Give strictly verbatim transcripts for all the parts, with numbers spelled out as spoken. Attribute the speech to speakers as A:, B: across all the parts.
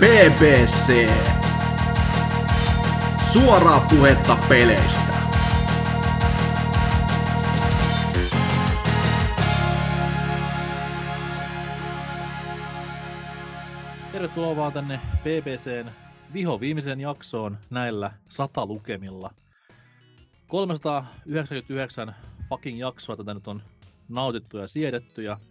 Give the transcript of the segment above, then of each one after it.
A: B B C. Suoraa puhetta peleistä.
B: Tervetuloa vaan tänne B B C:n viho viimeisen jaksoon näillä sata lukemilla. kolmesataayhdeksänkymmentäyhdeksän fucking jaksoa tätä nyt on nautittu ja siedetty ja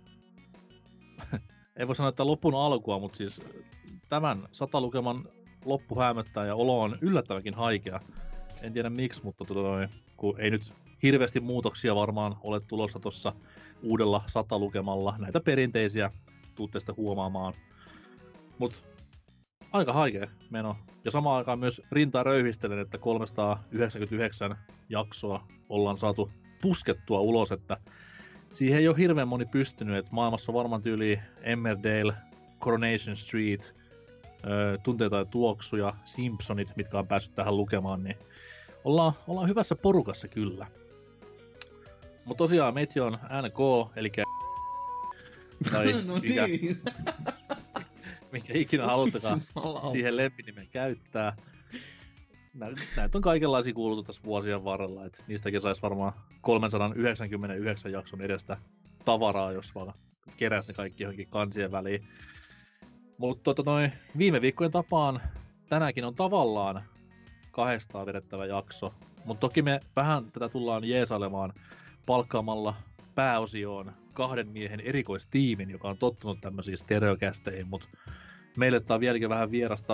B: ei voi sanoa, että lopun alkua, mutta siis tämän sata lukeman loppu hämöttää ja olo on yllättävänkin haikea. En tiedä miksi, mutta tota noin, kun ei nyt hirveästi muutoksia varmaan ole tulossa tuossa uudella sata lukemalla. Näitä perinteisiä tuutte sitä huomaamaan. Mut aika haikea meno. Ja samaan aikaan myös rintaa röyhistelen, että kolmesataayhdeksänkymmentäyhdeksän jaksoa ollaan saatu puskettua ulos, että siihen ei ole hirveän moni pystynyt, että maailmassa on varmaan tyyli Emmerdale, Coronation Street, Tunteita ja tuoksuja, Simpsonit, mitkä on päässyt tähän lukemaan, niin ollaan, ollaan hyvässä porukassa kyllä. Mutta tosiaan meitsi on N K, eli tai
C: no
B: mikä,
C: niin.
B: mikä ikinä haluttakaan siihen lempinimen käyttää. Näitä on kaikenlaisia kuultu tässä vuosien varrella, että niistäkin saisi varmaan kolmesataayhdeksänkymmentäyhdeksän jakson edestä tavaraa, jos vaan keräisi ne kaikki johonkin kansien väliin. Mutta tota noin, viime viikkojen tapaan tänäänkin on tavallaan kahdestaan vedettävä jakso, mutta toki me vähän tätä tullaan jeesailemaan palkkaamalla pääosioon kahden miehen erikoistiimin, joka on tottunut tämmöisiin stereokästeihin, mutta meille tää on vieläkin vähän vierasta.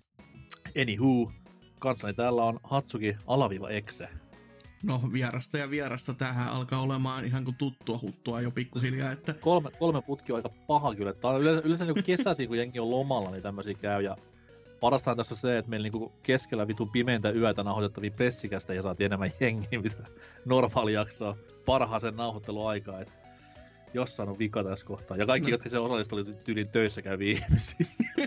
B: Anywho, kanssani täällä on Hatsuki alaviiva Exe.
C: No vierasta ja vierasta, tämähän alkaa olemaan ihan kuin tuttua huttua jo pikkuhiljaa, että...
B: Kolme, kolme putki on aika paha kyllä. Tää on yleensä, yleensä niin kesäisiä, kun jengi on lomalla, niin tämmöisiä käy. Ja parastaan tässä on se, että meillä niin keskellä vitun pimeintä yötä nauhoitettavia pressikästä ja saat enemmän jengiä, mitä normaali jaksoa parhaaseen nauhoitteluaikaan. Et jossain on vika tässä kohtaa. Ja kaikki, no. jotka se osallistui, oli tyyliin töissä käyviä ihmisiä.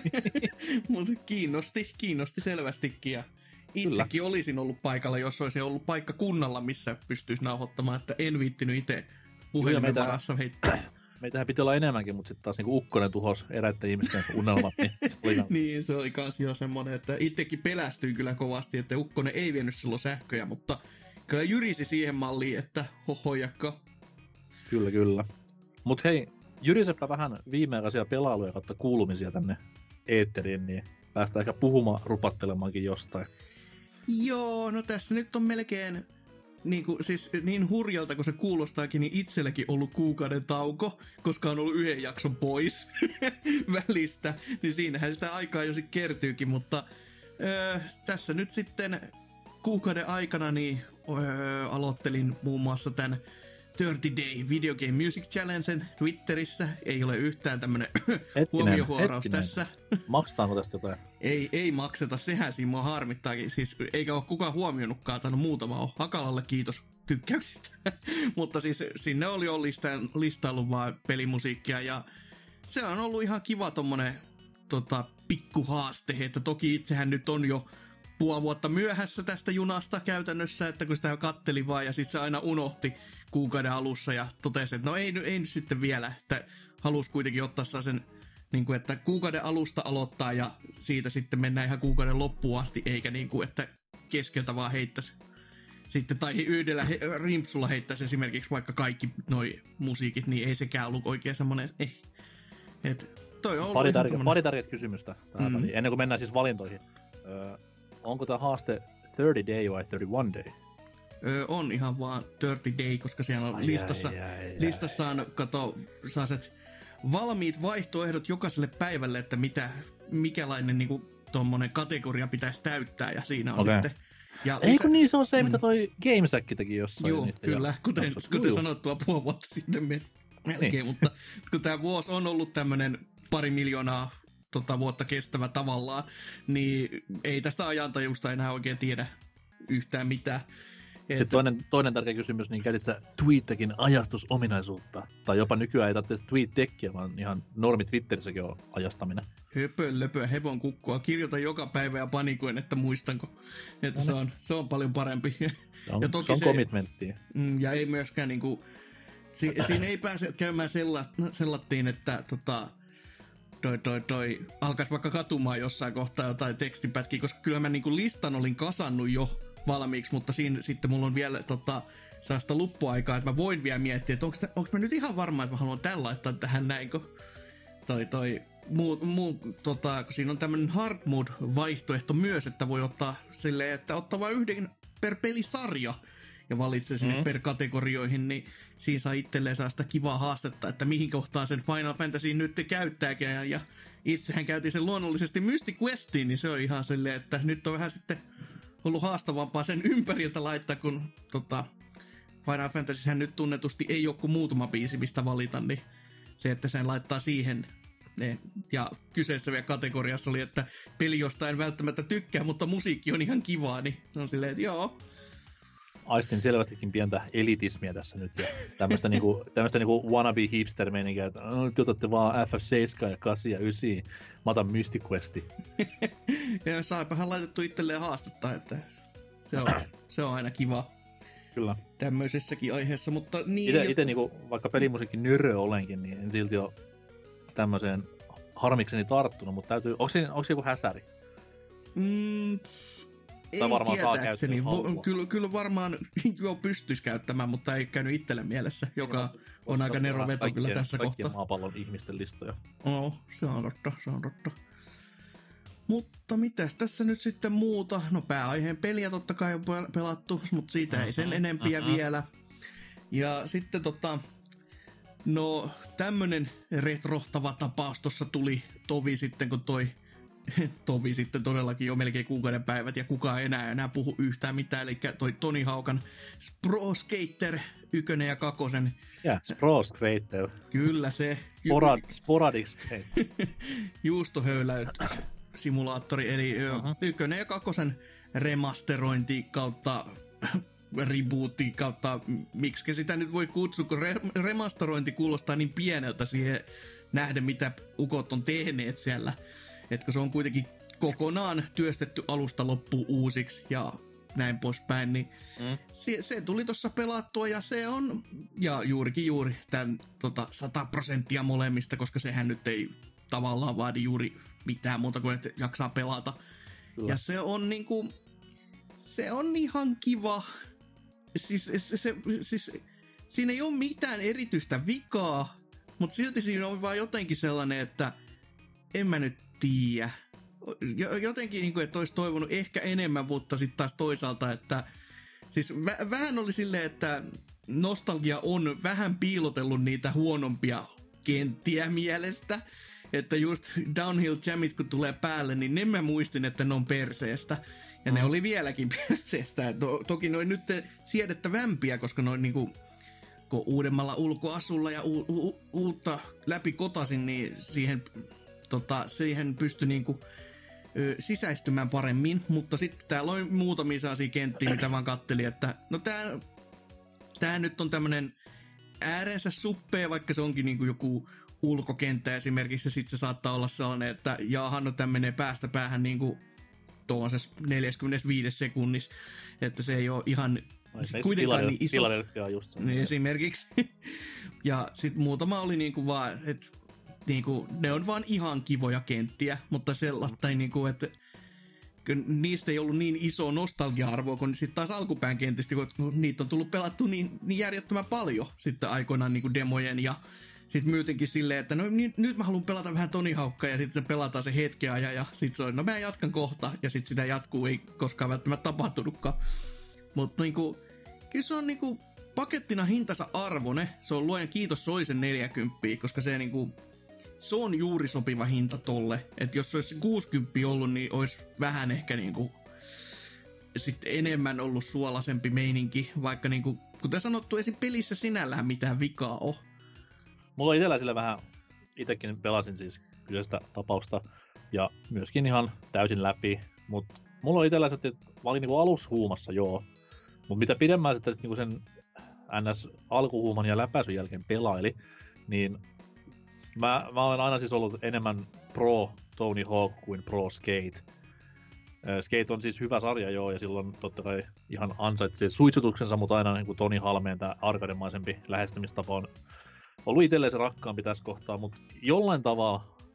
C: Mutta kiinnosti, kiinnosti selvästikin. Ja itsekin Kyllä. olisin ollut paikalla, jos olisi ollut paikka kunnalla, missä pystyisi nauhoittamaan, että en viittinyt itse puhelimen varassa heittää.
B: Meitähän piti olla enemmänkin, mutta sitten taas niinku ukkonen tuhos eräiden ihmisten unelmat. Niin se oli kans...
C: niin, se oli kans jo semmonen, että itsekin pelästyin kyllä kovasti, että ukkonen ei vienyt silloin sähköjä, mutta kyllä jyrisi siihen malliin, että hohojakka.
B: Kyllä, kyllä. Mut hei, jyrisepä vähän viimeaikaisia pelailuja kautta kuulumisia tänne eetteriin, niin päästään ehkä puhumaan, rupattelemaankin jostain.
C: Joo, no tässä nyt on melkein niin, kuin, siis, niin hurjalta kuin se kuulostaakin, niin itselläkin ollut kuukauden tauko, koska on ollut yhden jakson pois välistä, niin siinähän sitä aikaa jo sitten kertyykin, mutta öö, tässä nyt sitten kuukauden aikana niin öö, aloittelin muun muassa tämän kolmekymmentä Day Video Game Music Challengen Twitterissä. Ei ole yhtään tämmönen huomiohuoraus tässä.
B: Maksetaanko tästä jotain?
C: Ei, ei makseta, sehän siinä mua harmittaakin. Siis eikä ole kukaan huomioinutkaan, tainnut muutama ole. Hakalalle kiitos tykkäyksistä. Mutta siis sinne oli jo listaan, listaillut vaan pelimusiikkia ja se on ollut ihan kiva tommonen tota, pikkuhaaste, että toki itsehän nyt on jo puoli vuotta myöhässä tästä junasta käytännössä, että kun sitä katteli vaan ja sitten se aina unohti kuukauden alussa ja totesi, että no ei, ei nyt sitten vielä, että halusi kuitenkin ottaa sen, niin kuin, että kuukauden alusta aloittaa ja siitä sitten mennään ihan kuukauden loppuun asti, eikä niin kuin, että keskeltä vaan heittäisi sitten, tai yhdellä he, rimpsulla heittäisi esimerkiksi vaikka kaikki noi musiikit, niin ei sekään ollut oikein semmoinen, että eh, että toi on
B: pari, tärke- pari tärkeät kysymystä tähän mm-hmm. ennen kuin mennään siis valintoihin. Öö, onko tämä haaste kolmekymmentä day vai kolmekymmentäyksi day?
C: Öö, on ihan vaan kolmekymmentä day, koska siellä on ai, listassa, ai, ai, ai, listassa on, kato, saaset valmiit vaihtoehdot jokaiselle päivälle, että mitä, mikälainen niinku tommonen kategoria pitäisi täyttää, ja siinä on okay. sitten... Ja
B: ei lisä... kun niin, se on se, mm. mitä toi GameSack teki jossain.
C: Joo, kyllä, kuten, kuten sanottua puoli vuotta sitten melkein, niin. Mutta kun tää vuosi on ollut tämmönen pari miljoonaa tota, vuotta kestävä tavallaan, niin ei tästä ajantajusta enää oikein tiedä yhtään mitään.
B: Sitten toinen, toinen tärkeä kysymys, niin käytit sä TweetTechin ajastusominaisuutta? Tai jopa nykyään ei tarvitse TweetTechia, vaan ihan normi Twitterissäkin on ajastaminen.
C: Höpö, löpö, hevon kukkua. Kirjoita joka päivä ja panikoin, että muistanko. Että se on, se on paljon parempi.
B: Se on,
C: ja toki
B: se on commitmenttia.
C: Ja ei myöskään niinku... Si, siinä ei pääse käymään sella, sellattiin, että tota... toi, toi, toi, alkaisi vaikka katumaan jossain kohtaa jotain tekstipätkiä, koska kyllä mä niinku listan olin kasannut jo valmiiksi, mutta siinä sitten mulla on vielä tota, sellaista luppuaikaa, että mä voin vielä miettiä, että onko mä nyt ihan varma, että mä haluan tämän laittaa tähän näin, kun toi, toi, muu, muu, tota, kun siinä on tämmönen hard mode-vaihtoehto myös, että voi ottaa silleen, että ottaa vain yhden per pelisarja ja valitsee sinne mm-hmm. per kategorioihin, niin siinä saa itselleen sellaista kivaa haastetta, että mihin kohtaan sen Final Fantasy nyt te käyttääkin. Ja, ja itsehän käytiin sen luonnollisesti Mystic Questiin, niin se on ihan silleen, että nyt on vähän sitten ollut haastavampaa sen ympäriltä laittaa, kun tota, Final Fantasyhän nyt tunnetusti ei ole kuin muutama biisi, mistä valita, niin se, että sen laittaa siihen. Ne, ja kyseessä vielä kategoriassa oli, että peli jostain välttämättä tykkää, mutta musiikki on ihan kivaa, niin on silleen, että joo.
B: Aistin selvästikin pientä elitismiä tässä nyt ja tämmöistä niinku, tämmöistä niinku wannabe hipster-meininkiä, että te otatte vaan F F seitsemän ja kahdeksan ja yhdeksän, mä otan Mystic Questin.
C: Ja saipahan laitettu itselleen haastetta, että se on, se on aina kiva.
B: Kyllä.
C: Tämmöisessäkin aiheessa, mutta niin...
B: Ite, ite niinku, vaikka pelimusiikin nyrö olenkin, niin en silti ole tämmöiseen harmikseni tarttunut, mutta täytyy... Onko siinä, onko siinä joku häsäri?
C: Mm, ei
B: varmaan
C: tietääkseni. Vo, kyllä, kyllä varmaan jo pystyisi käyttämään, mutta ei käynyt itselle mielessä, joka Joo, on aika nero veto kaikkien, kyllä tässä kohtaa.
B: Kaikkien maapallon ihmisten listoja.
C: Oo, se on totta, se on totta. Mutta mitäs tässä nyt sitten muuta? No pääaiheen peliä totta kai on pelattu, mutta siitä uh-huh, ei sen enempiä uh-huh. vielä. Ja sitten tota... No tämmönen retrohtava tapaus tossa tuli tovi sitten, kun toi tovi sitten todellakin jo melkein kuukauden päivät ja kukaan ei enää enää puhu yhtään mitään, eli toi Tony Hawkan Pro Skater ykkönen ja kakosen.
B: Ja, Pro Skater.
C: Kyllä se.
B: Sporad, Sporadic Skater.
C: Juustohöyläytyssimulaattori, eli uh-huh. ykkönen ja kakosen remasterointi kautta rebootti kautta, miksi sitä nyt voi kutsua, kun re- remasterointi kuulostaa niin pieneltä siihen nähdä, mitä ukot on tehneet siellä. Että kun se on kuitenkin kokonaan työstetty alusta loppuun uusiksi ja näin poispäin, niin mm. se, se tuli tuossa pelattua ja se on, ja juurikin juuri tämän tota, sata prosenttia molemmista, koska sehän nyt ei tavallaan vaadi juuri mitään muuta kuin, että jaksaa pelata. Kyllä. Ja se on niinku, se on ihan kiva. Siis, se, se, siis, siinä ei ole mitään erityistä vikaa, mutta silti siinä on vaan jotenkin sellainen, että en mä nyt tiedä. Jotenkin, niin kuin, että olisi toivonut ehkä enemmän, mutta sitten taas toisaalta, että siis vä- vähän oli silleen, että nostalgia on vähän piilotellut niitä huonompia kenttiä mielestä. Että just Downhill Jamit kun tulee päälle, niin ne mä muistin, että ne on perseestä. Ja mm. ne oli vieläkin perseestä. To- toki ne oli nyt siedettävämpiä, koska ne on niinku, kun uudemmalla ulkoasulla ja u- u- uutta läpi kotasin, niin siihen, tota, siihen pystyi niinku, ö, sisäistymään paremmin. Mutta sitten täällä on muutamia sellaisia kenttiä, mitä vaan kattelin, että no tää, tää nyt on tämmönen äärensä suppea, vaikka se onkin niinku joku ulkokenttä esimerkiksi, ja sitten se saattaa olla sellainen, että jaahan, no tämän menee päästä päähän niinku tuollaisessa neljäkymmentäviisi sekunnissa, että se ei ole ihan
B: Ai,
C: kuitenkaan niin iso.
B: Philadelphia just sen.
C: Niin esimerkiksi. Ja sitten muutama oli niinku vaan, että niinku, ne on vaan ihan kivoja kenttiä, mutta sellaista ei niinku, että niistä ei ollut niin iso nostalgia-arvoa kuin sitten taas alkupään kentistä, kun niitä on tullut pelattua niin, niin järjettömän paljon sitten aikoinaan niinku demojen ja sitten myytinkin silleen, että no nyt, nyt mä haluan pelata vähän Tony Hawkkaa ja sitten se pelataan se hetken ajan ja sitten se on, no mä jatkan kohta ja sitten sitä jatkuu, ei koskaan välttämättä tapahtunutkaan. Mutta niinku, kyllä se on niinku pakettina hintansa arvone, se on luojan kiitos soisen neljäkymmentä, koska se niinku, se on juuri sopiva hinta tolle. Että jos se olisi kuusikymmentä ollut, niin olisi vähän ehkä niinku sitten enemmän ollut suolaisempi meininki, vaikka niinku, kuten sanottu, esim. Pelissä sinällään mitään vikaa on.
B: Mulla on itsellä sille vähän, itsekin pelasin siis kyseistä tapausta ja myöskin ihan täysin läpi, mutta mulla on itsellä se, että mä olin niinku alushuumassa joo, mutta mitä pidemmän sitä sit niinku sen N S-alkuhuuman ja läpäisyn jälkeen pelaili, niin mä, mä olen aina siis ollut enemmän pro Tony Hawk kuin pro Skate. Skate on siis hyvä sarja joo, ja silloin totta kai ihan ansaitsi suitsutuksensa, mutta aina niin kuin Toni Halmeen tämä arkademaisempi lähestymistapa on ollut itselleen se rakkaampi tässä kohtaa, mutta jollain tavalla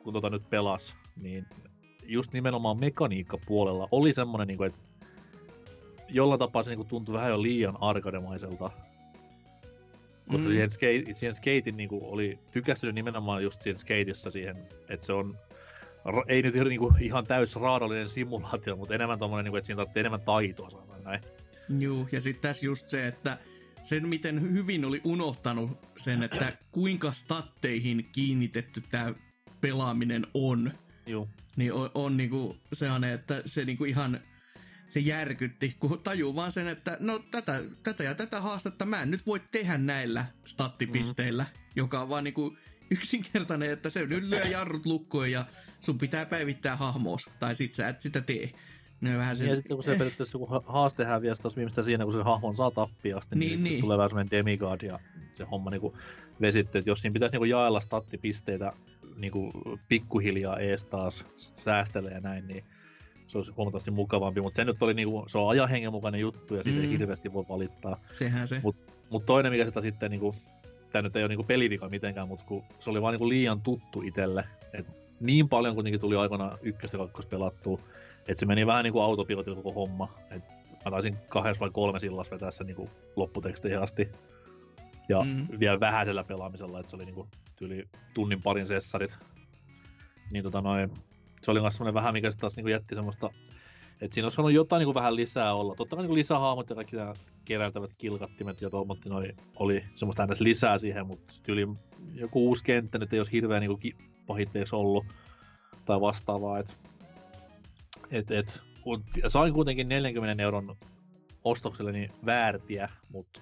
B: kun tota nyt pelas, niin just nimenomaan mekaniikkapuolella oli semmonen niinku, että jollain tapaa se niinku tuntui vähän jo liian arcademaiselta. Koska mm. siihen, skate, siihen skatein niinku oli tykästynyt nimenomaan just siihen skateissa siihen, että se on ei nyt niinku ihan täys raadollinen simulaatio, mutta enemmän tommonen niinku, että siinä tarvitsee enemmän taitoa sanoa näin.
C: Juu, ja sitten tässä just se, että sen miten hyvin oli unohtanut sen, että kuinka statteihin kiinnitetty tää pelaaminen on.
B: Juu.
C: Niin on, on niinku sellainen, että se niinku ihan se järkytti, kun tajuu vaan sen, että no tätä, tätä ja tätä haastetta mä en nyt voi tehdä näillä stattipisteillä, mm. joka on vaan niinku yksinkertainen, että se nyt lyö jarrut lukkoon ja sun pitää päivittää hahmoos, tai sit sä et sitä tee. Ne vähän sen...
B: Ja sitten kun se periaatteessa kun haaste häviää taas viimeistään siinä, kun se hahmon saa tappia asti, niin, niin, niin. tulee vähän semmoinen demigod ja se homma niinku vesittyy. Jos siinä pitäisi niinku jaella stattipisteitä niinku pikkuhiljaa ees taas säästelee ja näin, niin se olisi huomattavasti mukavampi. Mutta se nyt oli niinku, se on ajanhengen mukainen juttu ja siitä mm. ei hirveästi voi valittaa.
C: Sehän se.
B: Mut, mut toinen, mikä sitä sitten niinku, tää nyt ei ole niinku pelivika mitenkään, mutta kun se oli vaan niinku liian tuttu itselle. Et niin paljon kuitenkin tuli aikana ykkös ja kakkos pelattua, että se meni vähän niinku autopilotilla koko homma. Et mä taisin kahdessa vai kolme sillas vetää sen niinku lopputeksteihin asti. Ja mm. vielä vähäisellä pelaamisella, että se oli niinku tyyli tunnin parin sessarit. Niin tota noin, se oli myös semmonen vähän, mikä se taas niinku jätti semmoista, että siinä olisi voinut jotain niinku vähän lisää olla. Totta kai niinku lisähaamot ja kaikki nämä keräiltävät kilkattimet ja tuommoitti noi oli semmoista aina lisää siihen, mutta tyyli joku uusi kenttä nyt ei olisi hirveän niinku pahitteeksi ollut tai vastaavaa, et, et, et sain kuitenkin neljänkymmenen euron ostokselleni väärtiä, mut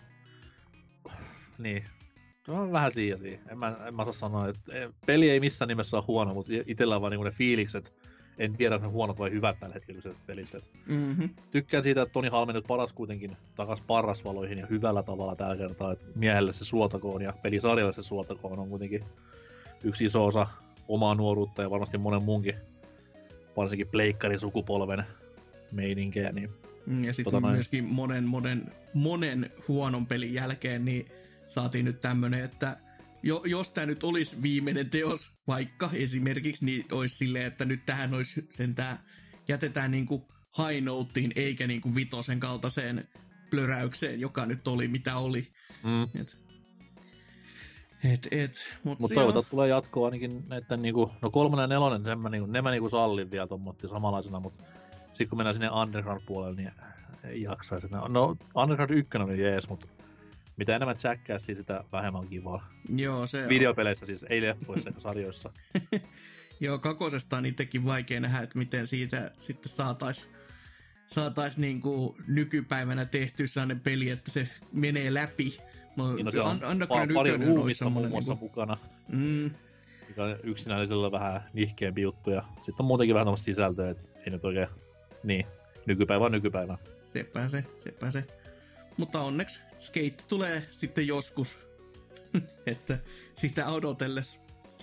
B: niin, se on vähän siihen siihen. En mä, en mä osaa sanoa, että peli ei missään nimessä ole huono, mutta itsellä on vaan niinku ne fiilikset, en tiedä, onko ne huonot vai hyvät tällä hetkellä kyseisestä pelistä. Mm-hmm. Tykkään siitä, että Toni Halme nyt paras kuitenkin takas parrasvaloihin ja hyvällä tavalla tällä kertaa, että miehelle se suotakoon ja pelisarjalle se suotakoon on kuitenkin yksi iso osa omaa nuoruutta ja varmasti monen muunkin, varsinkin pleikkarisukupolven meininkejä. Niin,
C: ja sitten tota myöskin monen, monen, monen huonon pelin jälkeen niin saatiin nyt tämmönen, että jo, jos tää nyt olisi viimeinen teos, vaikka esimerkiksi, niin olisi silleen, että nyt tähän olisi sentään, jätetään niinku high noteen, eikä niinku vitosen kaltaiseen plöräykseen, joka nyt oli mitä oli. Mm. Et, et, et, mut
B: Mut toivotaan tulee jatkoa ainakin näitten niinku, no kolmonen ja nelonen, sen mä niinku, ne mä niinku sallin vielä tommotti samanlaisena, mut sit kun mennään sinne Underground-puolelle, niin ei jaksaisi. No Underground yksi oli jees, mut mitä enemmän Jackassia, sitä vähemmän kivaa.
C: Joo, se
B: videopeleissä on. Siis, ei leffoissa eikä sarjoissa.
C: Joo, kakosesta on itsekin vaikea nähdä, että miten siitä sitten saatais, saatais niinku nykypäivänä tehty sellainen peli, että se menee läpi.
B: Niin, no se on pa- pari ruumista muun muassa niinku mukana. Mm. Mikä on yksinäisellä vähän nihkeämpi juttu. Ja sitten on muutenkin vähän tämmöistä sisältöä, että ei nyt oikein, niin, nykypäivä on nykypäivä.
C: Sepä se, sepä se. Mutta onneksi Skate tulee sitten joskus, että sitä odotelles.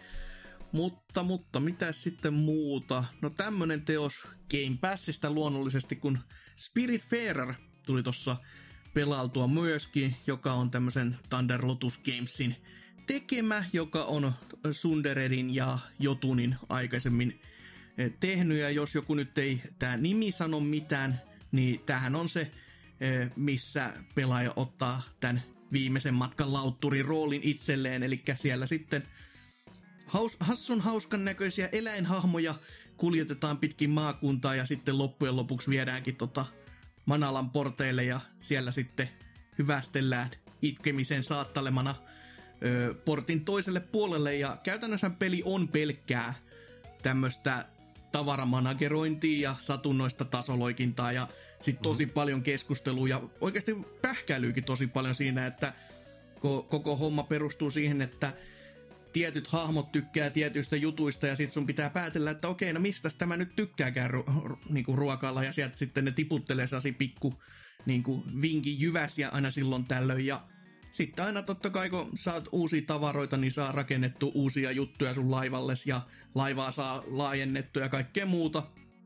C: Mutta, mutta mitä sitten muuta? No tämmönen teos Game Passista luonnollisesti, kun Spiritfarer tuli tossa pelailtua myöskin, joka on tämmösen Thunder Lotus Gamesin tekemä, joka on Sunderedin ja Jotunin aikaisemmin tehnyt. Ja jos joku nyt ei tää nimi sano mitään, niin tämähän on se, missä pelaaja ottaa tämän viimeisen matkan lautturin roolin itselleen, eli siellä sitten haus, hassun hauskan näköisiä eläinhahmoja kuljetetaan pitkin maakuntaa ja sitten loppujen lopuksi viedäänkin tota Manalan porteille ja siellä sitten hyvästellään itkemisen saattelemana ö, portin toiselle puolelle ja käytännössä peli on pelkkää tämmöistä tavaramanagerointia ja satunnoista tasoloikintaa ja sitten tosi mm-hmm. paljon keskustelua ja oikeasti pähkäilyykin tosi paljon siinä, että koko homma perustuu siihen, että tietyt hahmot tykkää tietyistä jutuista ja sitten sun pitää päätellä, että okei, no mistäs tämä nyt tykkääkään ru- ru- niinku ruokailla ja sieltä sitten ne tiputtelee sellaisia pikku niinku vinkin jyväsiä aina silloin tällöin ja sitten aina totta kai kun saat uusia tavaroita, niin saa rakennettu uusia juttuja sun laivalles ja laivaa saa laajennettua ja kaikkea muuta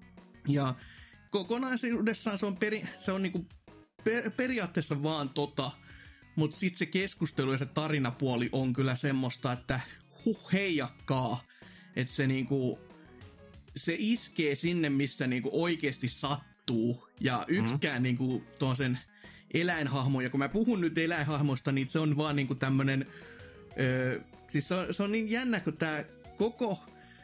C: ja kokonaisuudessaan se on, peri, se on niinku per, periaatteessa vaan tota, mutta sitten se keskustelu ja se tarinapuoli on kyllä semmoista, että huh heijakkaa. että se niinku, se iskee sinne, missä niinku oikeasti sattuu. Ja yksikään mm. niinku tuon eläinhahmo, ja kun mä puhun nyt eläinhahmosta, niin se on vaan niinku tämmönen, öö, siis se on, se on niin jännä, kun tää koko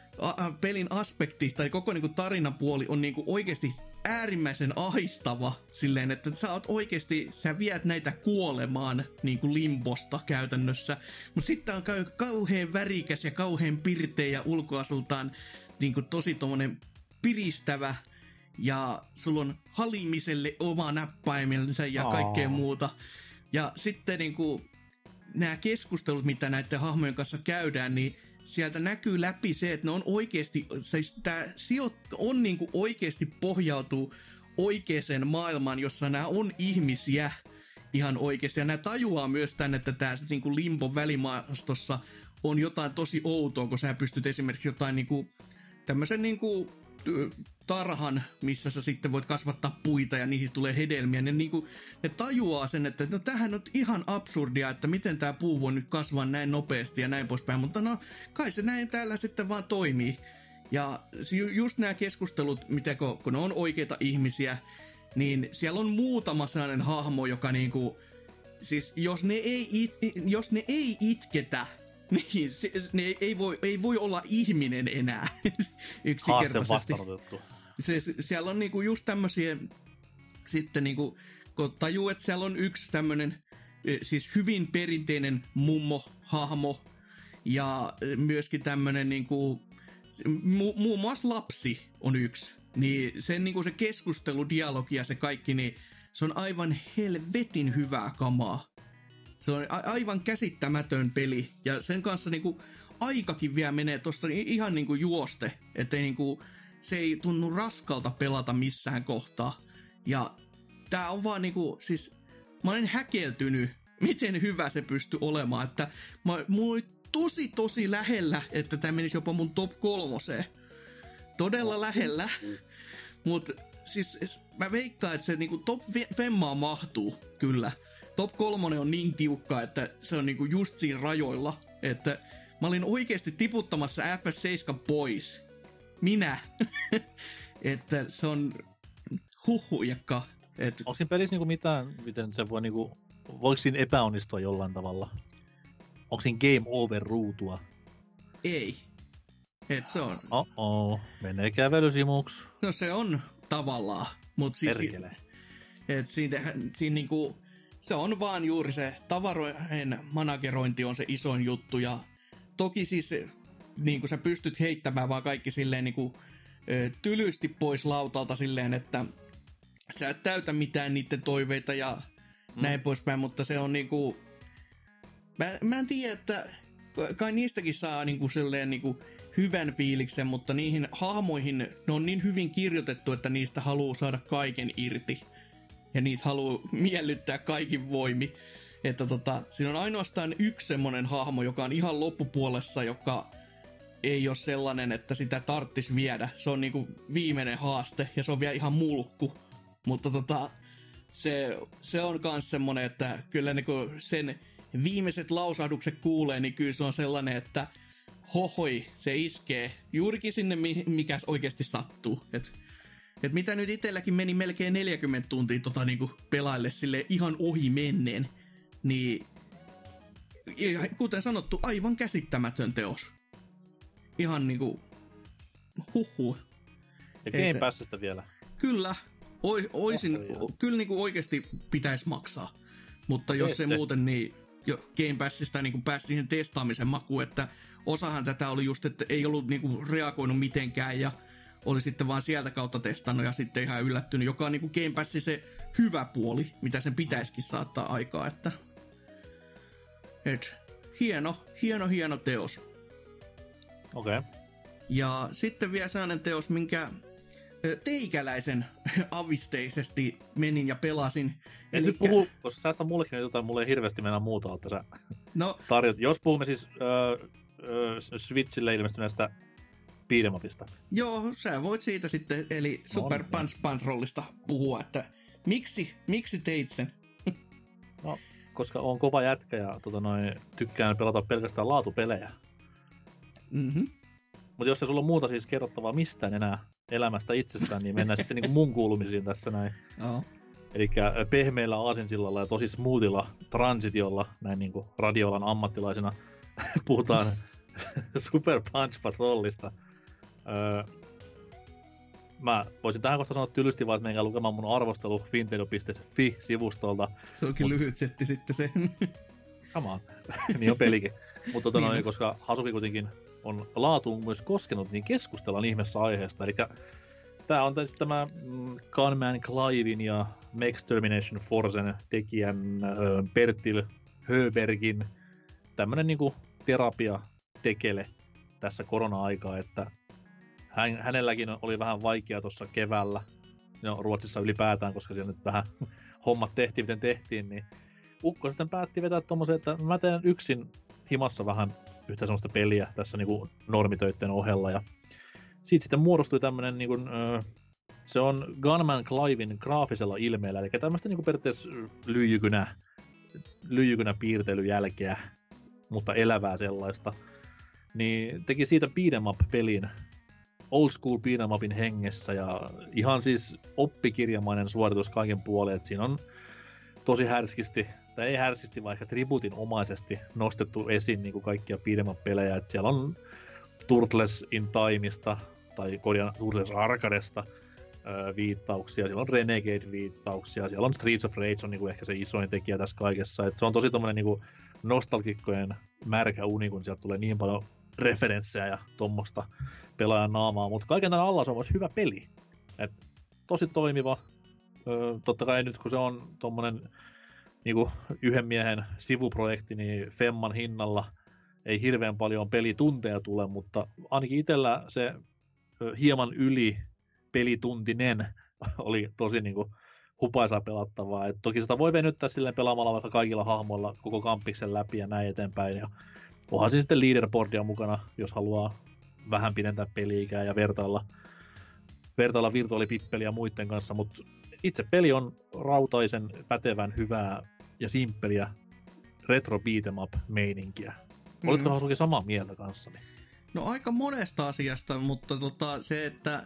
C: a- pelin aspekti, tai koko niinku tarinapuoli on niinku oikeasti äärimmäisen ahistava silleen, että sä oot oikeesti, sä viet näitä kuolemaan niinku limbosta käytännössä, mutta sitten on kau- kauhean värikäs ja kauhean pirteä ja ulkoasultaan niinku tosi tommonen piristävä, ja sulla on halimiselle oma näppäimensä ja kaikkea oh. muuta. Ja sitten niinku nämä keskustelut, mitä näiden hahmojen kanssa käydään, niin sieltä näkyy läpi se, että ne on oikeasti, siis tämä sijoit on niinku oikeasti pohjautuu oikeaan maailmaan, jossa nämä on ihmisiä ihan oikeasti. Ja nämä tajuaa myös tänne, että tämä niinku Limbon välimaastossa on jotain tosi outoa, kun sä pystyt esimerkiksi jotain niinku tämmöisen niinku tarhan, missä sä sitten voit kasvattaa puita ja niihin tulee hedelmiä. Ne, niinku, ne tajuaa sen, että no tämähän on ihan absurdia, että miten tämä puu voi nyt kasvaa näin nopeasti ja näin poispäin, mutta no kai se näin täällä sitten vaan toimii. Ja just nämä keskustelut, mitä kun, kun ne on oikeita ihmisiä, niin siellä on muutama sellainen hahmo, joka niinku, siis jos ne ei, it, jos ne ei itketä, niin se, ne ei voi, ei voi olla ihminen enää yksinkertaisesti. Se, se, siellä on niinku just tämmösiä, sitten niinku, kun tajuu, että siellä on yksi tämmönen, siis hyvin perinteinen mummo-hahmo, ja myöskin tämmönen niinku, mu, muun muassa lapsi on yksi, niin sen niinku se keskustelu, dialogi ja se kaikki, niin se on aivan helvetin hyvää kamaa. Se on a- aivan käsittämätön peli, ja sen kanssa niinku aikakin vielä menee tosta ihan niinku juoste, ettei niinku, se ei tunnu raskalta pelata missään kohtaa. Ja tää on vaan niinku, siis mä olen häkeltynyt, miten hyvä se pystyy olemaan, että mä, mulla oli tosi tosi lähellä, että tää menisi jopa mun top kolmoseen. Todella lähellä, mut siis mä veikkaan, että se niinku top femmaa mahtuu, kyllä. Top kolmonen on niin tiukka, että se on niinku just siinä rajoilla, että mä olin oikeasti tiputtamassa F F seitsemän pois. Minä. Että se on huhujakka. Et...
B: Onko siinä pelissä niinku mitään, miten se voi niinku, voiko siinä epäonnistua jollain tavalla? Onko siinä game over ruutua?
C: Ei. Et se on...
B: Oh-oh, menee kävelysimuksi.
C: No se on tavallaan, mut siis...
B: Perkele.
C: Et siinä, siinä niinku... Se on vaan juuri se tavaroiden managerointi on se isoin juttu, ja toki siis niin kuin sä pystyt heittämään vaan kaikki silleen niin kuin, tylysti pois lautalta silleen, että sä et täytä mitään niiden toiveita ja mm. näin poispäin, mutta se on niinku, mä, mä en tiedä, että kai niistäkin saa niinku silleen niinku hyvän fiiliksen, mutta niihin hahmoihin ne on niin hyvin kirjoitettu, että niistä haluaa saada kaiken irti. Ja niitä haluaa miellyttää kaikin voimi. Että tota, siinä on ainoastaan yksi semmonen hahmo, joka on ihan loppupuolessa, joka ei ole sellainen, että sitä tarttis viedä. Se on niinku viimeinen haaste ja se on vielä ihan mulkku. Mutta tota, se, se on kans semmonen, että kyllä niinku sen viimeiset lausahdukset kuulee, niin kyllä se on sellainen, että hohoi, se iskee juurikin sinne, mikä oikeasti sattuu. Et, et mitä nyt itselläkin meni melkein neljäkymmentä tuntia tota niinku pelaille sille ihan ohi menneen, niin kuten sanottu, aivan käsittämätön teos. Ihan niinku huhhuh.
B: Ja Game Passista vielä.
C: Kyllä, ois, oisin, oh, kyllä niinku oikeasti pitäisi maksaa. Mutta jos se, se muuten, niin jo Game Passista niinku pääsi siihen testaamisen makuun, että osahan tätä oli just, että ei ollut niinku reagoinut mitenkään ja oli sitten vaan sieltä kautta testannut ja sitten ihan yllättynyt, joka on niinku Game Passin se hyvä puoli, mitä sen pitäisikin saattaa aikaa, että et, hieno, hieno, hieno teos.
B: Okei. Okay.
C: Ja sitten vielä sellainen teos, minkä teikäläisen avisteisesti menin ja pelasin.
B: En
C: Elikkä...
B: nyt puhu, koska säästä mullekin jotain, mulle ei hirveästi mennä muuta, että sä
C: no,
B: tarjot. Jos puhumme siis äh, äh, Switchille ilmestyneestä beat'em upista.
C: Joo, sä voit siitä sitten, eli Super
B: no,
C: Punch Punch-rollista puhua, että miksi, miksi teit sen?
B: No, koska on kova jätkä ja tota noin, tykkään pelata pelkästään laatupelejä.
C: Mhm.
B: Mutta jos ei sulla on muuta siis kerrottavaa mistään enää elämästä itsestään, niin mennään sitten niinku mun kuulumisiin tässä näin.
C: Oh.
B: Elikkä pehmeällä aasinsillalla ja tosi smoothilla transitiolla, näin niinku radioalan ammattilaisina, puhutaan Super Punch Patrolista. Öö, mä voisin tähän kohtaan sanoa tylysti vaan, että menkää lukemaan mun arvostelu fintedo piste fi-sivustolta.
C: Se onkin Mut... lyhyt setti sitten sen.
B: Come on, niin on pelikin. Mutta tota noin, koska Hasuki kuitenkin on laatuun myös koskenut, niin keskustellaan ihmeessä aiheesta. Elikkä tää on tässä tämä Gunman Cliven ja Extermination Forcen tekijän äh, Bertil Höbergin tämmönen niinku terapiatekele tässä korona-aikaa, että hän, hänelläkin oli vähän vaikea tuossa keväällä, no Ruotsissa ylipäätään, koska siellä nyt vähän hommat tehtiin, miten tehtiin, niin ukko sitten päätti vetää tommosen, että mä teen yksin himassa vähän yhtä semmoista peliä tässä niinku normitöitten ohella, ja siitä sitten muodostui tämmönen niinku, se on Gunman Cliven graafisella ilmeellä, eli tämmöistä niinku periaatteessa lyijykynä, lyijykynä piirtelyjälkeä, mutta elävää sellaista, niin teki siitä beat'em up-pelin, old school beat'em upin hengessä, ja ihan siis oppikirjamainen suoritus kaiken puolin, että siinä on tosi härskisti, tai ei härskisti, vaikka tributin omaisesti nostettu esiin niin kuin kaikkia beat'em up-pelejä, että siellä on Turtles in Timeista, tai korjaan Turtles Arcadesta öö, viittauksia, siellä on Renegade-viittauksia, siellä on Streets of Rage on niin kuin ehkä se isoin tekijä tässä kaikessa, että se on tosi tommonen niin kuin nostalgikkojen märkä uni, kun sieltä tulee niin paljon referenssejä ja tommosta pelaajan naamaa, mutta kaiken tämän alla se on myös hyvä peli. Et tosi toimiva. Öö, totta kai nyt kun se on tommonen niinku yhden miehen sivuprojekti, niin Femman hinnalla ei hirveän paljon pelitunteja tule, mutta ainakin itsellä se ö, hieman yli pelituntinen oli tosi niinku hupaisaa pelattavaa. Et toki sitä voi venyttää silleen pelaamalla vaikka kaikilla hahmoilla koko kampiksen läpi ja näin eteenpäin. Ja onhan siinä sitten leaderboardia mukana, jos haluaa vähän pidentää peli-ikää ja vertailla, vertailla virtuaalipippeliä muiden kanssa, mutta itse peli on rautaisen pätevän hyvää ja simppeliä retro beat'em up meininkiä. Mm. Olitko Hasuki samaa mieltä kanssani?
C: No aika monesta asiasta, mutta tota, se, että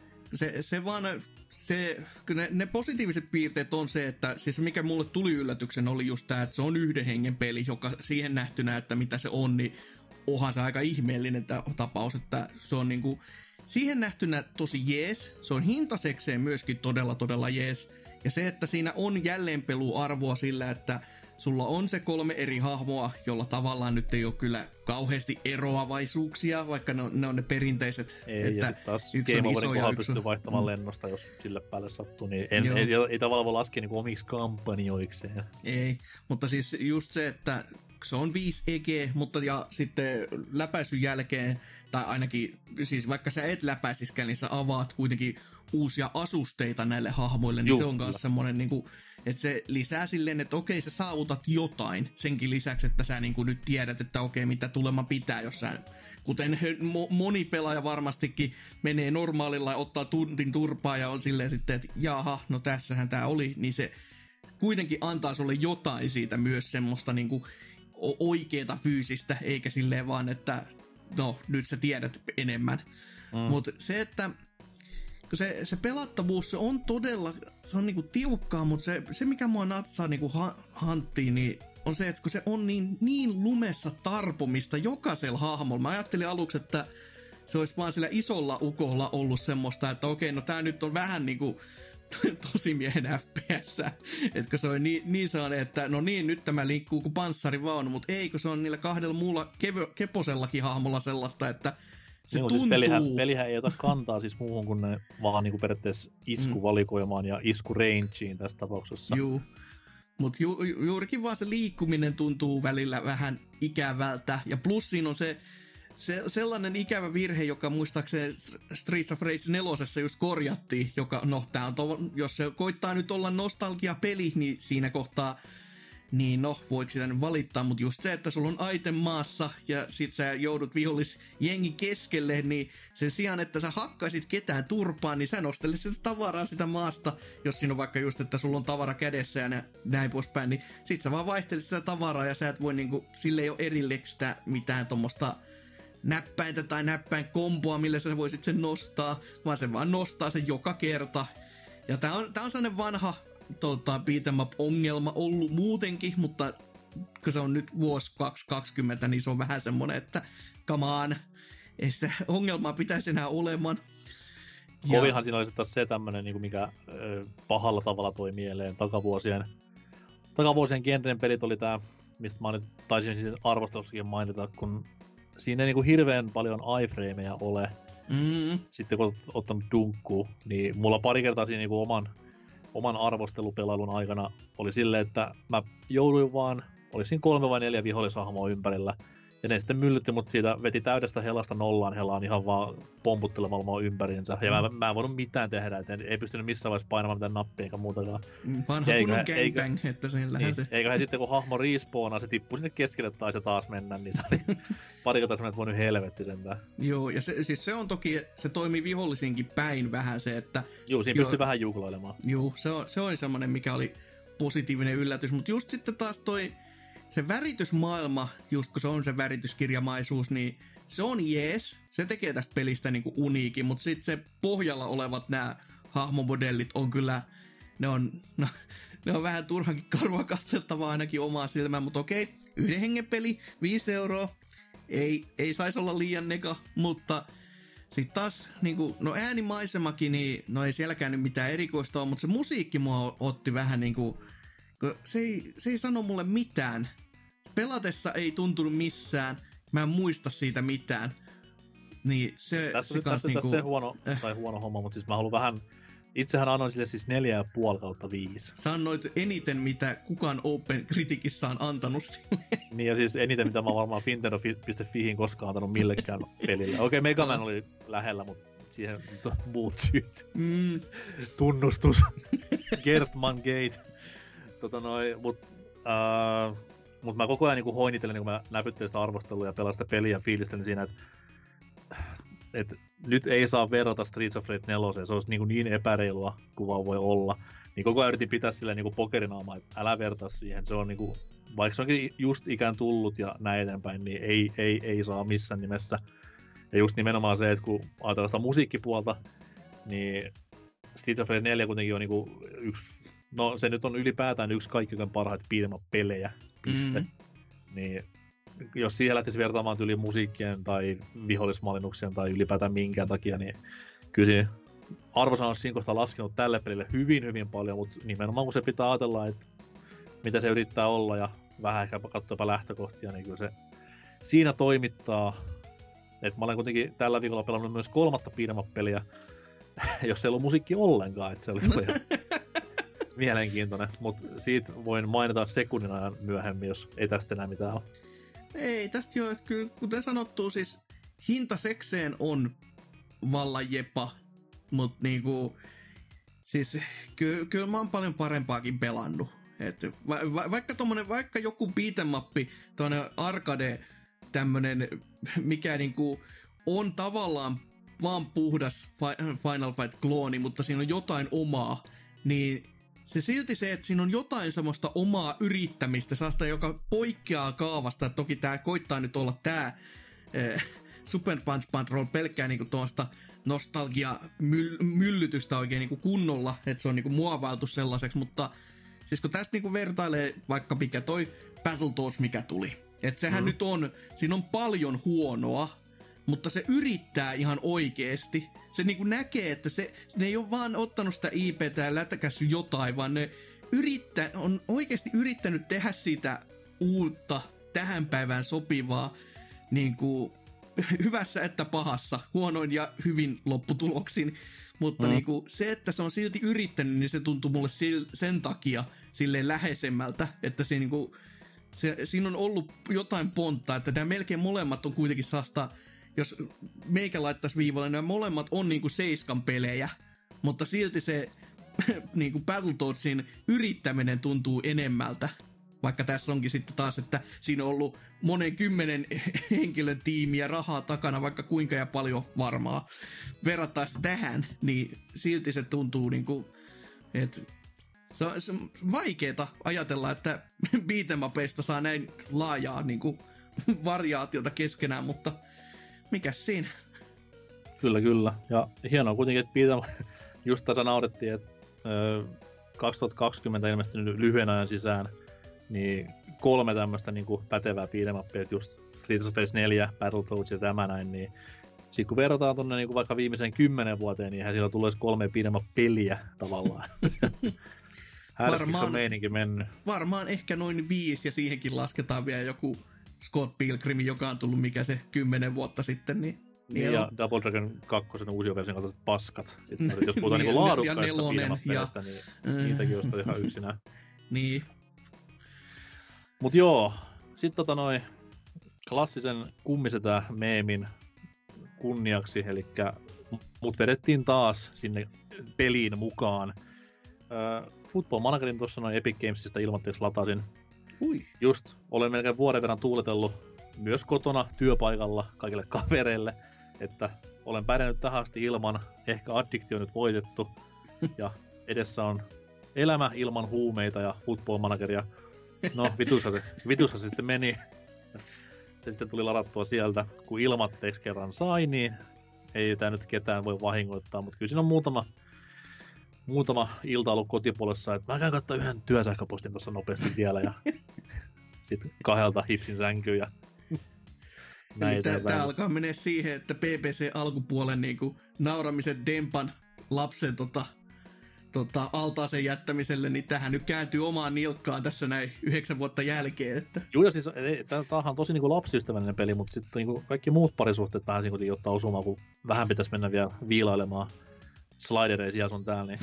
C: se, se vaan se, ne, ne positiiviset piirteet on se, että siis mikä mulle tuli yllätyksen oli just tää, että se on yhden hengen peli, joka siihen nähtynä, että mitä se on, niin onhan se aika ihmeellinen tapaus, että se on niinku siihen nähtynä tosi jees, se on hintasekseen myöskin todella todella jees, ja se, että siinä on jälleenpeluarvoa sillä, että sulla on se kolme eri hahmoa, jolla tavallaan nyt ei ole kyllä kauheasti eroavaisuuksia, vaikka ne on ne, on ne perinteiset.
B: Ei,
C: että
B: ja taas Game Overin kohdalla pystyy vaihtamaan mm. lennosta, jos sille päälle sattuu, niin en, ei, ei, ei tavallaan voi laskea niin omiksi kampanjoikseen.
C: Ei, mutta siis just se, että se on viisi E G, mutta ja sitten läpäisyn jälkeen, tai ainakin, siis vaikka sä et läpäisiskään, niin sä avaat kuitenkin uusia asusteita näille hahmoille, niin Juh, se on myös semmoinen, niin kuin, että se lisää silleen, että okei, sä saavutat jotain, senkin lisäksi, että sä niin kuin nyt tiedät, että okei, mitä tulema pitää, jos sä, kuten mo- moni pelaaja varmastikin menee normaalilla ja ottaa tuntin turpaa ja on silleen sitten, että jaha, no tässähän tää oli, niin se kuitenkin antaa sulle jotain siitä myös semmoista niin kuin oikeeta fyysistä, eikä silleen vaan, että no, nyt sä tiedät enemmän. Mm. Mutta se, että se, se pelattavuus, se on todella, se on niinku tiukkaa, mutta se, se mikä mua natsaa niinku ha, hanttiin, niin on se, että kun se on niin, niin lumessa tarpomista jokaisella hahmolla. Mä ajattelin aluksi, että se olisi vaan sillä isolla ukolla ollut semmoista, että okei, no tää nyt on vähän niinku tosimiehen F P S, että se on niin, niin sellainen, että no niin, nyt tämä liikkuu kuin panssarivaunu, mutta ei, kun se on niillä kahdella muulla kevo, keposellakin hahmolla sellaista, että se niin, tuntuu. Siis
B: pelihän, pelihän ei ota kantaa siis muuhun kuin ne vaan niinku periaatteessa iskuvalikoimaan mm. ja iskurangeen tässä tapauksessa.
C: Juu, mutta ju, ju, juurikin vaan se liikkuminen tuntuu välillä vähän ikävältä, ja plus siinä on se Se, sellainen ikävä virhe, joka muistaakseni Streets of Rage nelosessa just korjattiin, joka, no tää on to, jos se koittaa nyt olla nostalgia-peli, niin siinä kohtaa, niin no, voiko sitä nyt valittaa, mutta just se, että sulla on item maassa ja sit sä joudut vihollisjengin keskelle, niin sen sijaan, että sä hakkaisit ketään turpaan, niin sä nostelet sitä tavaraa sitä maasta, jos siinä on vaikka just, että sulla on tavara kädessä ja näin poispäin, niin sit sä vaan vaihtelet sitä tavaraa ja sä et voi niinku, sille ei ole erillekstä mitään tommoista näppäintä tai näppäin komboa, millä sä voisit sen nostaa, vaan se vaan nostaa sen joka kerta. Ja tää on, tää on sellainen vanha tota, beat'em up-ongelma ollut muutenkin, mutta kun se on nyt vuosi kaksituhattakaksikymmentä, niin se on vähän semmonen, että come on, ei sitä ongelmaa pitäisi enää olemaan.
B: Kovinhan siinä oli taas se tämmönen, niin mikä ö, pahalla tavalla toi mieleen takavuosien, takavuosien genren pelit oli tää, mistä mä nyt taisin siis arvostelussakin mainita, kun siinä ei niinku hirveän paljon iframeja ole.
C: Mm.
B: Sitten kun oot ottanut dunkkuu, niin mulla pari kertaa siinä niinku oman, oman arvostelupelailun aikana oli silleen, että mä jouduin vaan, oli siinä kolme vai neljä vihollishahmoa ympärillä, ja ne sitten myllytti mut siitä, veti täydestä helasta nollaan helaan ihan vaan pomputtelemalla mua ympäriinsä. Ja mä, mä en voinut mitään tehdä, et ei pystynyt missään vaiheessa painamaan mitään nappia eikä muutakaan.
C: Vanha kunnon gangbang, että sen lähes
B: niin, eiköhän sitten kun hahmo respawnaa, se tippui sinne keskelle tai se taas mennä, niin se oli pari kertaa semmoinen, että voinut helvetti sentään.
C: Joo, ja se, siis se on toki, se toimii vihollisiinkin päin vähän se, että...
B: Joo, siinä pystyy vähän jugloilemaan.
C: Joo, se on, se on semmoinen, mikä oli positiivinen yllätys, mutta just sitten taas toi... Se väritysmaailma, just kun se on se värityskirjamaisuus, niin se on jees. Se tekee tästä pelistä niinku uniikin, mutta sitten se pohjalla olevat nämä hahmomodellit on kyllä, ne on, no, ne on vähän turhankin karua katseltavaa ainakin omaa silmään, mutta okei, yhden hengen peli, viisi euroa, ei, ei saisi olla liian neka, mutta sitten taas, niinku, no äänimaisemakin, niin no ei sielläkään nyt mitään erikoista ole, mutta se musiikki mua otti vähän niinku, se ei, se ei sano mulle mitään. Pelatessa ei tuntunut missään. Mä en muista siitä mitään. Niin se...
B: Tässä,
C: se
B: tässä,
C: niinku,
B: tässä se huono, äh. tai huono homma, mutta siis mä haluan vähän... Itsehän annoin sille siis neljä ja puoli kautta viisi.
C: Sä annoit eniten, mitä kukaan Open Criticissa on antanut sille.
B: Niin ja siis eniten, mitä mä oon varmaan Fintero piste fihin koskaan antanut millekään pelille. Okei, okay, Mega Man oli lähellä, mutta siihen muut syyt. Mm. Tunnustus. Gerstmann Gate. Tota noi, mut, äh, mut mä koko ajan niinku hoinittelin, kun mä näpyttelin sitä arvostelua ja pelasin sitä peliä ja fiilistelin siinä, että et nyt ei saa verrata Streets of Rage neljä, se olisi niinku niin epäreilua kuin vaan voi olla. Niin koko ajan yritin pitää silleen niinku pokerinaamaa, että älä vertaa siihen, se on niinku, vaikka se onkin just ikään tullut ja näin eteenpäin, niin ei, ei, ei saa missään nimessä. Ja just nimenomaan se, että kun ajatellaan sitä musiikkipuolta, niin Streets of Rage neljä kuitenkin on niinku yksi, no se nyt on ylipäätään yksi kaikkein parhaita beat'em-pelejä, piste. Mm-hmm. Niin jos siihen lähtisi vertaamaan tyyliin musiikkien tai vihollismallinnuksien tai ylipäätään minkään takia, niin kyllä siinä arvosana on siinä kohtaa laskenut tälle pelille hyvin hyvin paljon, mutta nimenomaan kun se pitää ajatella, että mitä se yrittää olla ja vähän ehkä katsoa lähtökohtia, niin kyllä se siinä toimittaa. Et mä olen kuitenkin tällä viikolla pelannut myös kolmatta beat'em-peliä, jos ei ollut musiikki ollenkaan, että se oli ihan mielenkiintoinen, mutta siitä voin mainita sekunnin ajan myöhemmin, jos ei tästä enää mitään ole.
C: Ei, tästä jo, että kyllä, kuten sanottu, siis hinta sekseen on vallan jepa, mutta niinku, siis ky- kyllä mä oon paljon parempaakin pelannut. Et va- va- vaikka tommonen, vaikka joku beat'em-mappi, tuonne arcade tämmönen, mikä niinku on tavallaan vaan puhdas Final Fight-klooni, mutta siinä on jotain omaa, niin se silti se, että siinä on jotain semmoista omaa yrittämistä, sellaista, joka poikkeaa kaavasta. Toki tää koittaa nyt olla tää äh, Super Punch Patrol pelkkää niinku tuosta nostalgia-myllytystä oikein niinku kunnolla, että se on niinku muovailtu sellaiseksi, mutta siis kun tästä niinku vertailee vaikka mikä toi Battletoads mikä tuli, että sehän mm. nyt on, siinä on paljon huonoa, mutta se yrittää ihan oikeesti. Se niinku näkee, että se, ne ei ole vaan ottanut sitä I P:tä ja lätäkässy jotain, vaan ne yrittää, on oikeasti yrittänyt tehdä siitä uutta, tähän päivään sopivaa, niinku, hyvässä että pahassa, huonoin ja hyvin lopputuloksin. Mutta mm. niinku, se, että se on silti yrittänyt, niin se tuntuu mulle sil, sen takia silleen läheisemmältä, että se, niinku, se, siinä on ollut jotain pontta, että nämä melkein molemmat on kuitenkin saasta, jos meikä laittaisi viivalle, nämä molemmat on niinku seiskan pelejä, mutta silti se niinku Battletoadsin yrittäminen tuntuu enemmältä. Vaikka tässä onkin sitten taas, että siinä on ollut monen kymmenen henkilön tiimiä rahaa takana, vaikka kuinka ja paljon varmaa. Verrattaessa tähän, niin silti se tuntuu niinku, että se on, se on vaikeeta ajatella, että beat'em upista saa näin laajaa niinku variaatiota keskenään, mutta mikäs siinä?
B: Kyllä, kyllä. Ja hienoa kuitenkin, että Beat'em, just tässä naurettiin, että ö, kaksituhattakaksikymmentä ilmestynyt lyhyen ajan sisään, niin kolme tämmöistä niin kuin pätevää beat'em upia, just Streets of Rage neljä, Battletoads ja tämä näin, niin sitten kun verrataan tuonne niin vaikka viimeiseen kymmenen vuoteen, niin eihän siellä tulisi kolme beat'em up-peliä tavallaan. Härskissä on meininki mennyt.
C: Varmaan ehkä noin viisi, ja siihenkin lasketaan vielä joku Scott Pilgrim, joka on tullut mikä se kymmenen vuotta sitten, niin...
B: Niin, ja Double Dragon kakkosen uusion version kaltaiset paskat. Sitten, jos puhutaan niin, niinku laadukkaista beat'em up-peleistä, niin mm. niitäkin olisi ihan yksinään.
C: Niin.
B: Mut joo, sit tota noin klassisen kummisetä meemin kunniaksi, elikkä mut vedettiin taas sinne peliin mukaan. Uh, Football Managerin tuossa noin Epic Gamesista ilmoitteeksi latasin.
C: Ui.
B: Just, olen melkein vuoden verran tuuletellut myös kotona, työpaikalla, kaikille kavereille, että olen pärjännyt tähän asti ilman, ehkä addiktio nyt voitettu, ja edessä on elämä ilman huumeita ja Football Manageria. No, vitussa se, vitussa se sitten meni. Se sitten tuli ladattua sieltä, kun ilmatteeksi kerran sai, niin ei tää nyt ketään voi vahingoittaa, mutta kyllä siinä on muutama, muutama ilta ollut kotipuolessa, että mä käyn katsoa yhden työsähköpostin tuossa nopeasti vielä, ja sitten kahdelta hipsin sänkyyn, ja
C: näin. Tää alkaa menee siihen, että P P C-alkupuolen niinku nauramisen Dempan lapsen tota, tota, altaaseen jättämiselle, niin tähän nyt kääntyy omaan nilkkaan tässä näin yhdeksän vuotta jälkeen. Että...
B: Joo, ja siis tämähän on tosi niinku lapsiystävällinen peli, mutta sitten niinku kaikki muut parisuhteet vähän siinä ottaa osumaan, kun vähän pitäisi mennä vielä viilailemaan slidereja siellä sun täällä, niin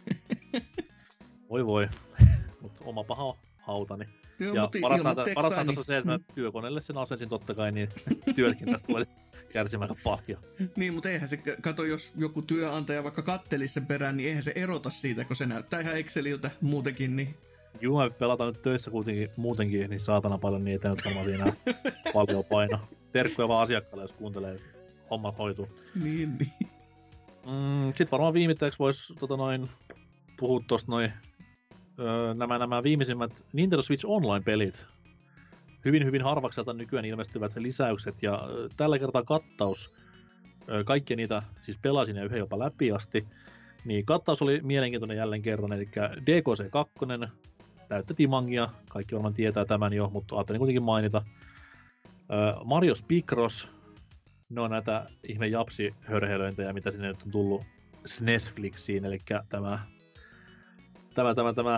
B: voi voi, mutta oma paha on hautani.
C: Joo,
B: ja parastaan tuossa se, että mä työkoneelle sen asensin totta kai, niin työtkin tästä tulee kärsimään aika paljon.
C: Niin, mutta eihän se, kato, jos joku työnantaja vaikka kattelisi sen perään, niin eihän se erota siitä, kun se näyttää ihan Exceliltä muutenkin, niin...
B: Juu, me pelataan nyt töissä kuitenkin muutenkin, niin saatana paljon, niin ei nyt varmaan siinä paljon paino. Terkkuja vaan asiakkaalle, jos kuuntelee, hommat hoituu.
C: Niin, niin.
B: Mm, sitten varmaan viimeittäiksi vois tota noin, puhua tosta noin Öö, nämä, nämä viimeisimmät Nintendo Switch Online-pelit. Hyvin, hyvin harvakselta nykyään ilmestyvät lisäykset, ja ö, tällä kertaa kattaus, ö, kaikkia niitä siis pelasin ja yhden jopa läpi asti, niin kattaus oli mielenkiintoinen jälleen kerran, eli D K C kaksi, täyttä timangia, kaikki varmaan tietää tämän jo, mutta ajattelin kuitenkin mainita. Ö, Mario Picross, ne on näitä ihme japsi-hörhelöintejä, mitä sinne nyt on tullut SNESflixiin, eli tämä Tämä, tämä, tämä...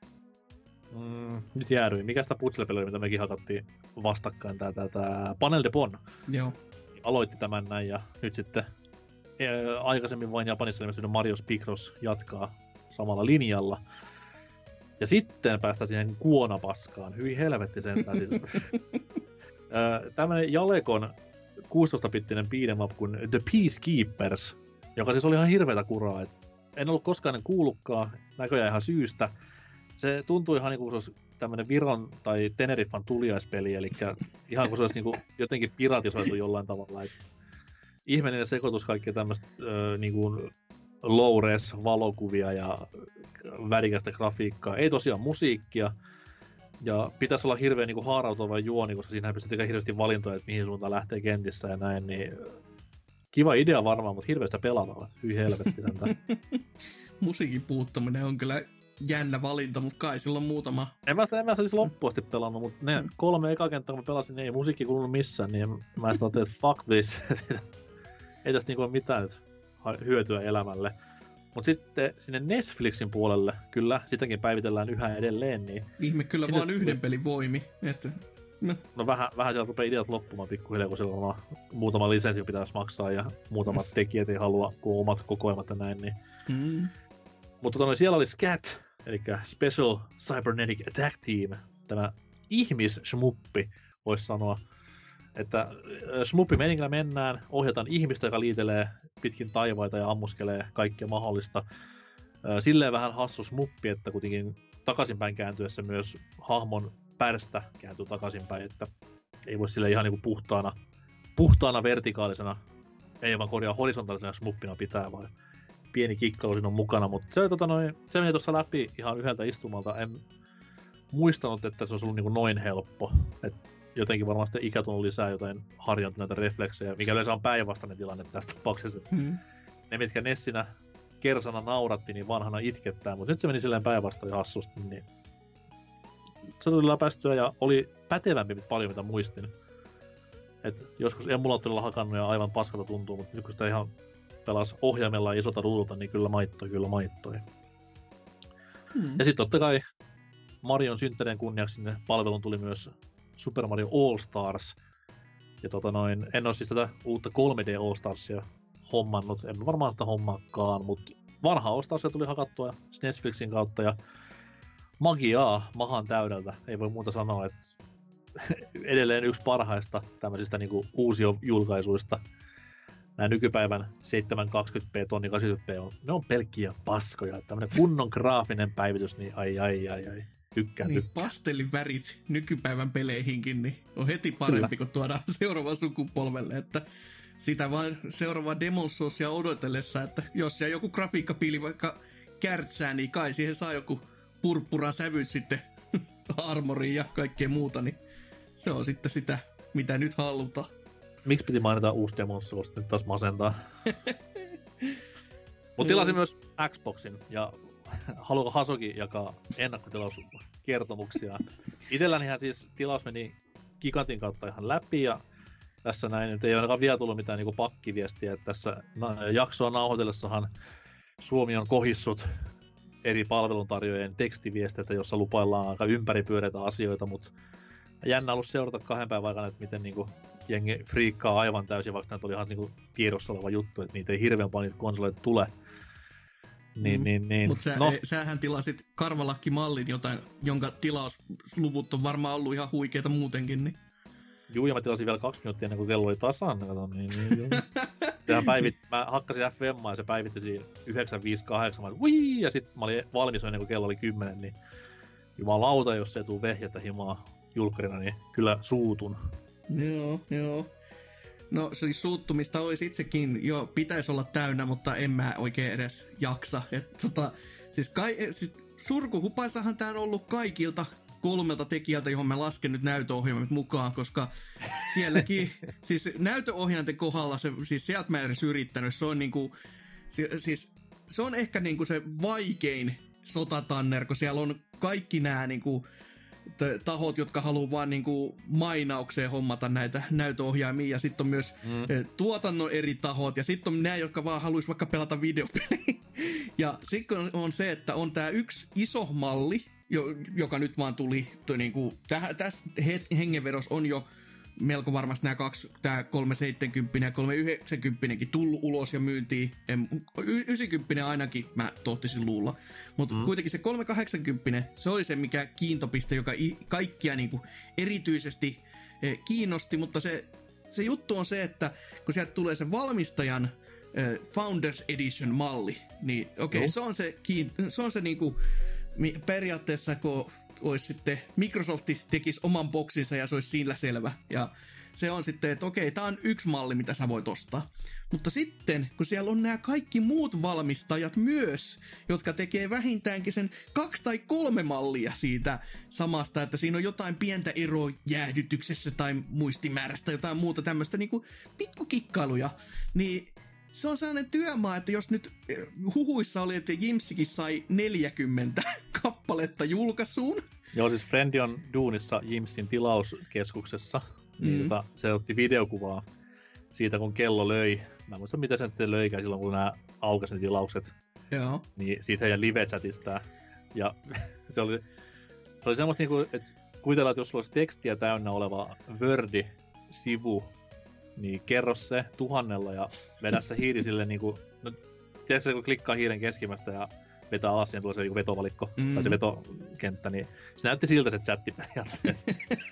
B: Mm, nyt jäädyin. Mikä sitä putslepeli oli, mitä mekin hakattiin vastakkain? Tää, tää, tää Panel de Pon.
C: Joo.
B: Aloitti tämän näin, ja nyt sitten ää, aikaisemmin vain Japanissa ilmestynyt Mario Picross jatkaa samalla linjalla. Ja sitten päästään siihen kuonapaskaan. Hyvin helvetti sentään. Siis. Tämmönen Jalekon kuusitoista-bittinen beat'em up kuin The Peacekeepers, joka siis oli ihan hirveätä kuraa. Et en ollut koskaan kuullutkaan, näköjään ihan syystä. Se tuntui ihan niin kuin se olisi tämmöinen Viron tai Teneriffan tuliaispeli, eli ihan kuin se olisi niin kuin jotenkin piratisoitu jollain tavalla. Et ihmeellinen sekoitus kaikkea tämmöistä äh, niin kuin low-res valokuvia ja värikästä grafiikkaa. Ei tosiaan musiikkia. Ja pitäisi olla hirveän niin kuin haarautuva juoni, koska siinähän pystyy tekemään hirveästi valintoja, että mihin suuntaan lähtee kentissä ja näin. Niin kiva idea varmaan, mutta hirveästä pelataan. Hyi helvetti sentään.
C: Musiikin puuttuminen on kyllä jännä valinta, mutta kai sillä on muutama.
B: En mä, en mä siis loppuun asti pelannut, mutta ne kolme eka kenttää, kun mä pelasin, niin ei musiikki kuulunut missään, niin mä sitten ajattelin, että fuck this. Ei tästä niinku ole mitään nyt hyötyä elämälle. Mutta sitten sinne Netflixin puolelle, kyllä, sitäkin päivitellään yhä edelleen. Niin
C: ihme kyllä sinne vaan yhden pelin voimi. Että...
B: No, no vähän, vähän sieltä rupeaa ideat loppumaan pikkuhiljaa, kun siellä on muutama lisenssi pitäisi maksaa ja muutamat tekijät ei halua, kun omat kokoelmat ja näin. Niin.
C: Mm.
B: Mutta tota, siellä oli SCAT, eli Special Cybernetic Attack Team, tämä ihmis-shmuppi, voisi sanoa. Että shmuppi-meningillä mennään, ohjataan ihmistä, joka liitelee pitkin taivaita ja ammuskelee kaikkea mahdollista. Silleen vähän hassu shmuppi, että kuitenkin takaisinpäin kääntyessä myös hahmon pärstä kääntyy takaisinpäin, että ei voi sille ihan niinku puhtaana, puhtaana vertikaalisena, ei vaan korjaa horisontaalisena shmuppina pitää, vaan pieni kikkailu siinä on mukana, mutta se, tota noin, se meni tuossa läpi ihan yhdeltä istumalta. En muistanut, että se olisi ollut niinku noin helppo. Et jotenkin varmaan sitten ikä tullut lisää jotain harjoittuneita refleksejä, mikä yleensä on päinvastainen tilanne tässä tapauksessa. Mm. Ne, mitkä Nessinä kersana nauratti, niin vanhana itkettää, mutta nyt se meni silleen päinvastoin hassusti, niin se tuli läpäistyä ja oli pätevämpi paljon, mitä muistin. Et joskus emulaattorilla hakannut ja aivan paskalta tuntuu, mutta nyt kun sitä ihan pelasi ohjaimella isolta ruudulta, niin kyllä maittoi, kyllä maittoi. Hmm. Ja sitten totta kai Marion synttäreen kunniaksi sinne palvelun tuli myös Super Mario All Stars. Ja tota noin, en ole siis tätä uutta kolme D All Starsia hommannut, en varmaan sitä hommaakaan, mutta vanha All Starsia tuli hakattua Netflixin kautta ja magiaa mahan täydeltä. Ei voi muuta sanoa, että edelleen yksi parhaista tämmöisistä niinku uusio-julkaisuista. Nämä nykypäivän seitsemänsataakaksikymmentä p, tonni kahdeksankymmentä p, on, ne on pelkkiä paskoja. Tämmöinen kunnon graafinen päivitys, niin ai ai ai ai, tykkään
C: niin,
B: tykkään.
C: Pastellivärit nykypäivän peleihinkin niin on heti parempi, Kyllä. kun tuodaan seuraava sukupolvelle, että sitä vaan seuraavaa Demon's Soulsia odotellessa, että jos siellä joku grafiikkapiili vaikka kärtsää, niin kai siihen saa joku purppura sävyt sitten armoriin ja kaikkea muuta, niin se on sitten sitä, mitä nyt halutaan. Miksi
B: piti mainita uusi Demon's Souls, nyt taas masentaa. Mutta tilasin myös Xboxin, ja haluaako Hasoki jakaa ennakkotilauskertomuksia? Itsellänihän siis tilaus meni Gigantin kautta ihan läpi, ja tässä näin nyt ei ole ainakaan vielä tullut mitään niinku pakkiviestiä, että tässä jaksoa nauhoitellessahan Suomi on kohissut eri palveluntarjoajien tekstiviesteitä, jossa lupaillaan aika ympäripyöreitä asioita, mutta jännä ollut seurata kahden päivän aikana, että miten niinku jengi friikkaa aivan täysin, vaikka tämä oli ihan niinku tiedossa oleva juttu, että niitä ei hirveän paljon niitä konsoleita tule. Niin, mm. niin, niin.
C: Mutta sä, no. sähän tilasit karvalakki-mallin, jotain, jonka tilausluvut on varmaan ollut ihan huikeita muutenkin. Niin.
B: Juu, ja mä tilasin vielä kaksi minuuttia ennen kuin kello oli tasan. Kato, niin, niin, päivit, mä hakkasin F M ja se päivitti siinä yhdeksän viisikymmentäkahdeksan. Mä olin, ja sitten mä olin valmis ennen kuin kello oli kymmenen, niin jumalauta, jos se ei tule vehjettä himaa julkkarina, niin kyllä suutun.
C: Joo, joo. No siis suuttumista olisi itsekin jo pitäisi olla täynnä, mutta en mä oikein edes jaksa. Et, tota, siis kai, siis surkuhupaisahan tää on ollut kaikilta kolmelta tekijältä, johon mä lasken nyt näytöohjelmat mukaan, koska sielläkin, siis näytöohjainten kohdalla, se, siis sieltä mä en edes yrittänyt, se on niinku, siis se on ehkä niinku se vaikein sotatanner, kun siellä on kaikki nämä niinku tahot, jotka haluaa vaan niinku mainaukseen hommata näitä näytöohjaimia, ja sitten on myös mm. tuotannon eri tahot, ja sitten on nämä, jotka vaan haluaisi vaikka pelata videopelejä. Ja sitten on se, että on tämä yksi iso malli, joka nyt vaan tuli, niinku, tässä hengenvedossa on jo melko varmasti nämä kaksi, tämä kolmesataaseitsemänkymmentä ja kolmesataayhdeksänkymmentäkin tullut ulos ja myyntiin. yhdeksänkymmentä ainakin mä tohtisin luulla. Mutta mm. kuitenkin se kolmesataakahdeksankymmentä, se oli se mikä kiintopiste, joka kaikkia niinku erityisesti eh, kiinnosti, mutta se, se juttu on se, että kun sieltä tulee se valmistajan eh, Founders Edition malli, niin okei, okay, no. se on se, kiin- se, on se niinku, periaatteessa kun olisi sitten, Microsoft tekisi oman boksinsa ja se olisi sillä selvä. Ja se on sitten, että okei, tää on yksi malli, mitä sä voit ostaa. Mutta sitten, kun siellä on nämä kaikki muut valmistajat myös, jotka tekee vähintäänkin sen kaksi tai kolme mallia siitä samasta, että siinä on jotain pientä eroa jäähdytyksessä tai muistimäärästä, jotain muuta tämmöistä niin kuin pikkukikkailuja, niin se on sellainen työmaa, että jos nyt huhuissa oli, että Jimsikin sai neljäkymmentä kappaletta julkaisuun.
B: Joo, siis Frendi on duunissa Jimsin tilauskeskuksessa. Mm. Niin, jota, se otti videokuvaa siitä, kun kello löi. Mä en muista, mitä sen sitten löikään silloin, kun nämä aukasi ne tilaukset.
C: Joo.
B: Niin siitä heidän live-chatista. Ja se oli, se oli semmoista, niinku, että kuvitellaan, että jos sulla olisi tekstiä täynnä oleva Word-sivu, niin kerro se tuhannella ja vedä se hiiri sille niinku, no tiedätkö kun klikkaa hiiren keskimmästä ja vetää alas, niin tulee se vetovalikko, mm. tai se vetokenttä, niin se näytti siltä se chatti periaatteessa.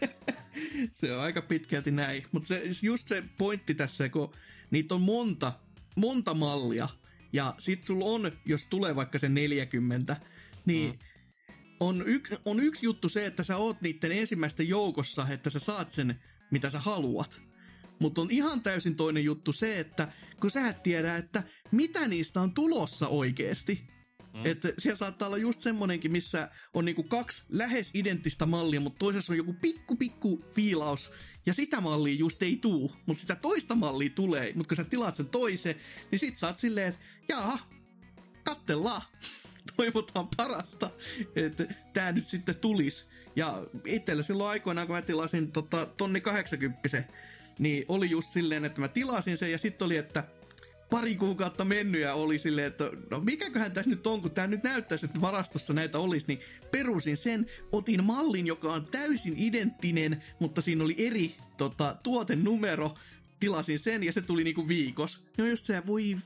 C: Se on aika pitkälti näin, mutta se, just se pointti tässä, kun niitä on monta, monta mallia, ja sit sulla on, jos tulee vaikka se neljäkymmentä, niin mm. on, yks, on yksi juttu se, että sä oot niiden ensimmäisten joukossa, että sä saat sen, mitä sä haluat. Mutta on ihan täysin toinen juttu se, että kun sä et tiedä, että mitä niistä on tulossa oikeesti. Mm. Että siellä saattaa olla just semmonenkin, missä on niinku kaksi lähes identtistä mallia, mutta toisessa on joku pikku pikku fiilaus, ja sitä mallia just ei tuu, mutta sitä toista mallia tulee, mutta kun sä tilaat sen toisen, niin sit sä oot silleen, että jaa, kattellaan, toivotaan parasta, että tää nyt sitten tulis. Ja itsellä silloin aikoinaan, kun mä tilasin tota, tonni kahdeksankymmentä, niin oli just silleen, että mä tilasin sen, ja sitten oli, että pari kuukautta mennyt ja oli silleen, että no mikäköhän tässä nyt on, kun tää nyt näyttäisi, että varastossa näitä olisi, niin perusin sen, otin mallin, joka on täysin identtinen, mutta siinä oli eri tota, tuotenumero, tilasin sen ja se tuli niinku viikos. No just se, voi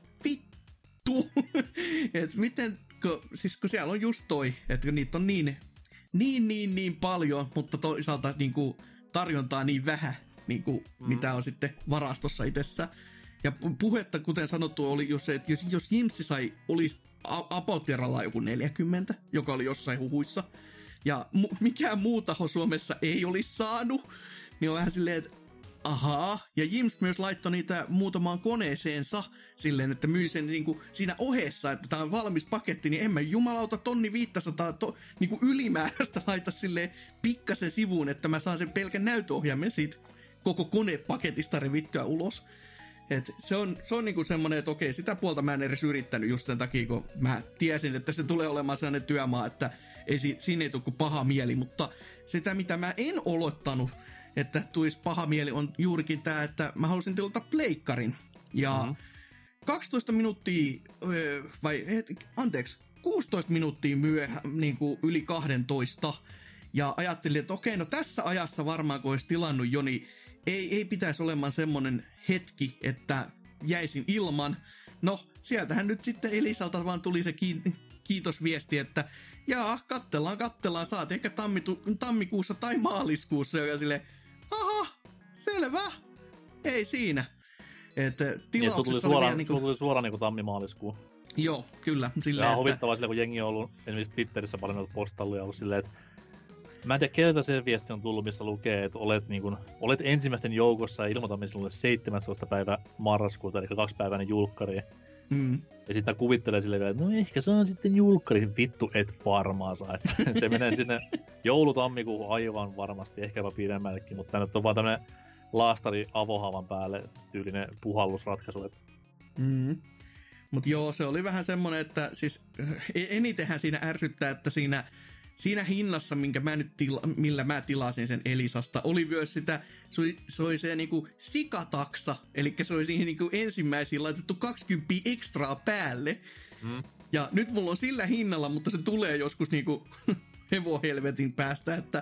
C: vittu, että miten, kun, siis kun siellä on just toi, että niitä on niin, niin, niin, niin paljon, mutta toisaalta niinku tarjontaa niin vähän, niinku, mm. mitä on sitten varastossa itsessä. Ja puhetta, kuten sanottu, oli just se, että jos, jos Jimsi sai, olisi Apotieralla joku neljäkymmentä, joka oli jossain huhuissa, ja mu- mikään muu taho Suomessa ei olisi saanut, niin on vähän silleen, että ahaa. Ja Jims myös laittoi niitä muutamaan koneeseensa silleen, että myi sen niinku siinä ohessa, että tää on valmis paketti, niin en mä jumalauta tonni viisisataa to, niinku ylimääräistä laita silleen pikkasen sivuun, että mä saan sen pelkän näytöohjaimen siitä koko konepaketista revittyä ulos. Et se on, se on niinku semmonen, että okei, sitä puolta mä en edes yrittänyt just sen takia, kun mä tiesin, että se tulee olemaan sellainen työmaa, että ei, siinä ei tule kuin paha mieli, mutta sitä mitä mä en olottanut, että tulisi paha mieli, on juurikin tää, että mä halusin tilata pleikkarin. Ja mm-hmm. kaksitoista minuuttia, vai anteeksi, kuusitoista minuuttia myöhä, niin kuin yli kaksitoista, ja ajattelin, että okei, no tässä ajassa varmaan kun olisi tilannut jo, niin ei, ei pitäisi olemaan semmonen hetki, että jäisin ilman. No, sieltähän nyt sitten Elisalta vaan tuli se kiitosviesti, että jaa, kattellaan, kattellaan, saat ehkä tammitu- tammikuussa tai maaliskuussa, ja silleen, aha, selvä, ei siinä. Että tilauksessa
B: tuli suoraan,
C: niinku...
B: tuli suoraan niinku tammi-maaliskuun.
C: Joo, kyllä.
B: Silleen, ja on huvittavaa silleen, kun jengi on ollut esimerkiksi Twitterissä paljon noita postalluja ollut silleen, että mä en tiedä, keltä se viesti on tullut, missä lukee, että olet, niin kun, olet ensimmäisten joukossa ja ilmoitamme sinulle seitsemästoista päivä marraskuuta, eli kaksipäiväinen julkkari. Mm. Ja sitten kuvittelee silleen vielä, että no ehkä se on sitten julkkari, vittu et varmaa saa. Että se menee sinne joulutammikuuhun aivan varmasti, ehkä jopa pidemmällekin, mutta tämä nyt on vaan tämmönen laastari avohavan päälle tyylinen puhallusratkaisu. Että...
C: Mm. Mutta joo, se oli vähän semmonen, että siis enitenhän siinä ärsyttää, että siinä Siinä hinnassa, minkä mä nyt tila, millä mä tilasin sen Elisasta, oli myös sitä, se oli, se, oli se niinku sikataksa, eli se oli siihen niinku ensimmäisiin laitettu kaksikymmentä ekstraa päälle. Mm. Ja nyt mulla on sillä hinnalla, mutta se tulee joskus niinku hevohelvetin päästä, että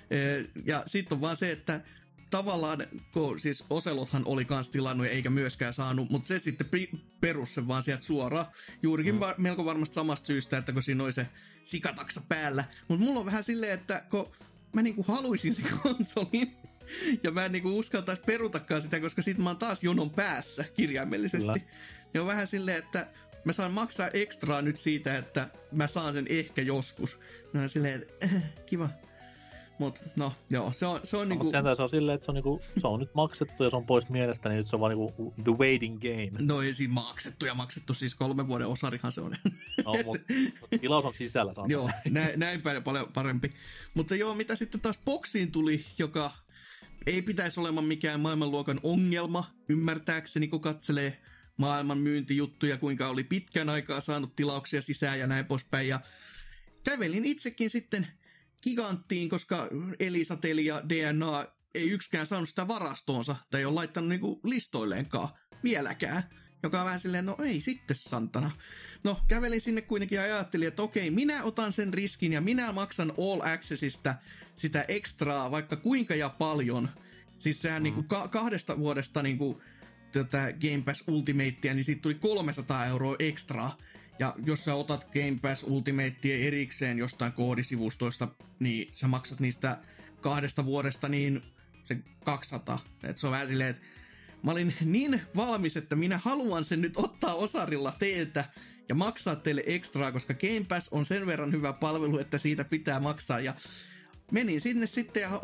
C: ja sitten on vaan se, että tavallaan, kun siis Oselothan oli kans tilannut eikä myöskään saanut, mutta se sitten perus sen vaan sieltä suoraan. Juurikin mm. va- melko varmasti samasta syystä, että kun siinä oli se sikataksa päällä. Mutta mulla on vähän silleen, että kun mä niinku haluisin sen konsolin, ja mä en niinku uskaltaisi perutakaan sitä, koska sit mä oon taas jonon päässä kirjaimellisesti. Kyllä. Niin on vähän silleen, että mä saan maksaa ekstraa nyt siitä, että mä saan sen ehkä joskus. Mä oon silleen, että äh, kiva. Mut no, joo, se on, se on no, niinku...
B: Mutta se on silleen, että se on, niinku, se on nyt maksettu ja se on pois mielestä, niin nyt se on vaan niinku the waiting game.
C: No ei siinä maksettu ja maksettu, siis kolmen vuoden osarihan se on.
B: No, mutta tilaus on sisällä.
C: Joo, näin, näin päin paljon parempi. Mutta joo, mitä sitten taas boksiin tuli, joka ei pitäisi olemaan mikään maailmanluokan ongelma, ymmärtääkseni, kun katselee maailman myyntijuttuja, kuinka oli pitkän aikaa saanut tilauksia sisään ja näin poispäin. Ja kävelin itsekin sitten Giganttiin, koska Elisateli ja D N A ei yksikään saanut sitä varastoonsa, tai ei ole laittanut niinku listoilleenkaan vieläkään. Joka on vähän silleen, no ei sitten santana. No, kävelin sinne kuitenkin ja ajattelin, että okei, minä otan sen riskin ja minä maksan All Accessista sitä ekstraa vaikka kuinka ja paljon. Siis sehän mm. niinku ka- kahdesta vuodesta niinku tätä Game Pass Ultimatea, niin siitä tuli kolmesataa euroa ekstraa. Ja jos sä otat Game Pass Ultimatea erikseen jostain koodisivustoista, niin sä maksat niistä kahdesta vuodesta niin se kaksisataa. Et se on vähän silleen, että mä olin niin valmis, että minä haluan sen nyt ottaa osarilla teiltä ja maksaa teille ekstraa, koska Game Pass on sen verran hyvä palvelu, että siitä pitää maksaa. Ja menin sinne sitten ja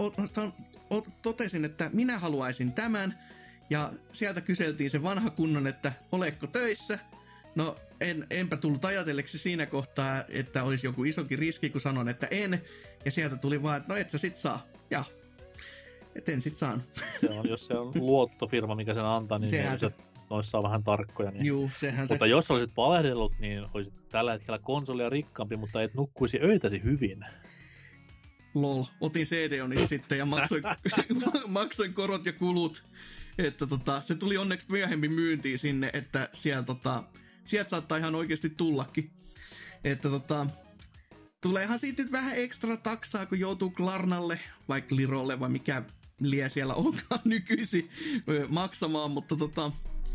C: totesin, että minä haluaisin tämän. Ja sieltä kyseltiin se vanha kunnon, että oleko töissä? No, en, enpä tullut ajatelleeksi siinä kohtaa, että olisi joku isokin riski, kun sanon, että en. Ja sieltä tuli vaan, että no et sä sit saa. Ja et en sit saanut.
B: Se on, jos se on luottofirma, mikä sen antaa, niin sehän se, noissa on vähän tarkkoja. Niin.
C: Juu, sehän
B: mutta
C: se.
B: jos olisit valehdellut, niin olisit tällä hetkellä konsolia rikkaampi, mutta et nukkuisi öitäsi hyvin.
C: Lol, otin C D-onit sitten ja maksoin, maksoin korot ja kulut. Että tota, se tuli onneksi myöhemmin myyntiin sinne, että sieltä tota, sieltä saattaa ihan oikeasti tullakin. Että tota, tuleehan siitä nyt vähän ekstra taksaa, kun joutuu Klarnalle, vai Lirolle, vai mikä lie siellä onkaan nykyisin maksamaan, mutta tota,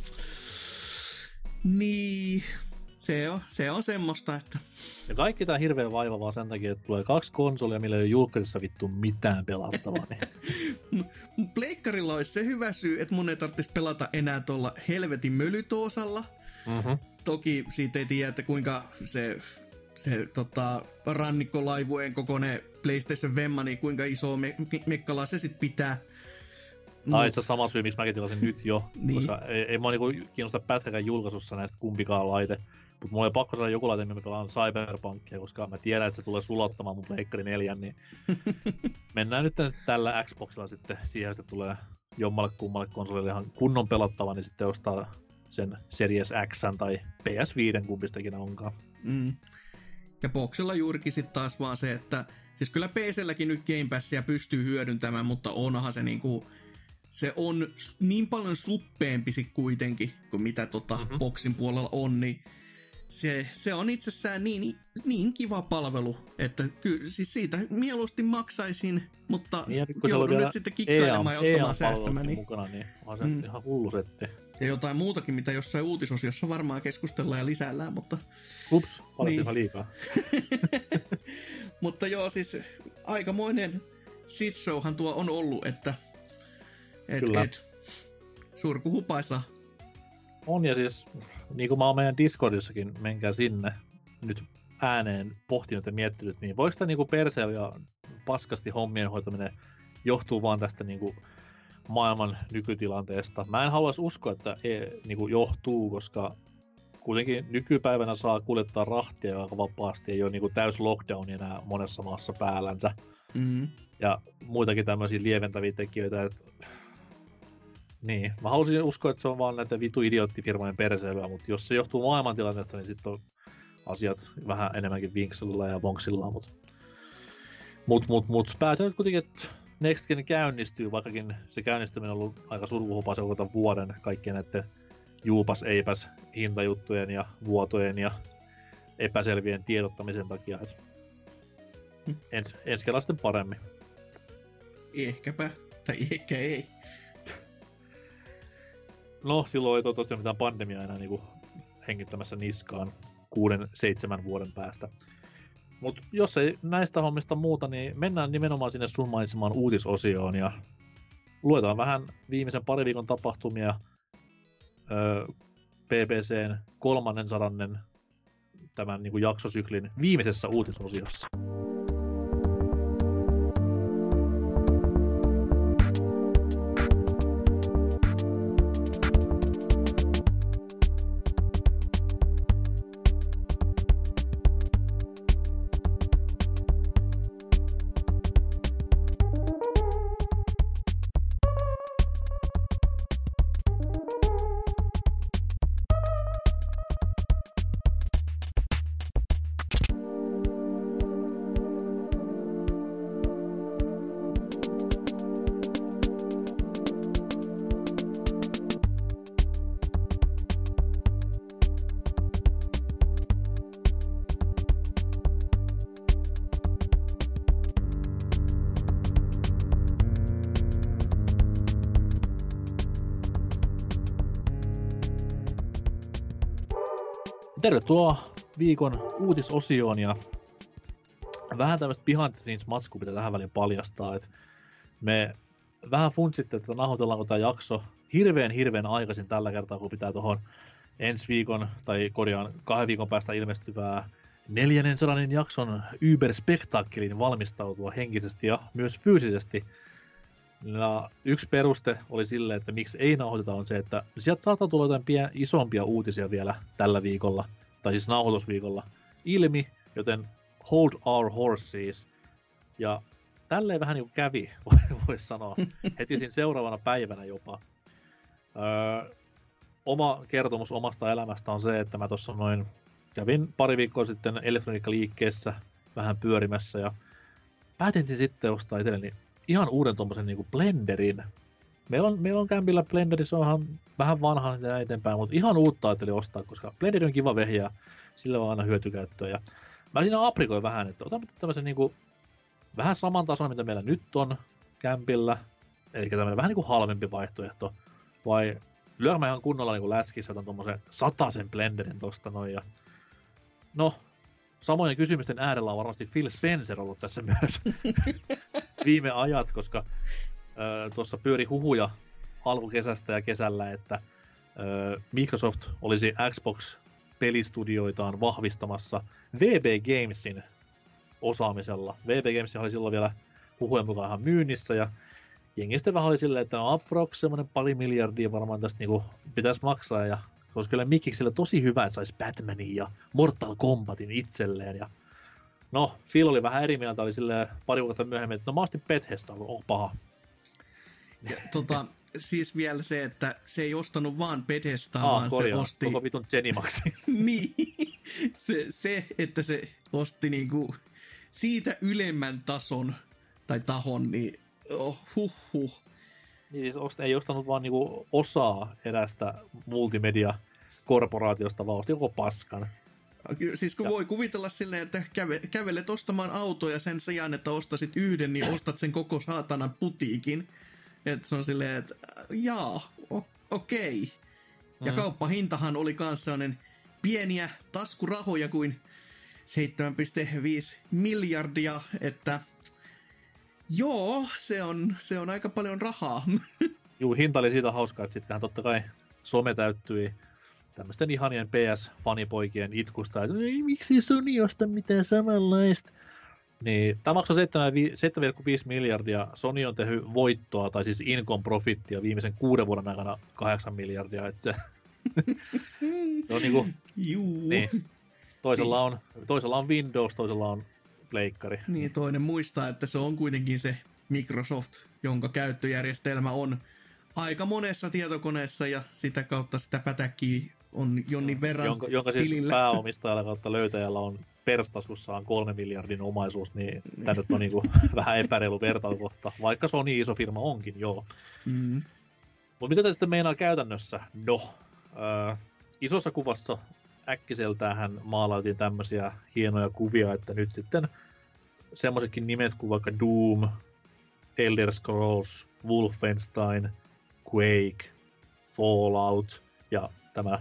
C: niin, se on, se on semmoista, että...
B: Ja kaikki tää hirveän vaiva vaan sen takia, että tulee kaksi konsolia, millä ei ole julkisessa vittu mitään pelattavaa. Niin.
C: Pleikkarilla olisi se hyvä syy, että mun ei tarvitsisi pelata enää tuolla helvetin mölytoosalla. Mm-hmm. Toki siitä ei tiedä, että kuinka se, se tota, rannikkolaivueen kokoinen PlayStation Vemma, niin kuinka iso me- me- mekkalaa se sit pitää.
B: Tämä on itse asiassa sama syy, miksi mäkin tilasin nyt jo,
C: niin.
B: Koska ei, ei mua niinku kiinnosta pätkäkään julkaisussa näistä kumpikaan laite. Mutta mulla oli pakko saada joku laite, millä pelaan Cyberpunkia, koska mä tiedän, että se tulee sulattamaan mun Pleikkari neljän, niin mennään nyt tällä Xboxilla sitten, siihen sitten tulee jommalle kummalle konsolille ihan kunnon pelattava, niin sitten ostaa sen Series X tai P S viisi kumpistakin onkaan.
C: Mm. Ja boxilla juurikin sitten taas vaan se, että siis kyllä P C:lläkin nyt Game Passia pystyy hyödyntämään, mutta onhan se niinku, se on niin paljon suppeempi sit kuitenkin, kuin mitä tota mm-hmm. boxin puolella on, niin Se, se on itsessään niin, niin kiva palvelu, että kyllä siis siitä mieluusti maksaisin, mutta niin, joudun nyt sitten kikkailemaan ja ottamaan säästämään. Niin
B: mukana, niin on se mm. ihan hullu setti.
C: Ja jotain muutakin, mitä jossain uutisosiossa varmaan keskustellaan ja lisäillään, mutta...
B: Ups, paljon
C: niin.
B: ihan liikaa.
C: Mutta joo, siis aikamoinen shitshowhan tuo on ollut, että... Et,
B: kyllä.
C: Et, surkuhupaisa.
B: On, ja siis, niin kuin mä oon meidän Discordissakin, menkää sinne nyt ääneen pohtinut ja miettinyt, niin voiko tämä niin perseellä ja paskasti hommien hoitaminen johtuu vaan tästä niin kuin maailman nykytilanteesta? Mä en haluaisi uskoa, että ei, niin kuin johtuu, koska kuitenkin nykypäivänä saa kuljettaa rahtia aika vapaasti, ei ole niin kuin täys lockdown enää monessa maassa päällänsä. Mm-hmm. Ja muitakin tämmöisiä lieventäviä tekijöitä, että... Niin, mä halusin uskoa, että se on vaan näitä vitu idioottifirmojen perseilyä, mutta jos se johtuu maailmantilanteesta, niin sitten on asiat vähän enemmänkin vinksilla ja vonksilla, mutta mut, mut, mut. Pääsen nyt kuitenkin, että Next Gen käynnistyy, vaikkakin se käynnistyminen on ollut aika surkuhupas koko vuoden kaikkien näiden juupas, eipäs, hintajuttujen ja vuotojen ja epäselvien tiedottamisen takia. Hmm. Ens, ensi kerralla sitten paremmin.
C: Ehkäpä, tai ehkä ei.
B: No, silloin ei toivottavasti ole mitään pandemiaa enää niinku hengittämässä niskaan kuuden, seitsemän vuoden päästä. Mutta jos ei näistä hommista muuta, niin mennään nimenomaan sinne sun mainitsemaan uutisosioon ja luetaan vähän viimeisen pari viikon tapahtumia öö, B B C:n kolmannen sadannen tämän niinku jaksosyklin viimeisessä uutisosiossa. Tervetuloa viikon uutisosioon ja vähän tämmöistä behind the scenes matskua pitää tähän väliin paljastaa, että me vähän funtsitte, että nauhoitellaanko tämä jakso hirveän hirveän aikaisin tällä kertaa, kun pitää tuohon ensi viikon tai korjaan kahden viikon päästä ilmestyvää neljännen sellainen jakson Uber-spektaakkelin valmistautua henkisesti ja myös fyysisesti. Ja yksi peruste oli sille, että miksi ei nauhoiteta on se, että sieltä saattaa tulla jotain pien, isompia uutisia vielä tällä viikolla tai siis nauhoitusviikolla ilmi, joten hold our horses. Ja tälleen vähän niin kuin kävi, voisi sanoa, heti siinä seuraavana päivänä jopa. Öö, oma kertomus omasta elämästä on se, että mä tuossa noin kävin pari viikkoa sitten elektroniikkaliikkeessä vähän pyörimässä ja päätin sitten ostaa itselleni ihan uuden tommosen niinku blenderin. Meillä on, meillä on kämpillä blenderi, se onhan vähän vanha ja eteenpäin, mutta ihan uutta ajattelin ostaa, koska blenderi on kiva vehjä ja sillä on aina hyötykäyttöä. Ja mä siinä aprikoin vähän, että otan tämmöisen niinku vähän saman tason, mitä meillä nyt on kämpillä, eli tämmöinen vähän niinku halvempi vaihtoehto, vai lyönkö mä ihan kunnolla niinku läskissä, otan tommosen satasen blenderin tosta noin ja no, samojen kysymysten äärellä on varmasti Phil Spencer ollut tässä myös viime ajat, koska äh, tuossa pyöri huhuja alkukesästä ja kesällä, että äh, Microsoft olisi Xbox-pelistudioitaan vahvistamassa V B Gamesin osaamisella. V B Games oli silloin vielä huhujen mukaan ihan myynnissä ja jengi sitten vähän oli silleen, että no approx semmoinen pari miljardia varmaan tästä niinku pitäisi maksaa ja se olisi kyllä Mikikselle tosi hyvä, että saisi Batmanin ja Mortal Kombatin itselleen. Ja no, Phil oli vähän eri mieltä, oli silleen pari vuotta myöhemmin, että no mä ostin Bethesda, oh paha.
C: Ja, tota, siis vielä se, että se ei ostanut vaan Bethesdaa,
B: Aa,
C: vaan
B: korjaa,
C: se osti...
B: koko vitun Zenimaxin.
C: niin, se, se, että se osti niinku siitä ylemmän tason tai tahon, niin oh, huh huh.
B: Niin siis ei ostanut vaan niinku osaa erästä multimedia-korporaatiosta, vaan osti koko paskan.
C: Siis kun ja. voi kuvitella silleen, että käve, kävelet ostamaan autoja sen sijaan, että ostasit yhden, niin ostat sen koko saatanan putiikin. Että se on silleen, että jaa, okei. Okay. Ja mm. kauppahintahan oli kanssa sellainen pieniä taskurahoja kuin seitsemän pilkku viisi miljardia, että joo, se on, se on aika paljon rahaa.
B: Juu, hinta oli siitä hauskaa, että sittenhän totta kai some täyttyi tämmöisten ihanien P S-fanipoikien itkusta, että ei, miksi Sony osta mitään samanlaista. Niin, tämä maksaa seitsemän pilkku viisi miljardia, Sony on tehnyt voittoa, tai siis income profittia viimeisen kuuden vuoden aikana kahdeksan miljardia, että se, se on niinku,
C: Juu.
B: Niin, toisella on, toisella on Windows, toisella on pleikkari.
C: Niin, toinen muistaa, että se on kuitenkin se Microsoft, jonka käyttöjärjestelmä on aika monessa tietokoneessa ja sitä kautta sitä pätäkkiä on jonnin verran
B: jonka, jonka siis
C: tilillä.
B: Pääomistajalla kautta löytäjällä on perstaskussaan kolme miljardin omaisuus, niin tämä nyt on niinku vähän epäreilu vertailukohta, vaikka Sony iso firma onkin, joo.
C: Mm.
B: Mutta mitä tämä sitten meinaa käytännössä? No, äh, isossa kuvassa äkkiseltäänhän maalailtiin tämmöisiä hienoja kuvia, että nyt sitten semmoisetkin nimet kuin vaikka Doom, Elder Scrolls, Wolfenstein, Quake, Fallout ja tämä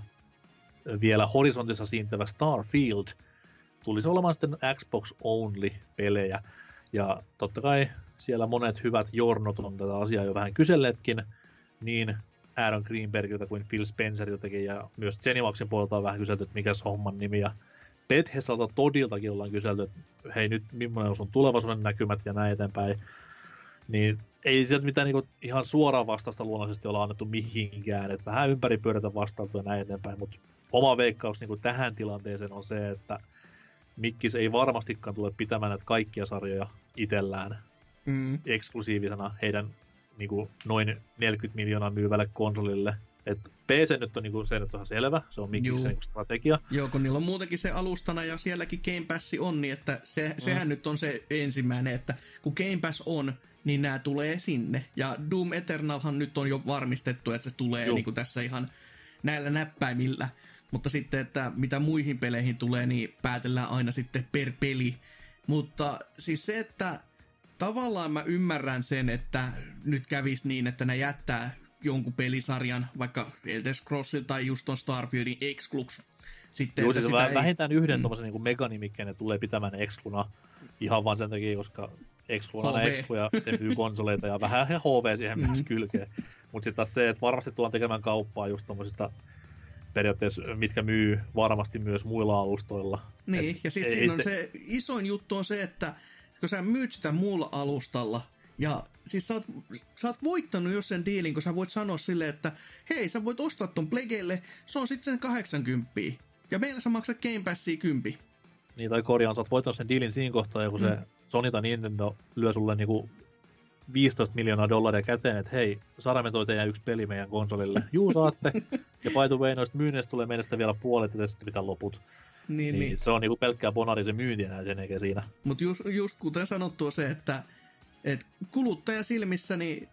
B: vielä horisontissa siintävä Starfield tulisi olemaan sitten Xbox-only-pelejä. Ja totta kai siellä monet hyvät jornot on tätä asiaa jo vähän kyselleetkin, niin Aaron Greenbergiltä kuin Phil Spenceriltäkin, ja myös Zenimaxin puolelta on vähän kyselty, että mikä se homman nimi, ja Bethesdalta Toddiltakin ollaan kyselty, että hei nyt millainen on sun tulevaisuuden näkymät ja näin eteenpäin. Niin ei sieltä mitään niinku ihan suoraan vastausta luonnollisesti olla annettu mihinkään, että vähän ympäripyörätä vastailtu ja näin eteenpäin, mutta oma veikkaus niinku tähän tilanteeseen on se, että Mikkis ei varmastikaan tule pitämään näitä kaikkia sarjoja itsellään mm. eksklusiivisena heidän niinku noin neljäkymmentä miljoonaa myyvälle konsolille. Et P C nyt on niinku, se nyt on ihan selvä, se on Mikkiksen niinku strategia.
C: Joo, kun niillä on muutenkin se alustana ja sielläkin Game Pass on, niin että se, mm. sehän nyt on se ensimmäinen, että kun Game Pass on, niin nämä tulee sinne. Ja Doom Eternalhan nyt on jo varmistettu, että se tulee niinku tässä ihan näillä näppäimillä. Mutta sitten, että mitä muihin peleihin tulee, niin päätellään aina sitten per peli. Mutta siis se, että tavallaan mä ymmärrän sen, että nyt kävisi niin, että ne jättää jonkun pelisarjan, vaikka Elder Scrollsin tai just ton Starfieldin Exclux. Sitten,
B: Joo, siis
C: sitä
B: vähintään
C: ei...
B: yhden
C: mm.
B: tommosen niin meganimikkeen ne tulee pitämään Excluna ihan vaan sen takia, koska Exclu on aina Exclu ja se myy konsoleita ja vähän H V siihen mm. myös kylkeen. Mutta sitten taas se, että varmasti tullaan tekemään kauppaa just tommosista periaatteessa, mitkä myy varmasti myös muilla alustoilla.
C: Niin, et, ja siis siinä on sitten... se isoin juttu on se, että kun sä myyt sitä muulla alustalla, ja siis sä oot, sä oot voittanut jos sen diilin, kun sä voit sanoa silleen, että hei, sä voit ostaa ton Plegelle, se on sitten sen kahdeksankymmentä. Ja meillä sä maksat Game Passia kympi.
B: Niin, tai korjaan, sä oot voittanut sen dealin siinä kohtaa, kun mm. se Sony tai Nintendo lyö sulle niinku viisitoista miljoonaa dollaria käteen, että hei, saadaan me toi teidän yksi peli meidän konsolille. Juu, saatte. Ja by the way, noista myynneistä tulee meistä vielä puolet, ja sitten mitä loput. Niin, niin, niin. Se on niinku pelkkää bonari se myynti enää sen eikä siinä.
C: Mutta just, just kuten sanottu on se, että et kuluttajan silmissä, niin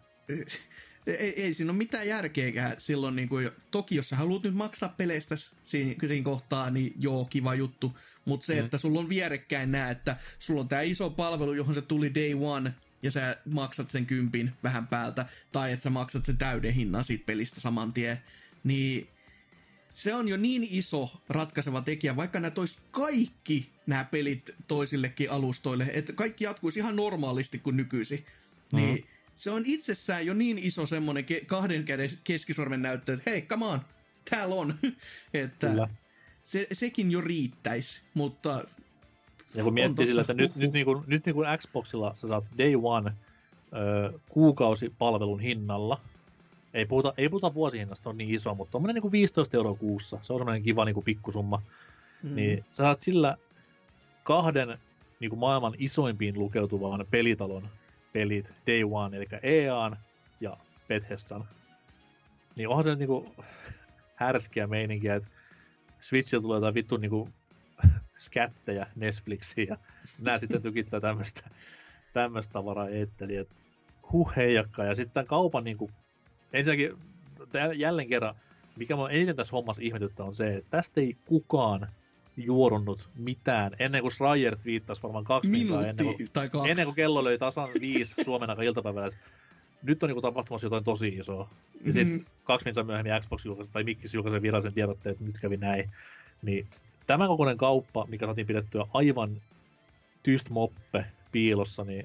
C: ei, ei siinä ole mitään järkeäkään silloin. Niin kuin, toki jos sä haluat nyt maksaa peleistä siinä, siinä kohtaa, niin joo, kiva juttu. Mutta se, mm. että sulla on vierekkäin nää, että sulla on tää iso palvelu, johon se tuli day one, ja sä maksat sen kympin vähän päältä, tai että sä maksat sen täyden hinnan siitä pelistä saman tien, niin se on jo niin iso ratkaiseva tekijä, vaikka nämä tois kaikki nämä pelit toisillekin alustoille, että kaikki jatkuisi ihan normaalisti kuin nykyisin, mm-hmm. niin se on itsessään jo niin iso semmoinen ke- kahden käden keskisormen näyttö, että hei, come on, täällä on, että se, sekin jo riittäisi, mutta
B: ja kun miettii sillä, että nyt, nyt, niin kuin, nyt niin kuin Xboxilla sä saat day one ö, kuukausipalvelun hinnalla, ei puhuta, ei puhuta vuosihinnasta, on niin iso, mutta tommonen niin kuin viisitoista euroa kuussa, se on semmoinen kiva niin kuin pikkusumma, mm. niin sä saat sillä kahden niin kuin maailman isoimpiin lukeutuvaan pelitalon pelit day one, eli E A:n ja Bethesdan, niin onhan se niin kuin härskiä meininkiä, että Switchillä tulee jotain vittu niin kuin skättejä Netflixiin ja nää sitten tykittää tämmöstä, tämmöstä tavaraa eetteliin, että huh heijakka. Ja sitten tämän kaupan niinku, ensinnäkin jälleen kerran, mikä mua eniten tässä hommassa ihmetyttää on se, että tästä ei kukaan juorunut mitään ennen kuin Schreier twiittasi varmaan kaksi minsaa ennen kuin,
C: tai kaksi.
B: ennen kuin kello löi tasan viisi Suomen aika iltapäivällä, että nyt on niinku tapahtumassa jotain tosi isoa. Ja sitten mm-hmm. kaksi minsaa myöhemmin Xbox julkaisi, tai Mikkis julkaisi virallisen tiedotteen, että nyt kävi näin. Niin tämän kokoinen kauppa, mikä saatiin pidettyä aivan tyst moppe piilossa, niin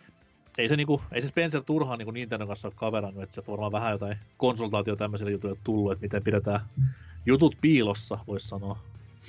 B: ei se, niinku, ei se Spencer turhaan niinku Nintendo kanssa ole kaverannut, että sieltä varmaan vähän jotain konsultaatio tämmöisille jutuille tullut, että miten pidetään jutut piilossa, voisi sanoa.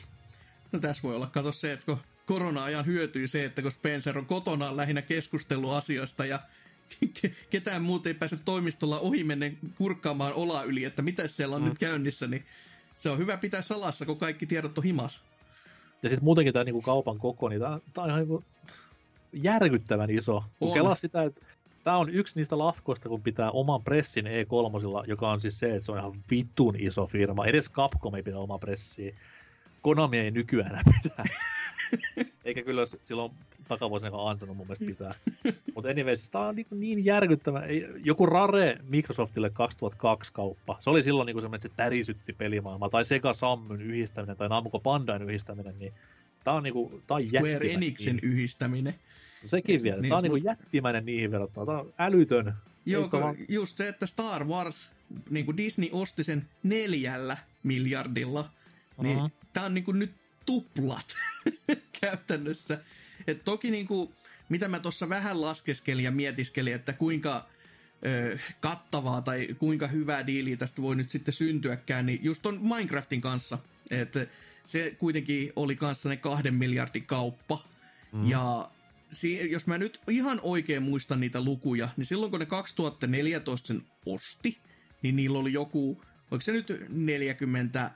C: No tässä voi olla, kato se, että kun korona-ajan hyötyy se, että kun Spencer on kotona lähinnä keskustellut asioista ja ketään muuta ei pääse toimistolla ohi mennen kurkkaamaan olaa yli, että mitä siellä on mm. nyt käynnissä, niin se on hyvä pitää salassa, kun kaikki tiedot on himas.
B: Ja sitten muutenkin tämä niinku kaupan koko, niin tämä on ihan niinku järkyttävän iso. Kun kelaa sitä, että tämä on yksi niistä lafkoista, kun pitää oman pressin E kolme, joka on siis se, että se on ihan vitun iso firma. Edes Capcom ei pidä omaa pressiä. Konami ei nykyään pitää. Eikä kyllä silloin takavuosina ansannut mun mielestä pitää. Mutta anyways, tämä on niin, niin järkyttävä. Joku Rare Microsoftille kaksituhattakaksi kauppa. Se oli silloin niin semmoinen, että se tärisytti pelimaailmaa. Tai Sega Sammyn yhdistäminen tai Namco Bandain yhdistäminen. Niin tämä on, niinku, tää on
C: Square Enixin niin. yhdistäminen.
B: No sekin vielä. Niin, tämä on niin, niinku jättimäinen niihin verrattuna. Tämä on älytön.
C: Joo, vaan... just se, että Star Wars, niin kuin Disney osti sen neljällä miljardilla. Niin uh-huh. Tämä on niin kuin nyt tuplat käytännössä. Et toki niinku, mitä mä tuossa vähän laskeskelin ja mietiskelin, että kuinka ö, kattavaa tai kuinka hyvää diiliä tästä voi nyt sitten syntyäkään, niin just on Minecraftin kanssa. Että se kuitenkin oli kanssa ne kahden miljardin kauppa. Mm. Ja si- jos mä nyt ihan oikein muistan niitä lukuja, niin silloin kun ne kaksituhattaneljätoista sen osti, niin niillä oli joku, oliko se nyt neljäkymmentä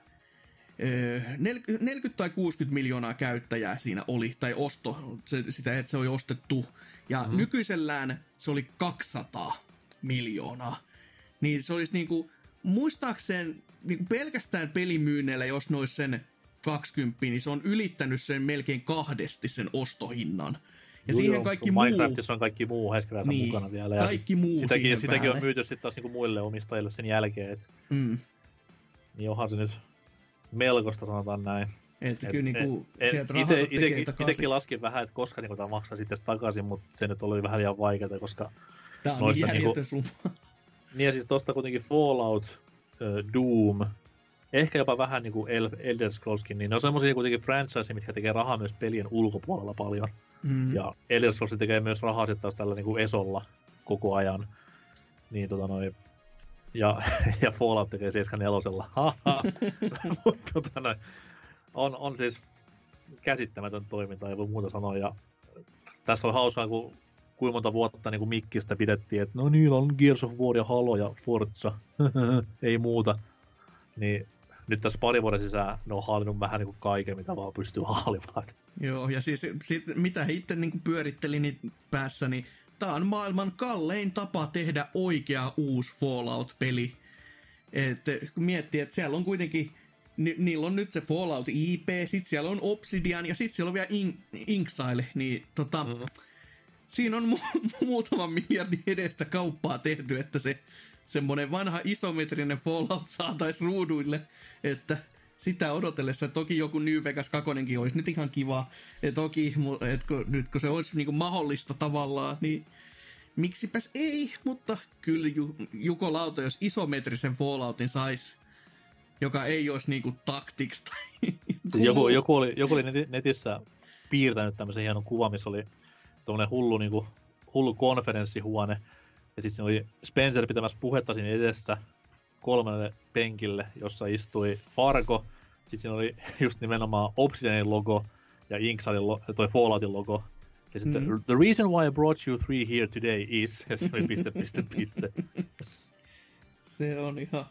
C: neljäkymmentä tai kuusikymmentä miljoonaa käyttäjää siinä oli, tai osto, se, sitä, että se oli ostettu. Ja mm. nykyisellään se oli kaksisataa miljoonaa. Niin se olisi niinku, muistaakseen niinku pelkästään pelimyynneillä, jos ne olisi sen kaksikymmentä, niin se on ylittänyt sen melkein kahdesti sen ostohinnan. Ja
B: Joo,
C: siihen kaikki muu...
B: Minecraftissa on kaikki muu häskelänsä niin, mukana vielä. Ja
C: kaikki muu
B: sitäkin, sitäkin on myyty sitten taas niinku muille omistajille sen jälkeen. Et...
C: Mm.
B: Niin onhan se nyt melkoista, sanotaan näin.
C: Että kyllä niinku
B: et,
C: sieltä rahasta
B: ite,
C: tekee
B: ite,
C: takaisin.
B: Itekin laskin vähän, että koska niinku tämä maksaa sitten takaisin, mutta se nyt oli vähän liian vaikeaa, koska...
C: Tää on niin järjetön summa.
B: Niin ja siis tosta kuitenkin Fallout, uh, Doom, ehkä jopa vähän niinku Elder Scrollskin, niin ne on semmosia kuitenkin franchise, mitkä tekee rahaa myös pelien ulkopuolella paljon. Mm. Ja Elder Scrolls tekee myös rahaa sitten taas tällä niinku esolla koko ajan. Niin tota noin... Ja, ja Fallout tekee seitsemänkymmentäneljä. Haha. Mutta tota noin, on, on siis käsittämätön toiminta, ei voi muuta sanoa. Ja tässä on hauskaa, kun kuinka monta vuotta niin kuin Mikkistä pidettiin, että no niillä on Gears of War ja Halo ja Forza, ei muuta. Niin nyt tässä pari vuoden sisään ne on haalinnut vähän niin kuin kaiken, mitä vaan pystyy haalimaan.
C: Joo, ja siis sit, mitä he itse niin pyöritteli niin päässä, niin tää on maailman kallein tapa tehdä oikea uusi Fallout-peli. Et kun miettii, että siellä on kuitenkin, ni, niillä on nyt se Fallout I P, sit siellä on Obsidian ja sit siellä on vielä In, Inxile, niin tota, mm-hmm. siinä on mu- muutaman miljardin edestä kauppaa tehty, että se semmonen vanha isometrinen Fallout saataisiin ruuduille, että sitä odotellessa, toki joku New Vegas kakonenkin olisi nyt ihan kiva, ja toki, että kun, nyt kun se olisi niin kuin mahdollista tavallaan, niin miksipäs ei, mutta kyllä Juko Lauto, jos isometrisen Falloutin saisi, joka ei olisi niinku Tactics tai...
B: joku, joku, oli, joku oli netissä piirtänyt tämmöisen hienon kuvan, missä oli tommonen hullu, niinku, hullu konferenssihuone, ja sitten oli Spencer pitämässä puhetta siinä edessä kolmelle penkille, jossa istui Fargo, sitten siinä oli just nimenomaan Obsidianin logo ja Inxalin lo- toi Falloutin logo. Ja sitten, mm. the reason why I brought you three here today is, ja sitten oli piste, piste, piste.
C: Se on ihan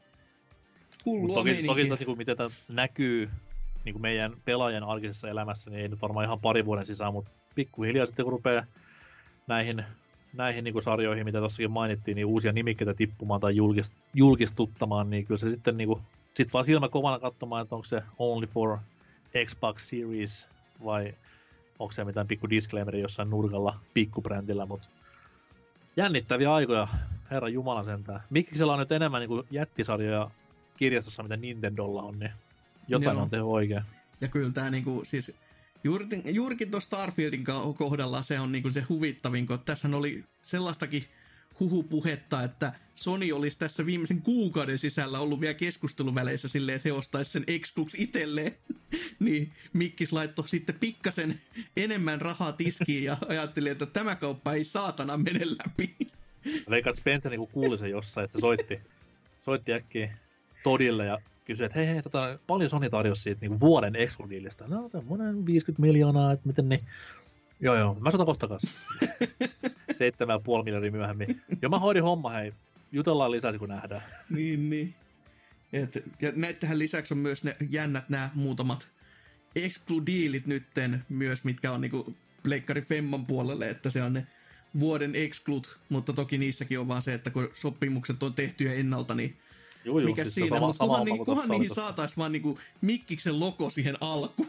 C: hullua
B: toki,
C: meininkiä.
B: toki toki, miten tämä näkyy niin kuin meidän pelaajien arkisessa elämässä, niin ei nyt varmaan ihan pari vuoden sisään, mutta pikkuhiljaa sitten kun rupeaa näihin, näihin niin kuin sarjoihin, mitä tuossakin mainittiin, niin uusia nimikkeitä tippumaan tai julkist, julkistuttamaan, niin kyllä se sitten niin kuin, sit vaan silmä kovana katsomaan, että onko se only for Xbox Series vai onko se mitään pikku disclaimeri jossain nurkalla pikkubrändillä, mutta jännittäviä aikoja, herra jumala sentään. Mikkiksellä on nyt enemmän niin kuin jättisarjoja kirjastossa, mitä Nintendolla on, niin jotain Joo. on tehnyt oikein.
C: Ja kyllä tämä niinku, siis juuri, juurikin tuossa Starfieldin kohdalla se on niinku se huvittavin, kun tässähän oli sellaistakin huhupuhetta, että Sony olisi tässä viimeisen kuukauden sisällä ollut vielä keskusteluväleissä silleen, että he ostaisi sen Xbox itselleen. Niin Mikkis laittoi sitten pikkasen enemmän rahaa tiskiin ja ajatteli, että tämä kauppa ei saatana mene läpi.
B: Veikkaat Spencer niinku kuuli sen jossain, että se soitti, soitti äkkiä Todille ja kysyi, että hei hei, tota, paljon Sony tarjosi siitä niinku vuoden Exclu-diilistä. No semmoinen viisikymmentä miljoonaa, että miten niin. Joo joo, mä soitan kohta kanssa. Seitsemän ja puoli miljardia myöhemmin. Jo mä hoidin homma, hei. Jutellaan lisää, kun nähdään.
C: Niin, niin. Et, ja näitähän lisäksi on myös ne jännät nämä muutamat exclu-diilit nytten myös, mitkä on niinku Pleikkari Femman puolelle, että se on ne vuoden exclut, mutta toki niissäkin on vaan se, että kun sopimukset on tehty jo ennalta, niin
B: Juu, juu,
C: mikä
B: siis
C: siinä,
B: sama,
C: mutta kunhan, niin, kunhan niihin saataisiin vaan niinku Mikkiksen logo siihen alkuun.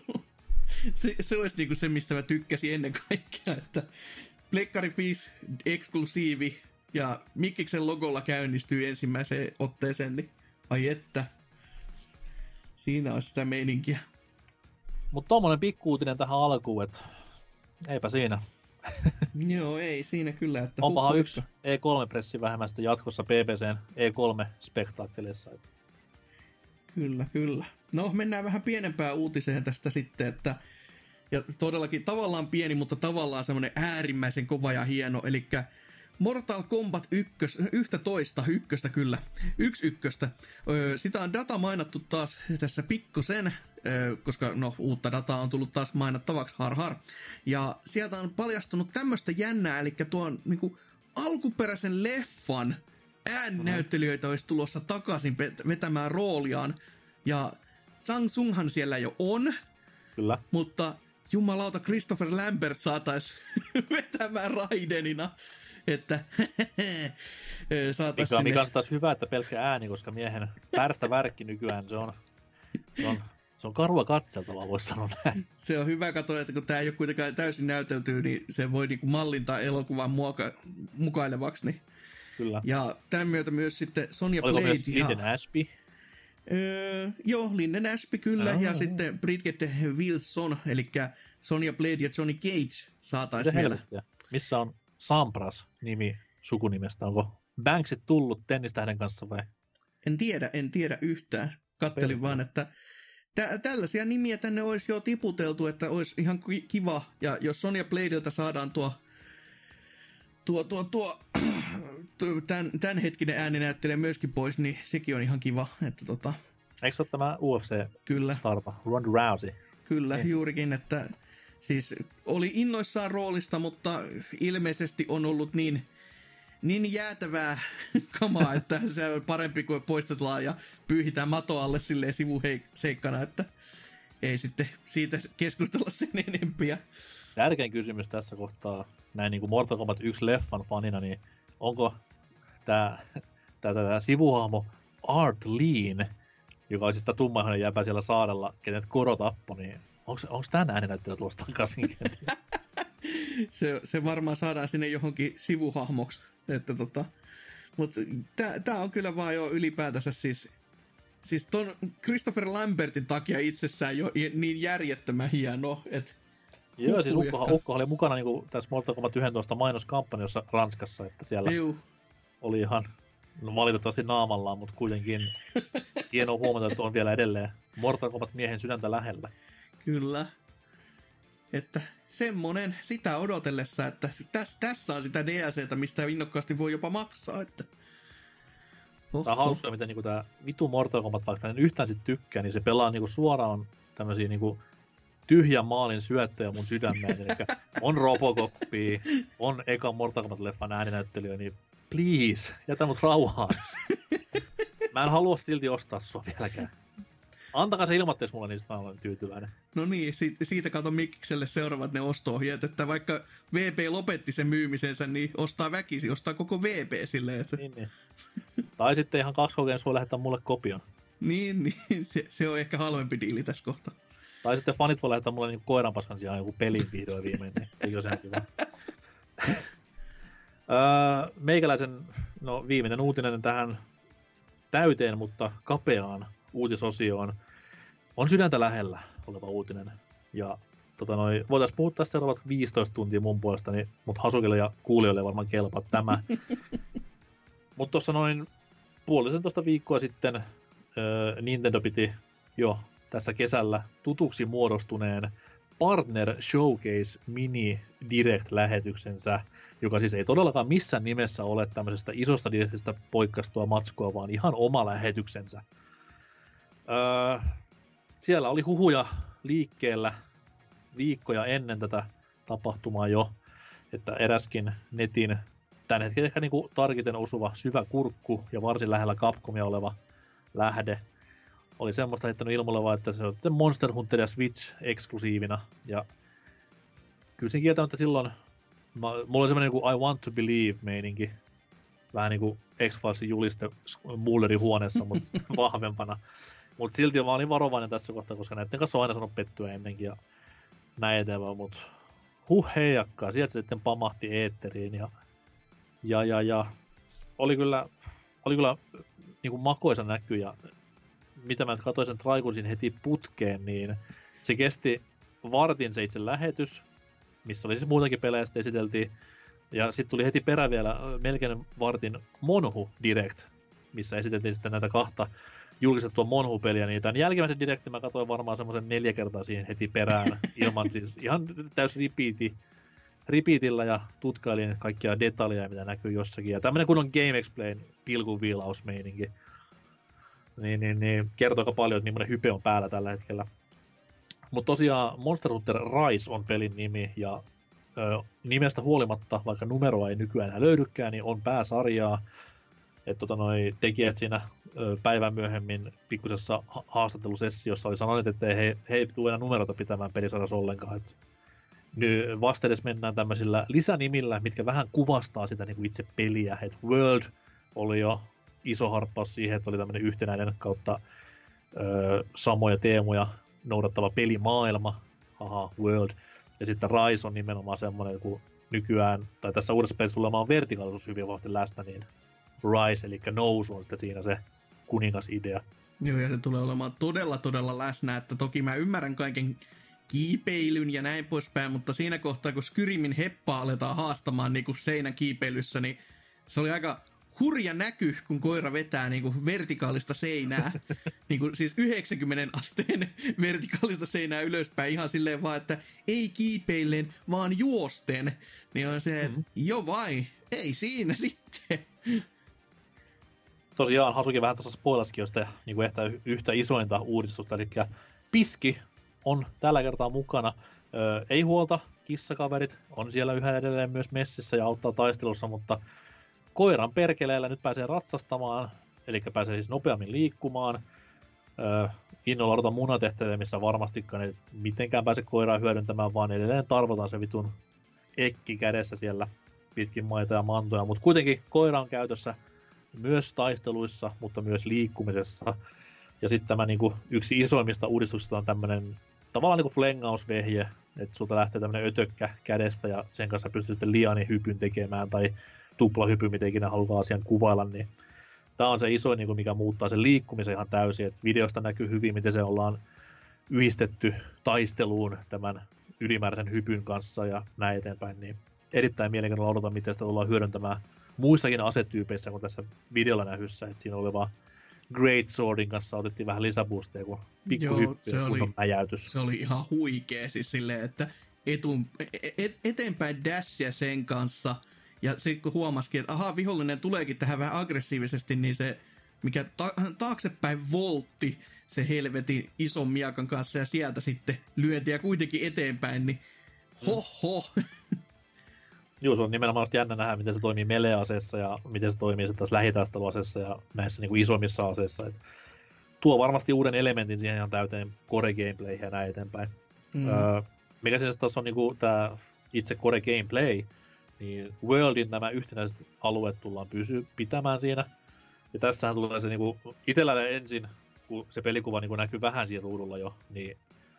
C: se, se olisi niinku se, mistä mä tykkäsin ennen kaikkea, että Pleikkari viisi eksklusiivi ja Mikkiksen logolla käynnistyy ensimmäiseen otteeseen, niin ai että. Siinä on sitä meininkiä.
B: Mutta tommonen pikkuutinen tähän alkuun, että eipä siinä.
C: Joo, ei siinä kyllä. Että
B: onpahan huh, yksi E kolme-pressi vähemmän sitten jatkossa P P C:n E kolme-spektaakkelissa.
C: Kyllä, kyllä. No, mennään vähän pienempään uutiseen tästä sitten, että ja todellakin tavallaan pieni, mutta tavallaan semmoinen äärimmäisen kova ja hieno, eli Mortal Kombat ykkös, yhtä toista, ykköstä kyllä, yksi ykköstä. Öö, sitä on data mainattu taas tässä pikkusen, öö, koska no uutta dataa on tullut taas mainattavaksi, har har. Ja sieltä on paljastunut tämmöistä jännää, eli tuon niinku alkuperäisen leffan ääninäyttelijöitä olisi tulossa takaisin vetämään rooliaan. Ja Shang Tsunghan siellä jo on,
B: kyllä.
C: Mutta jumalauta Christopher Lambert saataisiin vetämään Raidenina. Että
B: mikä, mikä on taas hyvä, että pelkkä ääni, koska miehen pärstä värkki nykyään se on, se on, se on karua katseltavaa, voisi sanoa näin.
C: Se on hyvä katsoa, että kun tämä ei ole kuitenkaan täysin näyteltyä, niin se voi niinku mallintaa elokuvan muoka- mukailevaksi. Niin.
B: Kyllä.
C: Ja tämän myötä myös sitten Sonya
B: Oliko
C: Blade.
B: Oliko myös Linden ja... Ashby?
C: Öö, joo, Linden Ashby kyllä,
B: Aa,
C: ja sitten Bridget Wilson, eli Sonya Blade ja Johnny Cage saataisiin vielä.
B: Helvettiä. Missä on Sampras nimi sukunimestä? Onko Banksit tullut tennistähden kanssa vai?
C: En tiedä, en tiedä yhtään. Kattelin Pelkkä. vaan, että tä- tällaisia nimiä tänne olisi jo tiputeltu, että olisi ihan kiva. Ja jos Sonya Bladelta saadaan tuo tuo, tuo, tuo tämän, tämän hetkinen ääninäyttelijä myöskin pois, niin sekin on ihan kiva. Että tota...
B: Eikö se ole tämä U F C-starpa, Ronda Rousey?
C: Kyllä, eh. juurikin, että siis oli innoissaan roolista, mutta ilmeisesti on ollut niin, niin jäätävää kamaa, että se on parempi kuin poistetaan ja pyyhitään mato alle silleen sivuseikkana, että ei sitten siitä keskustella sen enempiä.
B: Tärkein kysymys tässä kohtaa, näin niin kuin Mortal Kombat yksi leffan fanina, niin onko tämä tää sivuhahmo Art Lean, joka on siis tämä tummaihoinen jäpä siellä saarella, kenet Koro tappoi, niin onko tämän ääninäyttelijä tulossa takaisin?
C: se, se varmaan saadaan sinne johonkin sivuhahmoksi. Että tota, mutta tää on kyllä vaan jo ylipäätänsä siis, siis ton Christopher Lambertin takia itsessään jo niin järjettömän hieno, että
B: joo, siis Ukkohan, Ukkohan oli mukana niin tässä Mortal Kombat yksitoista mainoskampanjassa Ranskassa, että siellä Juu. oli ihan no, valitettavasti naamallaan, mutta kuitenkin hienoa huomata, että on vielä edelleen Mortal Kombat miehen sydäntä lähellä.
C: Kyllä. Että semmonen sitä odotellessa, että tässä, tässä on sitä D L C:tä, mistä innokkaasti voi jopa maksaa. Että
B: Tämä on hauskaa, miten niinku tämä vitu Mortal Kombat, vaikka en yhtään sit tykkää, niin se pelaa niinku suoraan tämmöisiä niinku tyhjän maalin syöttöjä mun sydämeen. Eli on Robocopia, on eka Mortal Kombat-leffan ääninäyttelyä, niin please, jätä mut rauhaan. Mä en halua silti ostaa sua vieläkään. Antakaa se ilmoitteeksi mulle, niin mä olen tyytyväinen.
C: No niin, siitä, siitä kato Mikkikselle seuraavat ne osto-ohjeet, että vaikka V P lopetti sen myymisensä, niin ostaa väkisi, ostaa koko V P silleen. Että...
B: Niin, niin. Tai sitten ihan kaksi kokemus voi lähettää mulle kopion.
C: niin, niin se, se on ehkä halvempi diili tässä kohtaa.
B: Tai sitten fanit voi lähettää mulle niinku koiranpaskan sijaan joku pelin vihdoin viimein, niin eikö sehän kiva. öö, meikäläisen, no viimeinen uutinen tähän täyteen, mutta kapeaan uutisosioon on sydäntä lähellä oleva uutinen. Ja tota noi, voitaisiin puhua tässä seuraavat viisitoista tuntia mun puolestani, mutta Hasukille ja kuulijoille ei varmaan kelpaa tämä. Mutta tuossa noin puolisentoista viikkoa sitten öö, Nintendo piti jo tässä kesällä tutuksi muodostuneen Partner Showcase Mini Direct-lähetyksensä, joka siis ei todellakaan missään nimessä ole tämmöisestä isosta directistä poikkastua matskua, vaan ihan oma lähetyksensä. Öö, siellä oli huhuja liikkeellä viikkoja ennen tätä tapahtumaa jo, että eräskin netin tämän hetken ehkä niin kuin tarkiten osuva syvä kurkku ja varsin lähellä Capcomia oleva lähde oli semmoista heittänyt ilmoille, että se on Monster Hunter ja Switch eksklusiivina. Ja kyllä siinä kieltämättä silloin, mä, mulla oli semmoinen niin kuin I want to believe meininki. Vähän niin kuin X-Filesin juliste Mullerin huoneessa, mutta vahvempana. Mutta silti mä olin varovainen tässä kohtaa, koska näiden kanssa on aina sanonut pettyä ennenkin ja näin eteenpäin. Mutta huh heijakkaa, sieltä se sitten pamahti eetteriin ja, ja, ja, ja oli kyllä, oli kyllä niin kuin makoisa näky ja mitä mä katsoin sen traikusin heti putkeen, niin se kesti vartin se itse lähetys, missä oli siis muutakin pelejä sitten esiteltiin. Ja sitten tuli heti perään vielä melkein vartin Monhu Direct, missä esiteltiin sitten näitä kahta julkistettua Monhu-peliä. Niin tämän jälkimmäisen Directin mä katsoin varmaan semmoisen neljä kertaa siihen heti perään, ilman siis ihan täys repeati, repeatillä ja tutkailin kaikkia detaljeja, mitä näkyy jossakin. Ja tämmönen kun on Game Explain pilkunviilausmeininki. Niin, niin, niin kertoo aika paljon, että millainen hype on päällä tällä hetkellä. Mutta tosiaan Monster Hunter Rise on pelin nimi, ja ö, nimestä huolimatta, vaikka numeroa ei nykyään enää löydykään, niin on pääsarjaa. Että tota, noi tekijät siinä ö, päivän myöhemmin pikkusessa ha- haastattelusessiossa oli sanoneet, että he, he ei tule enää numeroita pitämään pelisarjassa ollenkaan. Et nyt vasta edes mennään tämmöisillä lisänimillä, mitkä vähän kuvastaa sitä niin kuin itse peliä. Et World oli jo iso harppaus siihen, että oli tämmöinen yhtenäinen kautta ö, samoja teemoja noudattava pelimaailma, aha, World. Ja sitten Rise on nimenomaan semmoinen, kun nykyään, tai tässä uudessa pelissä tulee olemaan vertikaalisuus hyvin vahvasti läsnä, niin Rise, eli nousu on sitten siinä se kuningasidea.
C: Joo, ja se tulee olemaan todella, todella läsnä, että toki mä ymmärrän kaiken kiipeilyn ja näin poispäin, mutta siinä kohtaa, kun Skyrimin heppaa aletaan haastamaan niin kuin seinän kiipeilyssä, niin se oli aika hurja näky, kun koira vetää niin kuin vertikaalista seinää, niin kuin siis yhdeksänkymmentä asteen vertikaalista seinää ylöspäin, ihan silleen vaan, että ei kiipeillen, vaan juosten. Niin on se, että mm-hmm. jo vai, ei siinä sitten.
B: Tosiaan Hasuki vähän tuossa spoilasikin jo sitä niin kuin yhtä isointa uudistusta, eli Piski on tällä kertaa mukana. Öö, ei huolta, kissakaverit on siellä yhä edelleen myös messissä ja auttaa taistelussa, mutta koiran perkeleellä nyt pääsee ratsastamaan, eli pääsee siis nopeammin liikkumaan. Öö, innolla odotan munatehtäviä, missä varmastikaan ei mitenkään pääse koiraa hyödyntämään, vaan edelleen tarvotaan se vitun ekki kädessä siellä pitkin maita ja mantoja, mutta kuitenkin koira on käytössä myös taisteluissa, mutta myös liikkumisessa. Ja sitten tämä niinku, yksi isoimmista uudistuksista on tämmöinen tavallaan niinku flengausvehje, että sulta lähtee tämmöinen ötökkä kädestä ja sen kanssa pystyy sitten lianihypyn tekemään tai tuplahypy, miten ikinä halutaan asian kuvailla, niin tämä on se iso, niinku, mikä muuttaa sen liikkumisen ihan täysin. Et videosta näkyy hyvin, miten se ollaan yhdistetty taisteluun tämän ylimääräisen hypyn kanssa ja näin eteenpäin. Niin erittäin mielenkiintoista odotan, miten sitä tullaan hyödyntämään muissakin asetyypeissä kuin tässä videolla nähyssä. Et siinä oleva Great Swordin kanssa otettiin vähän lisäboosteja, kun pikkuhyppy ja kunnon mäjäytys.
C: Se oli ihan huikea siis silleen, että etun, et, eteenpäin dashia sen kanssa. Ja sitten kun huomasikin, että ahaa, vihollinen tuleekin tähän vähän aggressiivisesti, niin se, mikä ta- taaksepäin voltti se helvetin ison miakan kanssa ja sieltä sitten lyötiin ja kuitenkin eteenpäin, niin hoho.
B: Joo, se on nimenomaan jännä nähdä, miten se toimii melee-aseessa ja miten se toimii sitten tässä lähitaisteluaseessa ja näissä niin kuin isommissa aseissa. Et tuo varmasti uuden elementin siihen ihan täyteen core-gameplayhin ja näin eteenpäin. Mm. Öö, mikä siis taas on niin kuin tämä itse core-gameplay, niin Worldin nämä yhtenäiset alueet tullaan pysy pitämään siinä. Ja tässähän tulee se niinku, itellä ensin, kun se pelikuva niinku näkyy vähän siinä ruudulla jo, niin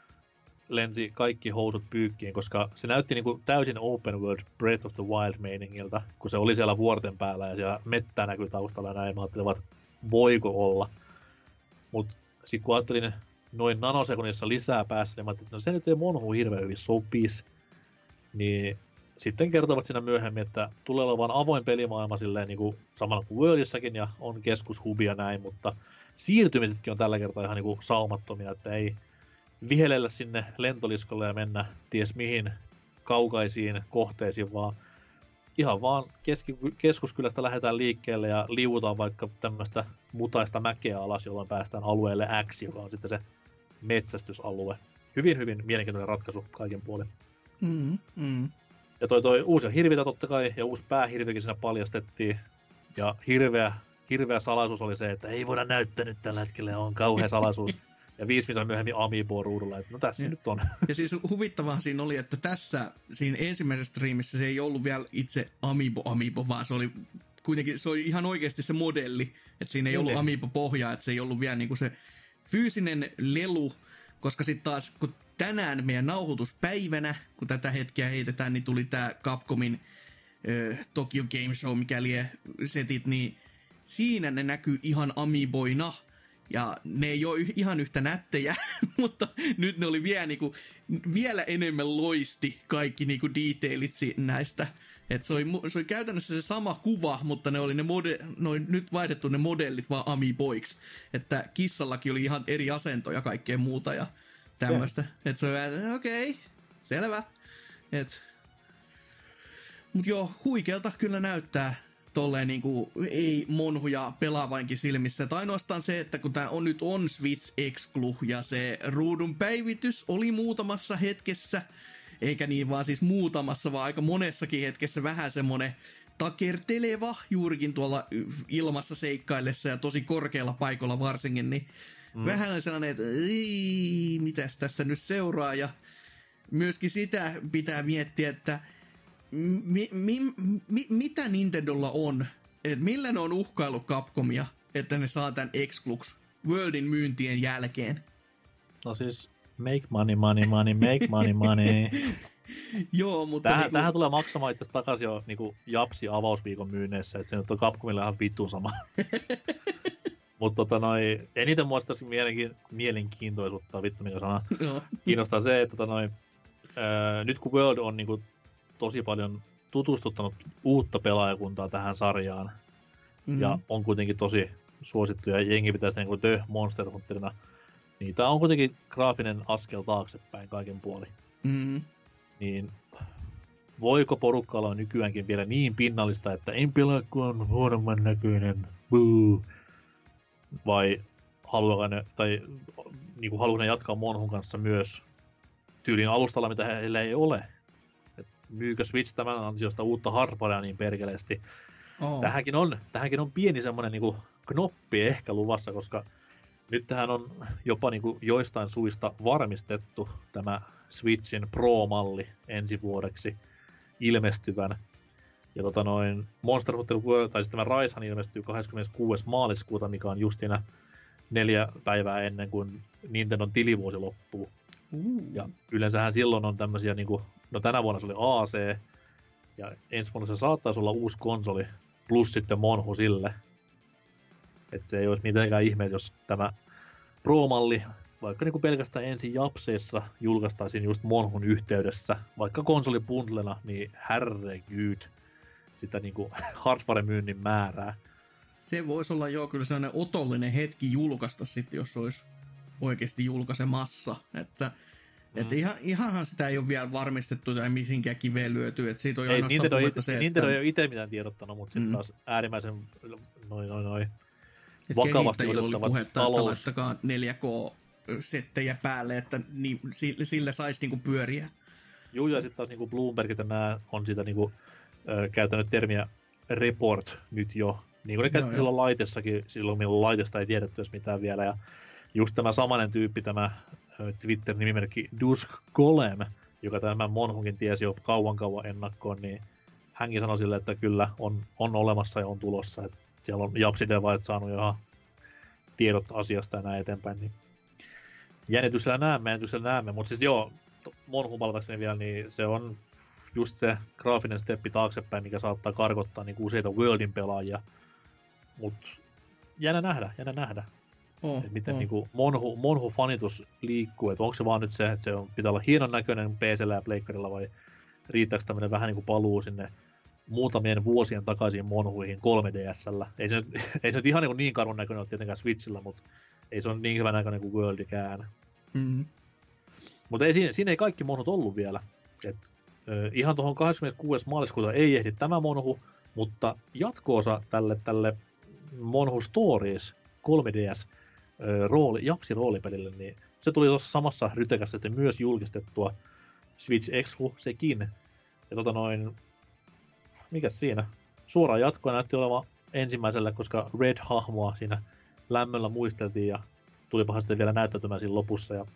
B: lensi kaikki housut pyykkiin, koska se näytti niinku täysin open world Breath of the Wild -meiningiltä, kun se oli siellä vuorten päällä ja siellä mettää näkyy taustalla ja näin. Mä ajattelin, että voiko olla. Mut sit kun ajattelin noin nanosekunnissa lisää päässä, niin mä ajattelin, että no se nyt ei monhu hirveän hyvin sopisi. Niin sitten kertovat siinä myöhemmin, että tulee olemaan avoin pelimaailma silleen niin kuin samalla kuin Worldissakin ja on keskushubi ja näin, mutta siirtymisetkin on tällä kertaa ihan niin kuin saumattomia, että ei vihelellä sinne lentoliskolle ja mennä ties mihin kaukaisiin kohteisiin, vaan ihan vaan keski- keskuskylästä lähdetään liikkeelle ja liuutaan vaikka tämmöistä mutaista mäkeä alas, jolloin päästään alueelle X, joka on sitten se metsästysalue. Hyvin, hyvin mielenkiintoinen ratkaisu kaiken puolin.
C: Mm, mm.
B: Ja toi, toi uusia hirvitä totta kai, ja uusi päähirvikin siinä paljastettiin. Ja hirveä, hirveä salaisuus oli se, että ei voida näyttää nyt tällä hetkellä, on kauhea salaisuus. Ja viisi minuuttia myöhemmin Amiibo ruudulla, että no tässä ja, nyt on.
C: Ja siis huvittavaa siinä oli, että tässä, siinä ensimmäisessä striimissä se ei ollut vielä itse Amiibo Amiibo, vaan se oli kuitenkin, se oli ihan oikeasti se modelli. Että siinä ei ollut Amiibo-pohjaa, että se ei ollut vielä niinku se fyysinen lelu, koska sitten taas, kun tänään meidän nauhoituspäivänä, kun tätä hetkeä heitetään, niin tuli tää Capcomin äh, Tokyo Game Show, mikäli setit, niin siinä ne näkyy ihan amiiboina. Ja ne ei ole ihan yhtä nättejä, mutta nyt ne oli vielä, niinku, vielä enemmän loisti kaikki niinku detailit näistä. Et se, oli, se oli käytännössä se sama kuva, mutta ne oli ne mode, noin, nyt vaihdettu ne modellit vaan amiiboiksi. Että kissallakin oli ihan eri asento ja kaikkea muuta ja tämmöistä. Että se on okei, okay, selvä. Et, mut joo, huikealta kyllä näyttää tolleen niinku ei monhuja pelaavainkin silmissä. Et ainoastaan se, että kun tää on nyt on Switch Exclu ja se ruudun päivitys oli muutamassa hetkessä, eikä niin vaan siis muutamassa, vaan aika monessakin hetkessä vähän semmonen takerteleva juurikin tuolla ilmassa seikkaillessa ja tosi korkealla paikalla varsinkin, niin mm. vähän sellainen, että ei, mitäs tästä nyt seuraa, ja myöskin sitä pitää miettiä, että mi, mi, mi, mitä Nintendolla on, että millä ne on uhkaillut Capcomia, että ne saa tän Exclux Worldin myyntien jälkeen.
B: No siis make money, money, money, make money, money.
C: Joo, mutta
B: tähän,
C: niinku
B: tähän tulee maksamaan itse takaisin jo niinku Japsi avausviikon myynneissä, että se nyt on Capcomilla ihan vittuun sama. Mutta tota noi, eniten mua sitä mielenki- mielenkiintoisuutta, vittu mikä sana, no. kiinnostaa se, että tota noi, ää, nyt kun World on niinku tosi paljon tutustuttanut uutta pelaajakuntaa tähän sarjaan, mm-hmm. ja on kuitenkin tosi suosittu, ja jengi pitäisi niinku The Monster Hunterina, niin tää on kuitenkin graafinen askel taaksepäin kaiken puolin.
C: Mm-hmm.
B: Niin voiko porukka olla nykyäänkin vielä niin pinnallista, että en pelaa kun on huonomman näköinen, buu. Vai haluaa ne, tai niinku haluaa ne jatkaa Monhun kanssa myös tyylin alustalla, mitä heillä ei ole. Et myykö Switch tämän ansiosta uutta hardwarea niin perkeleesti?
C: Oh.
B: Tähänkin on, tähänkin on pieni semmoinen niinku knoppi ehkä luvassa, koska nyt tähän on jopa niinku joistain suista varmistettu tämä Switchin Pro-malli ensi vuodeksi ilmestyvän. Ja tota noin, Monster Hunter World, tai siis tämä Risehan ilmestyy kahdeskymmeneskuudes maaliskuuta, mikä on just siinä neljä päivää ennen kuin Nintendon tilivuosi loppuu.
C: Uh.
B: Ja yleensähän silloin on tämmösiä niinku, no tänä vuonna se oli A C, ja ensi vuonna se saattaisi olla uusi konsoli, plus sitten Monhu sille. Että se ei olisi mitenkään ihme, jos tämä Pro-malli, vaikka niinku pelkästään ensin Japseessa julkaistaisiin just Monhun yhteydessä, vaikka konsolibundlena, niin herregud, sitä niinku hardware-myynnin määrää.
C: Se voisi olla jo kyllä sellainen otollinen hetki julkaista sitten, jos olisi oikeasti julkaisemassa. Että mm. et ihan, ihanhan sitä ei ole vielä varmistettu tai misinkään kiveen lyöty. Että siitä on
B: ei,
C: ainoastaan
B: Nintendo,
C: puhetta
B: it,
C: se,
B: Nintendo
C: että
B: ei ole itse mitään tiedottanut, mutta sitten
C: mm.
B: taas äärimmäisen noin noin noin
C: et
B: vakavasti
C: kehittäjillä oli
B: otettavat
C: puhetta,
B: talous.
C: että laittakaa neljä K-settejä päälle, että niin, sillä saisi niinku pyöriä.
B: Juu, ja sitten taas niinku Bloombergit ja nää on sitä niinku, ö, käytänyt termiä report nyt jo. Niin kuin ne käytti silloin laitessakin, silloin milloin laitesta ei tiedetty edes mitään vielä. Ja just tämä samainen tyyppi, tämä Twitter-nimimerkki Dusk Golem, joka tämän Monhunkin tiesi jo kauan kauan ennakkoon, niin hänkin sanoi silleen, että kyllä on, on olemassa ja on tulossa. Että siellä on Japsidevait saanut jo ihan tiedot asiasta ja näin eteenpäin. Niin jännityksellä näemme, jännityksellä näemme. Mutta siis joo, Monhun palvelukseni vielä, niin se on just se graafinen steppi taaksepäin, mikä saattaa karkottaa niin useita Worldin pelaajia. Mut jännä nähdä, jännä nähdä.
C: Oh,
B: että miten
C: oh.
B: niinku Monhu, Monhu-fanitus liikkuu, että onko se vaan nyt se, että se on, pitää olla hienon näköinen P C:llä ja Pleikkarilla, vai riittääkö tämmönen vähän niinku paluu sinne muutamien vuosien takaisin Monhuihin kolme D S:llä. Ei se, ei se nyt ihan niin, niin karvon näköinen ole tietenkään Switchillä, mutta ei se ole niin hyvä näköinen kuin Worldikään.
C: Mm-hmm.
B: Mutta siinä, siinä ei kaikki Monhut ollut vielä. Et, ö, ihan tuohon kahdeskymmeneskuudes maaliskuuta ei ehdi tämä Monhu, mutta jatko-osa tälle, tälle Monhu Stories kolme D S ö, rooli, Japsi-roolipelille, niin se tuli tuossa samassa rytekässä sitten myös julkistettua Switch Expo sekin. Ja tota noin, mikäs siinä? Suoraan jatkoa näytti olevan ensimmäiselle, koska Red-hahmoa siinä lämmöllä muisteltiin ja tulipahan sitten vielä näyttäytymään siinä lopussa. Ja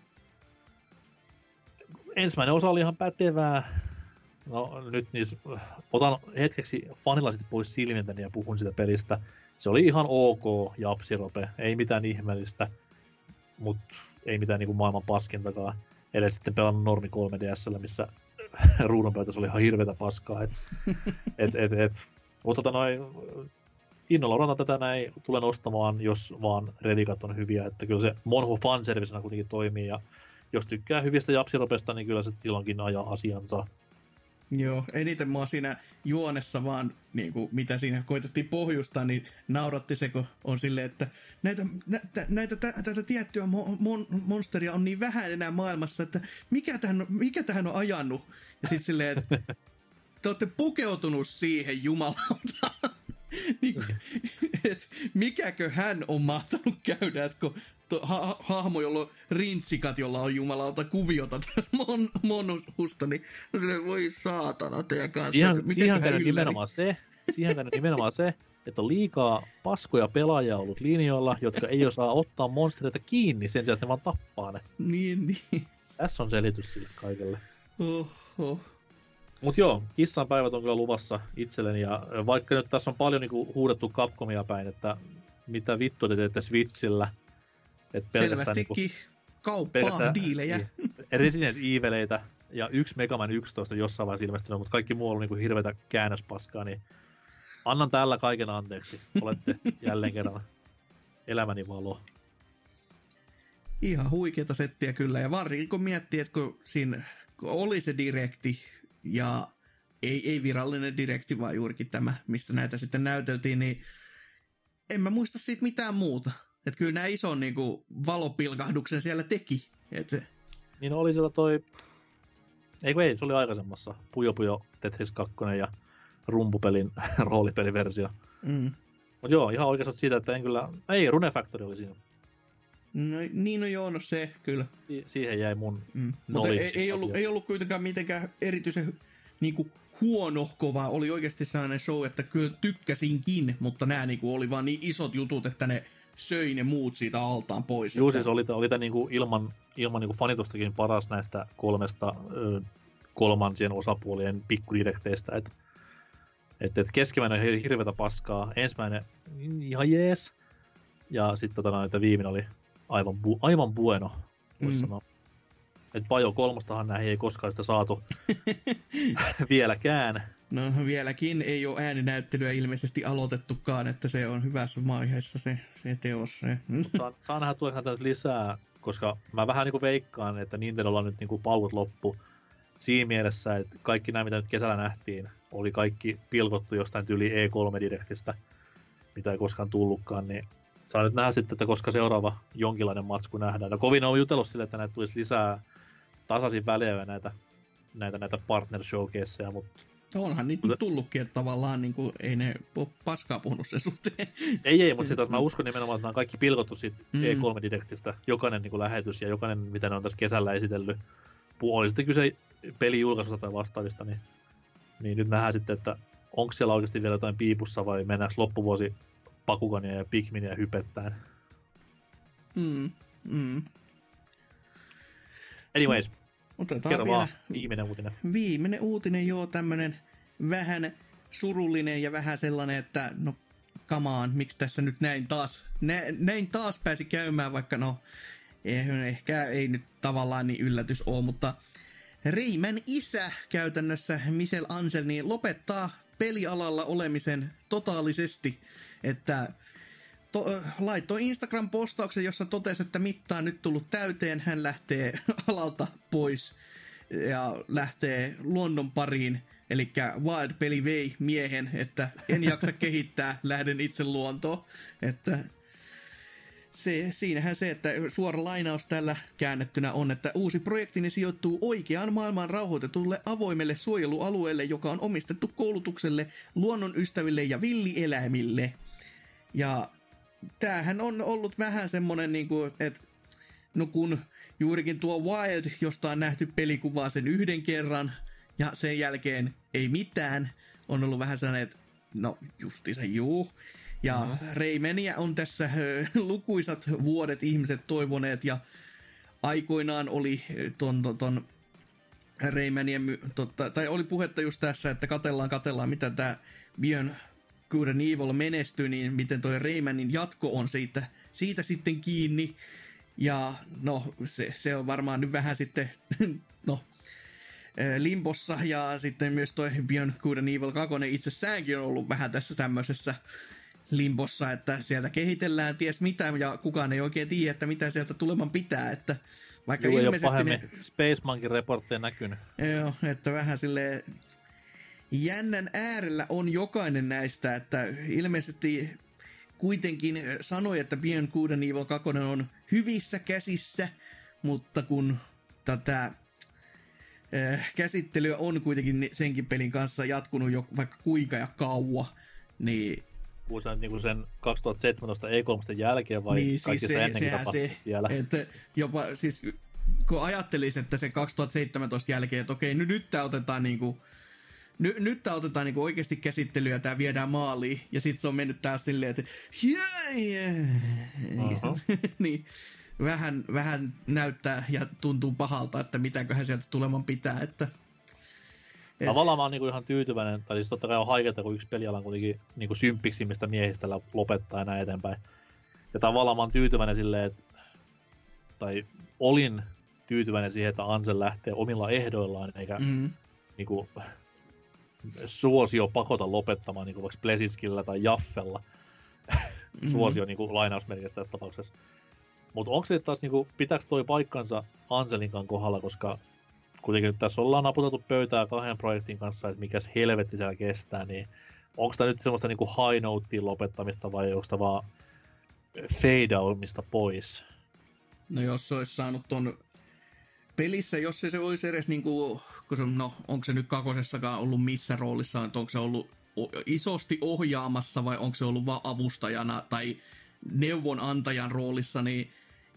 B: ensimmäinen osa oli ihan pätevää. No nyt niin, otan hetkeksi fanilasit pois silmientäni ja puhun sitä pelistä. Se oli ihan ok japsirope, ei mitään ihmeellistä, mutta ei mitään niinku maailman paskintakaan. Edes sitten pelannut normi kolme D S:llä, missä ruudunpäätös oli ihan hirveätä paskaa. Et, et, et, et. Mutta tota noin, innolla odotan tätä näin, tulen ostamaan, jos vaan revikat on hyviä. Että kyllä se Monhu fanservicenä kuitenkin toimii, ja jos tykkää hyvistä japsiropesta, niin kyllä se silloinkin ajaa asiansa.
C: Joo, eniten mä oon siinä juonessa vaan, niin kuin, mitä siinä koitettiin pohjustaa, niin nauratti se, kun on silleen, että näitä, näitä, näitä tätä tiettyä mon, mon, monsteria on niin vähän enää maailmassa, että mikä tähän, mikä tähän on ajanut? Ja sit silleen, että te ootte pukeutunut siihen, jumalauta. Niin kuin, et mikäkö hän on mahtanut käydä, että kun to, ha, hahmo, jolla on rintsikat, jolla on jumalauta kuviota tästä mon, Monhusta, niin no silleen, voi saatana teidän kanssa.
B: Siihen, siihen käynyt nimenomaan se, siihen käynyt nimenomaan se, että on liikaa paskoja pelaajia ollut linjoilla, jotka ei osaa ottaa monstereita kiinni sen sijaan, että ne vaan tappaa ne.
C: Niin, niin.
B: Tässä on selitys sille kaikelle.
C: Oho.
B: Mut joo, kissanpäivät on kyllä luvassa itselleni, ja vaikka nyt tässä on paljon niinku huudettu Capcomia päin, että mitä vittua te teette Switchillä, että pelkästään
C: selvästikin niinku,
B: kauppaa,
C: diilejä.
B: Resident Eveleitä ja yksi Mega Man yksitoista jossain vaiheessa ilmestynyt, mutta kaikki muu on ollut niinku hirveätä käännöspaskaa, niin annan tällä kaiken anteeksi. Olette jälleen kerran elämäni valo.
C: Ihan huikeeta settiä kyllä, ja varsinkin kun miettii, että kun siinä kun oli se direkti, ja ei, ei virallinen direkti, vaan juurikin tämä, mistä näitä sitten näyteltiin, niin en mä muista siitä mitään muuta. Että kyllä nämä ison niin kuin, valopilkahduksen siellä teki. Et...
B: Niin oli siellä toi, ei kun ei, se oli aikaisemmassa, Puyo Puyo Tetris kaksi ja rumpupelin roolipeliversio.
C: Mm.
B: Mut joo, ihan oikeastaan siitä, että en kyllä, ei, Rune Factory oli siinä.
C: No, niin no joo, no se kyllä.
B: Si- siihen jäi mun
C: mm. Mutta ei, ei, ollut, ei ollut kuitenkaan mitenkään erityisen niinku huonohko, vaan oli oikeasti sellainen show, että kyllä tykkäsinkin, mutta nämä niinku oli vaan niin isot jutut, että ne söi ne muut siitä altaan pois.
B: Joo,
C: että...
B: siis oli, oli tämä niinku ilman, ilman niinku fanitustakin paras näistä kolmesta ö, kolmansien osapuolien pikkudidekteistä, että et, et keskimmäinen oli hirveätä paskaa, ensimmäinen ihan jees, ja sitten tota, että viimeinen oli aivan, bu, aivan bueno, voisi mm. sanoa. Että Bajo kolmostahan näihin ei koskaan sitä saatu vieläkään.
C: No vieläkin ei ole ääninäyttelyä ilmeisesti aloitettukaan, että se on hyvässä vaiheessa se, se teos. Se.
B: Saa, saa nähdä tuleeko näitä lisää, koska mä vähän niinku veikkaan, että Nintendolla on nyt niinku paukut loppu siinä mielessä, että kaikki nämä mitä nyt kesällä nähtiin, oli kaikki pilkottu jostain tyyli E kolme Directistä, mitä ei koskaan tullutkaan, niin saa nyt nähdä sitten, että koska seuraava jonkinlainen matsku nähdään. No kovin on jutellut sille, että näitä tulisi lisää tasaisin väliä näitä, näitä, näitä partner showcaseja, mutta...
C: Onhan niitä mutta... tullutkin, että tavallaan niin kuin, ei ne ole paskaa puhunut sen suhteen.
B: Ei, ei, mutta sitä, mä uskon nimenomaan, että nämä on kaikki pilkottu siitä mm. E kolme Directistä, jokainen niin kuin lähetys ja jokainen, mitä ne on tässä kesällä esitellyt. Oli sitten kyse pelijulkaisusta tai vastaavista, niin, niin nyt nähdään sitten, että onko siellä oikeasti vielä jotain piipussa vai mennäänkö loppuvuosi Bakugania ja Pikminia hypettäen.
C: Mm, mm.
B: Anyways,
C: otetaan
B: kerro
C: vielä
B: vaan viimeinen uutinen.
C: Viimeinen uutinen, joo, tämmönen vähän surullinen ja vähän sellainen, että no come on, miksi tässä nyt näin taas, nä, näin taas pääsi käymään, vaikka no ehkä ei nyt tavallaan niin yllätys ole, mutta Rayman isä käytännössä Michel Angel niin lopettaa pelialalla olemisen totaalisesti, että to, laittoi Instagram-postauksen, jossa totesi, että mitta on nyt tullut täyteen, hän lähtee alalta pois ja lähtee luonnon pariin, eli Wild-peli vei miehen, että en jaksa kehittää, lähden itse luontoon, että se, siinähän se, että suora lainaus tällä käännettynä on, että uusi projektini sijoittuu oikeaan maailmaan rauhoitetulle avoimelle suojelualueelle, joka on omistettu koulutukselle, luonnonystäville ja villieläimille. Ja tämähän on ollut vähän semmonen, niin kuin, että no kun juurikin tuo Wild, josta on nähty pelikuvaa sen yhden kerran, ja sen jälkeen ei mitään, on ollut vähän sellainen, että no justiinsa juu. Ja mm-hmm. Raymania on tässä ö, lukuisat vuodet ihmiset toivoneet, ja aikoinaan oli ton, ton, ton Raymanien, totta, tai oli puhetta just tässä, että katellaan, katellaan, mitä tämä Beyond Good and Evil menestyy, niin miten toi Raymanin jatko on siitä, siitä sitten kiinni. Ja no, se, se on varmaan nyt vähän sitten, no, limbossa, ja sitten myös toi Beyond Good and Evil kaksi itsessäänkin on ollut vähän tässä tämmöisessä limbossa, että sieltä kehitellään ties mitä, ja kukaan ei oikein tiedä, että mitä sieltä tuleman pitää, että vaikka
B: Joo,
C: ilmeisesti ne...
B: Space Monkey reportteja näkynyt.
C: Joo, että vähän silleen jännän äärellä on jokainen näistä, että ilmeisesti kuitenkin sanoi, että Beyond Good and Evil kaksi on hyvissä käsissä, mutta kun tätä äh, käsittelyä on kuitenkin senkin pelin kanssa jatkunut jo vaikka kuinka ja kauan, niin
B: puhutaan nyt niinku sen kaksituhattaseitsemäntoista E kolme jälkeen vai
C: niin,
B: kaikista
C: siis se,
B: ennenkin tapahtui
C: se,
B: vielä?
C: Että jopa, siis, kun ajattelisi, että se kaksituhattaseitsemäntoista jälkeen, että okei, nyt, nyt tämä otetaan niinku, nyt, nyt tää otetaan niinku oikeasti käsittelyä ja tämä viedään maaliin, ja sitten se on mennyt taas silleen, että yeah, yeah. Uh-huh. niin, vähän, vähän näyttää ja tuntuu pahalta, että mitäköhän sieltä tuleman pitää, että
B: Et... Tavallaan mä oon niinku ihan tyytyväinen, tai siis totta kai on haikeeta, kun yksi peliala on kuitenkin niinku symppiksimmistä miehistä lopettaa ja näin eteenpäin. Ja tavallaan mä oon tyytyväinen silleen, että, tai olin tyytyväinen siihen, että Ansel lähtee omilla ehdoillaan, eikä mm. niinku suosio pakota lopettamaan niinku vaikka Blesitskillä tai Jaffella. Mm. Suosio niinku lainausmerkissä tässä tapauksessa. Mutta onko se taas niinku, pitääkö toi paikkansa Anselinkaan kohdalla, koska kuitenkin nyt tässä ollaan naputeltu pöytää kahden projektin kanssa, että mikäs helvetti siellä kestää, niin onko tämä nyt semmoista niinku high notein lopettamista vai onko tämä vaan fade outmista pois?
C: No jos se olisi saanut ton pelissä, jos se, se olisi edes niinku, no onko se nyt kakosessakaan ollut missä roolissa, että onko se ollut isosti ohjaamassa vai onko se ollut vaan avustajana tai neuvonantajan roolissa, niin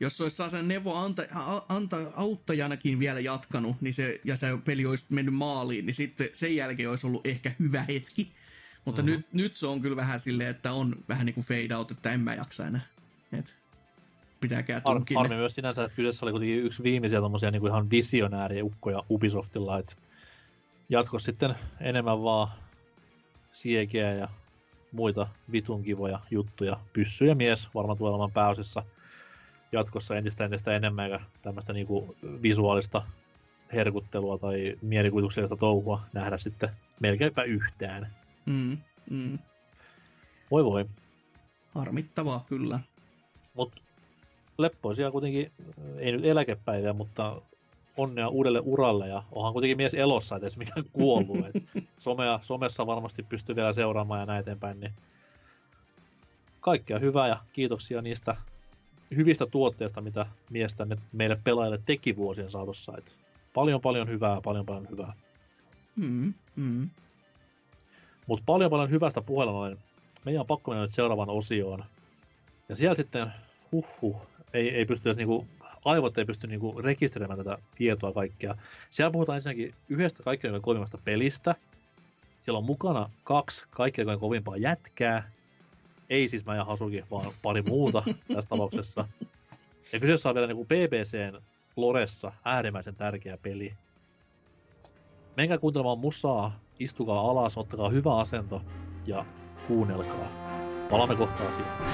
C: Jos se olisi sellaisen neuvon anta, anta, auttajanakin vielä jatkanut, niin se, ja se peli olisi mennyt maaliin, niin sitten sen jälkeen olisi ollut ehkä hyvä hetki. Mutta mm-hmm. nyt, nyt se on kyllä vähän silleen, että on vähän niin kuin fade out, että en mä jaksa enää. Et pitääkää tunkin.
B: Harmi myös sinänsä, että kyseessä oli kuitenkin yksi viimeisiä tommosia niin kuin ihan visionääriä ukkoja Ubisoftilla, että jatkossa sitten enemmän vaan siekeä ja muita vitun kivoja juttuja. Pyssy ja mies varmaan tulee olemaan pääosissa jatkossa entistä entistä enemmän, eikä tämmöistä niinku visuaalista herkuttelua tai mielikuvituksellista touhua nähdä sitten melkeinpä yhtään.
C: Mm, mm.
B: Voi voi.
C: Harmittavaa, kyllä.
B: Mut leppoisia kuitenkin, ei nyt eläkepäiviä, mutta onnea uudelle uralle, ja onhan kuitenkin mies elossa, et edes mikään kuollut. Et somea, somessa varmasti pystyy vielä seuraamaan ja näin eteenpäin, niin kaikkea hyvää ja kiitoksia niistä hyvistä tuotteista, mitä mies tänne meille pelaajille teki vuosien saatossa. Et paljon paljon hyvää, paljon paljon hyvää.
C: Mm, mm.
B: Mutta paljon paljon hyvästä puheella ollen, meidän on pakko mennä nyt seuraavaan osioon. Ja siellä sitten, huhhuh, ei, ei pysty edes niinku, aivot ei pysty niinku rekisteröimään tätä tietoa kaikkea. Siellä puhutaan ensinnäkin yhdestä kaikkein kovimmasta pelistä. Siellä on mukana kaksi kaikkein kovimpaa jätkää. Ei siis mä ja Hasuki, vaan pari muuta tässä tapauksessa. Ja kyseessä on vielä niinku B B C:n loressa äärimmäisen tärkeä peli. Menkää kuuntelemaan musaa, istukaa alas, ottakaa hyvä asento ja kuunnelkaa. Palaamme kohta asiaan.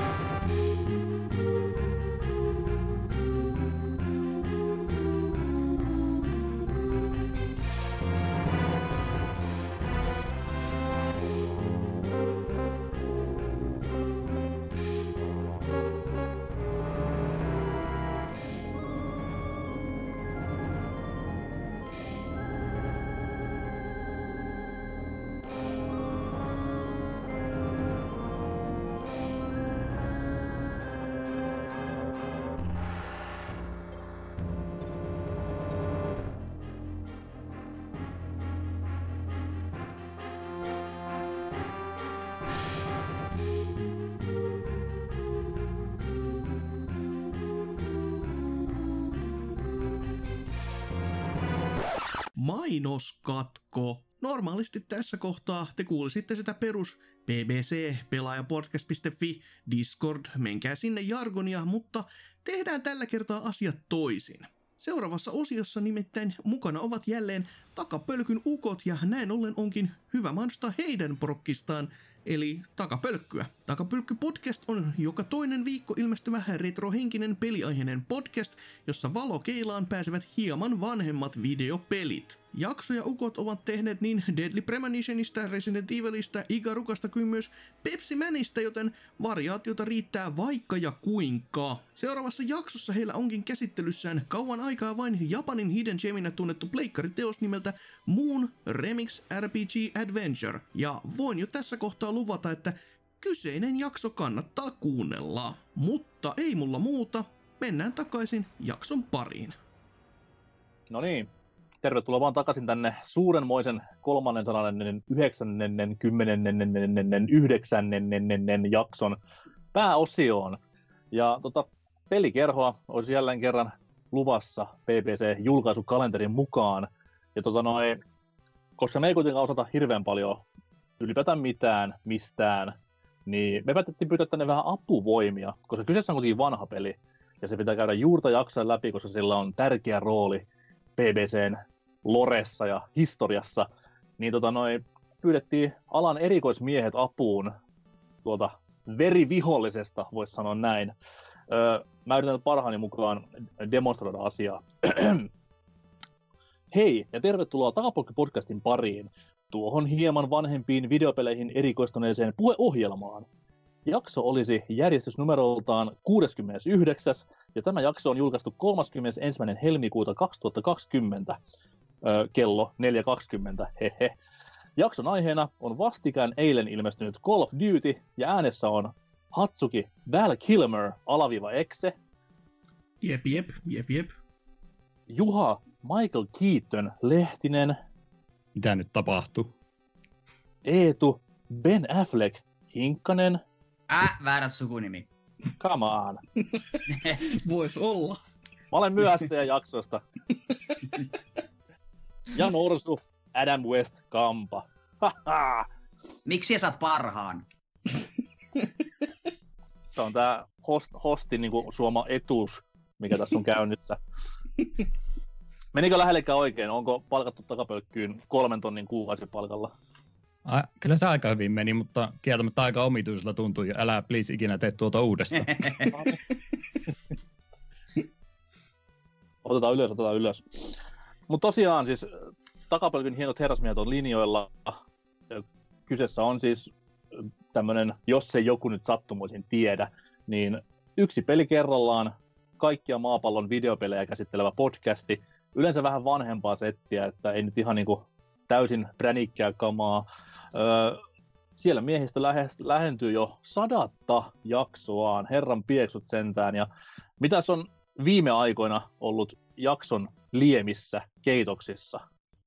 C: Mainoskatko. Normaalisti tässä kohtaa te kuulisitte sitä perus B B C, pelaajapodcast piste fi, Discord, menkää sinne jargonia, mutta tehdään tällä kertaa asiat toisin. Seuraavassa osiossa nimittäin mukana ovat jälleen Takapölkyn ukot ja näin ollen onkin hyvä mainostaa heidän prokkistaan, eli Takapölkkyä. Takapölkky podcast on joka toinen viikko ilmestyvä retrohenkinen peliaiheinen podcast, jossa valokeilaan pääsevät hieman vanhemmat videopelit. Jaksoja ukot ovat tehneet niin Deadly Premonitionista, Resident Evilistä, Igarukasta kuin myös Pepsi Manista, joten variaatiota riittää vaikka ja kuinka. Seuraavassa jaksossa heillä onkin käsittelyssään kauan aikaa vain Japanin Hidden Geminä tunnettu pleikkariteos nimeltä Moon Remix R P G Adventure. Ja voin jo tässä kohtaa luvata, että kyseinen jakso kannattaa kuunnella. Mutta ei mulla muuta, mennään takaisin jakson pariin.
B: No niin. Tervetuloa vaan takaisin tänne suurenmoisen kolmannen yhdeksännen, kymmenennen, yhdeksännen jakson pääosioon. Ja tota, pelikerhoa olisi jälleen kerran luvassa B B C-julkaisukalenterin mukaan. Ja tota noi, koska me ei kuitenkaan osata hirveän paljon ylipäätään mitään, mistään, niin me päätettiin pyytää tänne vähän apuvoimia, koska kyseessä on kuitenkin vanha peli. Ja se pitää käydä juurta jaksoa läpi, koska sillä on tärkeä rooli B B C:n loressa ja historiassa, niin tota noi, pyydettiin alan erikoismiehet apuun tuota verivihollisesta, voisi sanoa näin. Öö, mä yritän parhaani mukaan demonstroida asiaa. Hei, ja tervetuloa Takapölkky-podcastin pariin, tuohon hieman vanhempiin videopeleihin erikoistuneeseen puheohjelmaan. Jakso olisi järjestysnumeroltaan kuusikymmentäyhdeksän, ja tämä jakso on julkaistu kolmaskymmenesensimmäinen helmikuuta kaksituhattakaksikymmentä. Kello neljä kaksikymmentä, hehe. Jakson aiheena on vastikään eilen ilmestynyt Call of Duty, ja äänessä on Hatsuki Val Kilmer, alaviiva Exe.
C: Jep, jep, jep, jep.
B: Juha Michael Keaton Lehtinen.
D: Mitä nyt tapahtuu?
B: Eetu Ben Affleck Hinkkanen.
E: Äh, väärä sukunimi.
B: Come on.
C: Vois olla.
B: Mä olen myöhässä teidän jaksoista. Ja Norsu, Adam West, Kampa. Haha.
E: Miksi sä saat parhaan?
B: Se on tää host, hostin niinku suoma etuus, mikä tässä on käynnissä. Menikö lähellekään oikein? Onko palkattu takapölkkyyn kolmen tonnin kuukausipalkalla?
D: A, kyllä se aika hyvin meni, mutta kieltämättä aika omituisella tuntui. Älä please ikinä tee tuota uudestaan.
B: Otetaan ylös, otetaan ylös. Mutta tosiaan siis takapölkyn hienot herrasmiehet on linjoilla. Kyseessä on siis tämmönen, jos se joku nyt sattumoisin tiedä, niin yksi peli kerrallaan, kaikkia maapallon videopelejä käsittelevä podcasti. Yleensä vähän vanhempaa settiä, että ei nyt ihan niinku täysin pränikkää kamaa. Öö, siellä miehistö lähe, lähentyy jo sadatta jaksoaan, herran pieksut sentään. Ja mitäs on viime aikoina ollut jakson liemissä keitoksissa?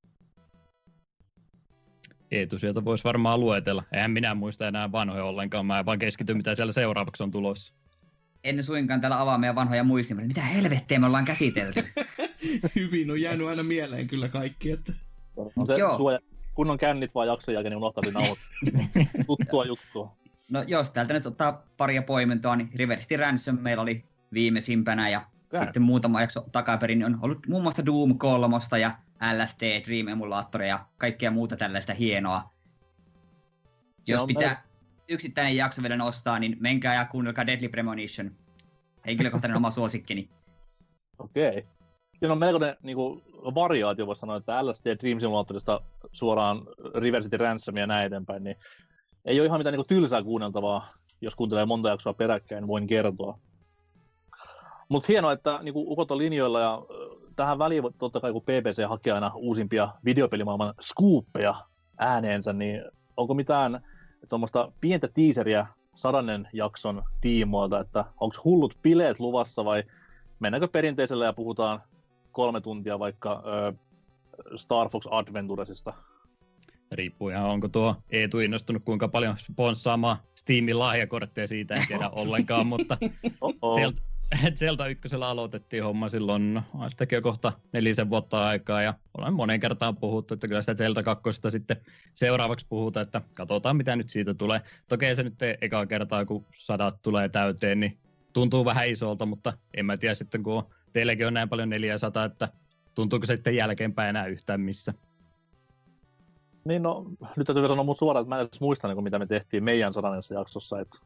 D: Eetu sieltä voisi varmaan luetella. Eihän minä muista enää vanhoja ollenkaan, mä en vaan keskity mitä siellä seuraavaksi on tulossa.
E: En suinkaan täällä avaa meidän vanhoja muistimia. Mitä helvettiä me ollaan käsitelty?
C: Hyvin on jäänyt aina mieleen kyllä kaikki, että...
B: On se suoja, kun on kännit vaan jakson jälkeen, niin unohtaa sen nauhoit. Tuttua juttua.
E: No jos täältä nyt ottaa paria poimintoa, niin Reversed Ransom meillä oli viimeisimpänä ja Kään. Sitten muutama jakso takaperin on ollut muun muassa Doom kolme ja L S D, Dream Emulaattoria ja kaikkea muuta tällaista hienoa. Jos pitää me... yksittäinen jakso vielä nostaa, niin menkää ja kuunnelkaa Deadly Premonition. Henkilökohtainen oma suosikkini.
B: Okei. Okay. Siinä on melkoinen niinku, variaatio, voisi sanoa, että L S D Dream Simulaattorista suoraan Reversed Ransomia ja näin eteenpäin, niin ei ole ihan mitään niinku tylsää kuunneltavaa, jos kuuntelee monta jaksoa peräkkäin, voin kertoa. Mutta hienoa, että niinku, ukot on linjoilla ja tähän väliin totta kai kun P B C hakee aina uusimpia videopelimaailman scooppeja ääneensä, niin onko mitään tuommoista pientä teaseriä sadannen jakson tiimoilta, että onko hullut bileet luvassa vai mennäänkö perinteisellä ja puhutaan kolme tuntia vaikka ö, Star Fox Adventuresista?
D: Riippuu ihan, onko tuo Eetu innostunut kuinka paljon sponssaamaan Steamin lahjakortteja, siitä en tiedä ollenkaan, mutta sieltä, sieltä ykkösellä aloitettiin homma silloin, no, sitäkin jo kohta nelisen vuotta aikaa, ja olen monen kertaan puhuttu, että kyllä sitä Zelda kakkosesta sitten seuraavaksi puhutaan, että katsotaan mitä nyt siitä tulee. Toki se nyt ei ekaa kertaa, kun sadat tulee täyteen, niin tuntuu vähän isolta, mutta en mä tiedä sitten, kun teilläkin on näin paljon neljäsataa, että tuntuuko se sitten jälkeenpäin enää yhtään missä.
B: Niin no, nyt täytyy sanoa mun suoraan, että mä en edes muista, niin mitä me tehtiin meidän sadannessa jaksossa. Että...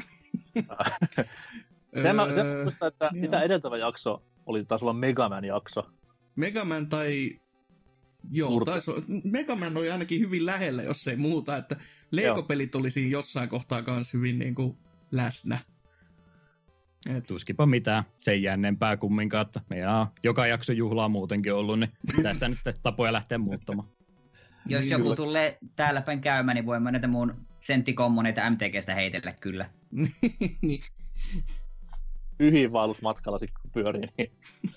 B: sen mä, sen mä muistan, että mitä edeltävä jakso oli, taisi olla Mega Man-jakso.
C: Mega Man tai... Joo, taisi olla... Mega Man oli ainakin hyvin lähellä, jos ei muuta, että Lego-pelit oli siinä jossain kohtaa kanssa hyvin niin kuin läsnä.
D: Et... Tuskipa mitään sen jännempää kumminkaan, että meillä on joka jakso juhlaa muutenkin ollut, niin tästä nyt tapoja lähteä muuttamaan.
E: Jos niin, joku kyllä tulee täällä päin käymään, niin voimme näitä mun senttikommoneita M T G:stä heitellä kyllä.
B: Pyhiinvaellusmatkalla sitten pyörii. Niin.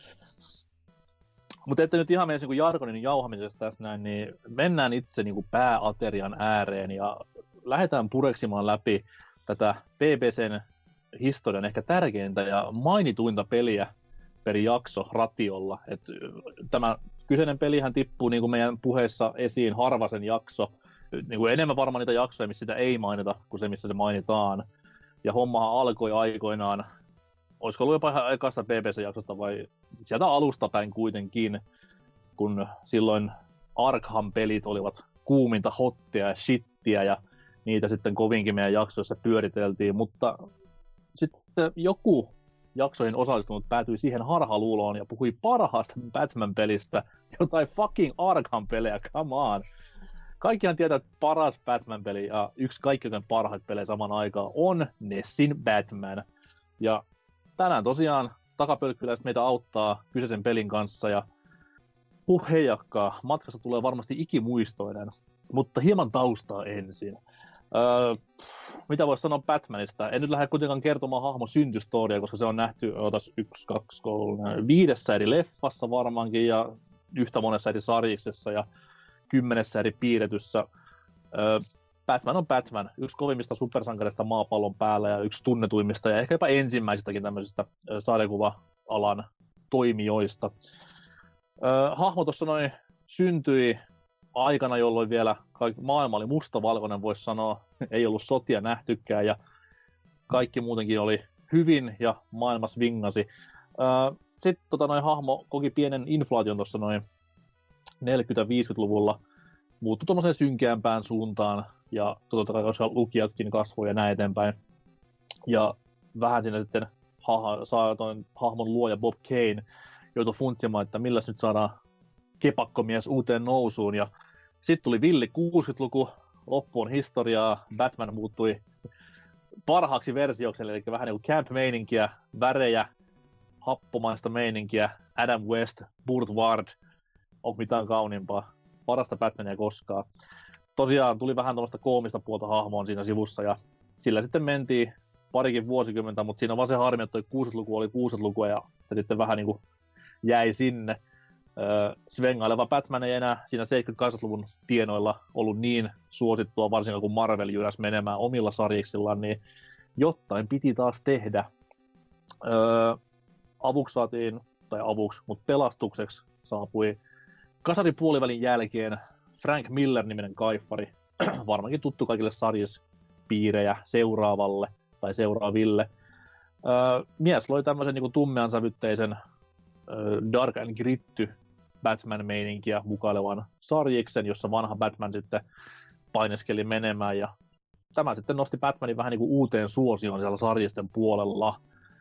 B: Mutta että nyt ihan meidän niin jargonin jauhamisesta tässä näin, niin mennään itse niin kuin pääaterian ääreen ja lähdetään pureksimaan läpi tätä B B C:n historian ehkä tärkeintä ja mainituinta peliä per jakso ratiolla. Et tämä kyseinen pelihän tippuu niin kuin meidän puheessa esiin harva sen jakso. Niin kuin enemmän varmaan niitä jaksoja, missä sitä ei mainita, kuin se, missä se mainitaan. Ja hommahan alkoi aikoinaan, olisiko ollut jopa ihan ekasta B B C-jaksosta vai sieltä alusta päin kuitenkin, kun silloin Arkham-pelit olivat kuuminta hottia ja shittiä ja niitä sitten kovinkin meidän jaksoissa pyöriteltiin, mutta sitten joku jaksoihin osallistunut päätyi siihen harhaluuloon ja puhui parhaasta Batman-pelistä, jotain fucking Arkham-pelejä, come on. Kaikkihan tietää, että paras Batman-peli ja yksi kaikkein parhaita pelejä saman aikaan on Nessin Batman. Ja tänään tosiaan takapölkkyläiset meitä auttaa kyseisen pelin kanssa ja huh heijakkaa, matkasta tulee varmasti ikimuistoinen, mutta hieman taustaa ensin. Öö, mitä voisi sanoa Batmanista? En nyt lähde kuitenkaan kertomaan hahmon syntystoria, koska se on nähty otas yksi, kaksi, kolme, viidessä eri leffassa varmaankin ja yhtä monessa eri sarjiksessa ja kymmenessä eri piirretyssä. Öö, Batman on Batman, yksi kovimmista supersankareista maapallon päällä ja yksi tunnetuimmista ja ehkä jopa ensimmäisistäkin tämmöisistä sarjakuva-alan toimijoista. Öö, hahmo tuossa noin syntyi aikana, jolloin vielä kaikki, maailma oli mustavalkoinen, voisi sanoa. Ei ollut sotia nähtykään ja kaikki muutenkin oli hyvin ja maailma swingasi. Öö, Sitten tota, noin hahmo koki pienen inflaation tuossa noin neljäkymmentä-viisikymmentäluvulla. Muuttui tuommoiseen synkeämpään suuntaan ja totta kai koska lukijatkin kasvoi ja näin eteenpäin. Ja vähän siinä sitten ha- saa toin hahmon luoja Bob Kane joutui funtsimaan, että milläs nyt saadaan kepakkomies uuteen nousuun. Ja sitten tuli villi kuusikymmentäluku, loppu on historiaa, Batman muuttui parhaaksi versioksi, eli vähän niin kuin camp-meininkiä, värejä, happomaista meininkiä, Adam West, Burt Ward, onko mitään kauniimpaa, parasta Batmania koskaan. Tosiaan tuli vähän tuollaista koomista puolta hahmoon siinä sivussa ja sillä sitten mentiin parikin vuosikymmentä, mutta siinä on vaan se harmi, että toi kuusikymmentäluku oli kuusikymmentälukua ja se sitten vähän niin kuin jäi sinne. Öö, Svengaileva Batman ei enää siinä seitsemänkymmentä-kahdeksankymmentäluvun tienoilla ollut niin suosittua, varsinkin kun Marvel jyräsi menemään omilla sarjiksillaan, niin jotain piti taas tehdä. Öö, avuksi saatiin, tai avuksi, mutta pelastukseksi saapui kasaripuolivälin jälkeen Frank Miller-niminen kaiffari, varmaankin tuttu kaikille sarjispiirejä seuraavalle tai seuraaville. Öö, mies loi tämmöisen niin tummeansävytteisen öö, Dark and Gritty Batman-meininkiä mukailevan sarjiksen, jossa vanha Batman sitten paineskeli menemään ja tämä sitten nosti Batmanin vähän niin kuin uuteen suosioon siellä sarjisten puolella.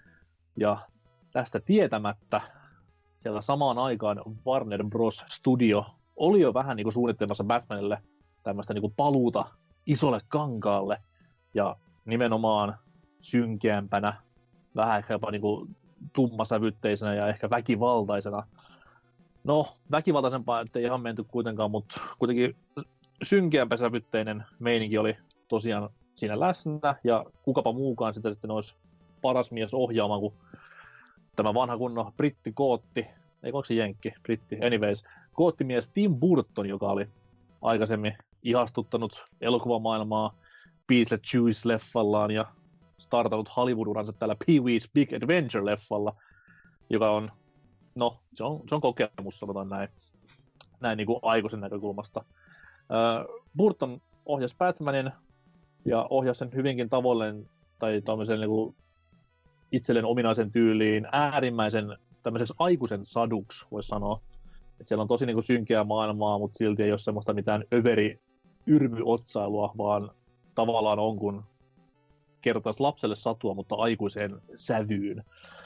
B: Ja tästä tietämättä siellä samaan aikaan Warner Bros. Studio oli jo vähän niin kuin suunnittelemassa Batmanille tämmöistä niin kuin paluuta isolle kankaalle ja nimenomaan synkeämpänä, vähän ehkä jopa niin kuin tummasävytteisenä ja ehkä väkivaltaisena. No, väkivaltaisempaa ettei ihan menty kuitenkaan, mutta kuitenkin synkeämpäsävytteinen meininki oli tosiaan siinä läsnä ja kukapa muukaan sitä sitten olisi paras mies ohjaamaan kuin tämä vanha kunnon brittikootti, ei onko se jenkki, britti, anyways, koottimies Tim Burton, joka oli aikaisemmin ihastuttanut elokuvamaailmaa Beetlejuice Jewish-leffallaan ja startanut Hollywood-uransa tällä Pee-wee's Big Adventure-leffalla, joka on, no, se on, se on kokemus, sanotaan näin, näin niin kuin aikuisen näkökulmasta. Uh, Burton ohjasi Batmanin ja ohjasi sen hyvinkin tavoilleen, tai tämmöisen niin kuin itselleen ominaisen tyyliin äärimmäisen tämmöiseksi aikuisen saduksi, voisi sanoa. Et siellä on tosi niin kuin synkeää maailmaa, mutta silti ei ole semmoista mitään överi yrvyotsailua, vaan tavallaan on kun kertaisi lapselle satua, mutta aikuiseen sävyyn.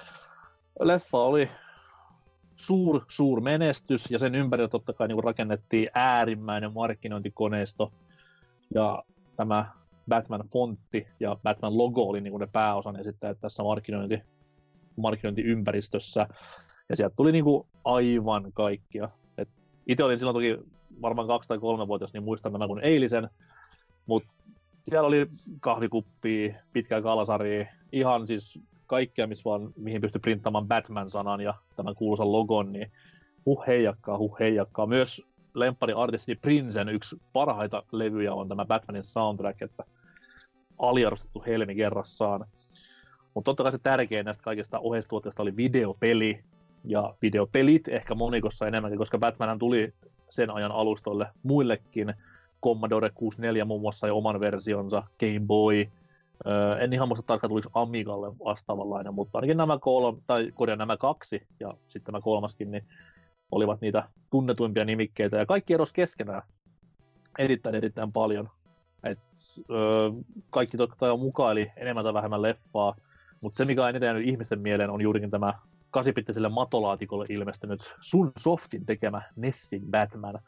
B: Leffa oli suur, suur menestys, ja sen ympärillä totta kai niin kuin rakennettiin äärimmäinen markkinointikoneisto. Ja tämä Batman-fontti ja Batman-logo oli niin kuin ne pääosan esittäjät tässä markkinointi, markkinointiympäristössä. Ja sieltä tuli niin kuin aivan kaikkia. Et itse olin silloin toki varmaan kaksi- tai kolmevuotias, niin muistan nämä kuin eilisen. Mutta siellä oli kahvikuppia, pitkää kalasaria, ihan siis kaikkea, missä vaan, mihin pystyi printtaamaan Batman-sanan ja tämän kuuluisan logon, niin huh heijakkaa, huh heijakkaa. Myös lemppari-artisti Princen yksi parhaita levyjä on tämä Batmanin soundtrack, että aliarvostettu helmi kerrassaan. Mutta totta kai se tärkein näistä kaikista oheistuotteista oli videopeli, ja videopelit ehkä monikossa enemmänkin, koska Batmanhan tuli sen ajan alustoille muillekin. Commodore kuusikymmentäneljä muun muassa ja oman versionsa, Game Boy. Öö, en ihan muista tarkkaan tuliko Amigalle vastaavanlainen, mutta ainakin nämä kolme, tai korjaan nämä kaksi, ja sitten tämä kolmaskin, niin olivat niitä tunnetuimpia nimikkeitä, ja kaikki erosi keskenään erittäin erittäin paljon. Et, öö, kaikki totta kai mukaili enemmän tai vähemmän leffaa, mutta se mikä on eniten jäänyt ihmisten mieleen on juurikin tämä kasipittiselle matolaatikolle ilmestynyt Sun Softin tekemä Nessin Batman.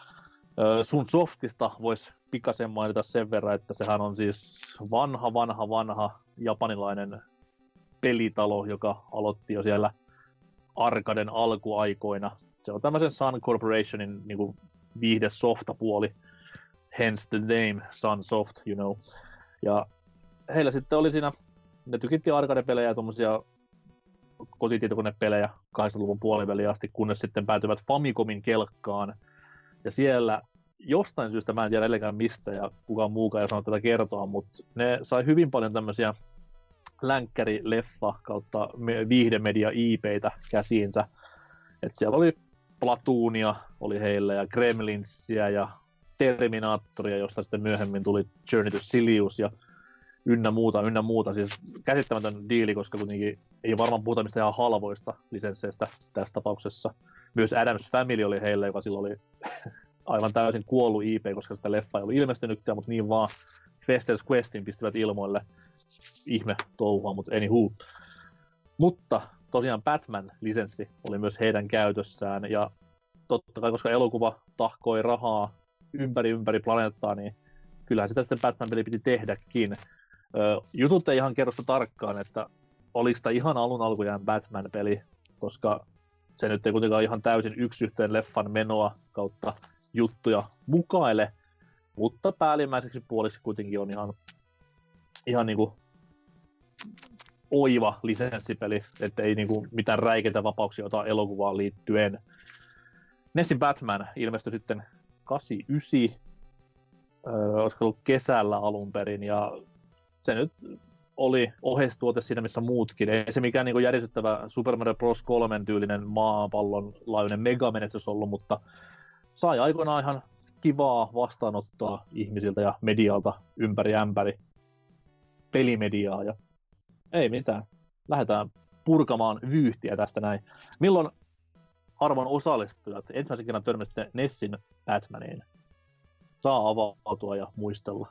B: Öö, Sun Softista voisi pikaisen mainita sen verran, että sehän on siis vanha, vanha, vanha japanilainen pelitalo, joka aloitti jo siellä arkaden alkuaikoina. Se on tämmöisen Sun Corporationin niin kuin viihdesoftapuoli, hence the name Sun Soft, you know. Ja heillä sitten oli siinä, ne tykitti arcade-pelejä ja tommosia kotitietokonepelejä kahdeksankymmentäluvun puoliväliin asti, kunnes sitten päätyvät Famicomin kelkkaan. Ja siellä jostain syystä, mä en tiedä edelleenkään mistä ja kukaan muukaan ei sano tätä kertoa, mutta ne sai hyvin paljon tämmöisiä länkkäri-leffa kautta viihdemedia I P:itä käsiinsä. Et siellä oli Platoonia oli heillä ja Gremlinsia ja Terminaattoria, josta sitten myöhemmin tuli Journey to Silius ja ynnä muuta, ynnä muuta. Siis käsittämätön diili, koska kuitenkin ei varmaan puhuta mistään ihan halvoista lisensseistä tässä tapauksessa. Myös Addams Family oli heillä, joka silloin oli aivan täysin kuollut I P, koska sitä leffa ei ollut ilmestynytkään, mutta niin vaan Fester's Questin pistivät ilmoille. Ihme touhua, mutta anywho. Mutta tosiaan Batman-lisenssi oli myös heidän käytössään, ja totta kai, koska elokuva tahkoi rahaa ympäri ympäri planeettaa, niin kyllähän sitä sitten Batman-peli piti tehdäkin. Ö, jutut ei ihan kerro sitä tarkkaan, että oliko sitä ihan alun alkujaan Batman-peli, koska se nyt ei kuitenkaan ihan täysin yksi yhteen leffan menoa kautta juttuja mukaile, mutta päällimmäiseksi puoliksi kuitenkin on ihan, ihan niinku oiva lisenssipeli, ettei niinku mitään räikeitä vapauksia ota elokuvaan liittyen. Nessin Batman ilmestyi sitten kahdeksankymmentäyhdeksän, öö, olisiko ollut kesällä alun perin, ja se nyt oli oheistuote siinä, missä muutkin. Ei se mikään niinku järjestettävä Super Mario Bros. kolme tyylinen maapallon laajuinen megamenestys ollut, mutta sai aikoinaan ihan kivaa vastaanottaa ihmisiltä ja medialta ympäri ämpäri pelimediaa, ja ei mitään. Lähdetään purkamaan vyyhtiä tästä näin. Milloin arvon osallistujat ensimmäisen kerran törmäsitte Nessin Batmaniin? Saa avautua ja muistella.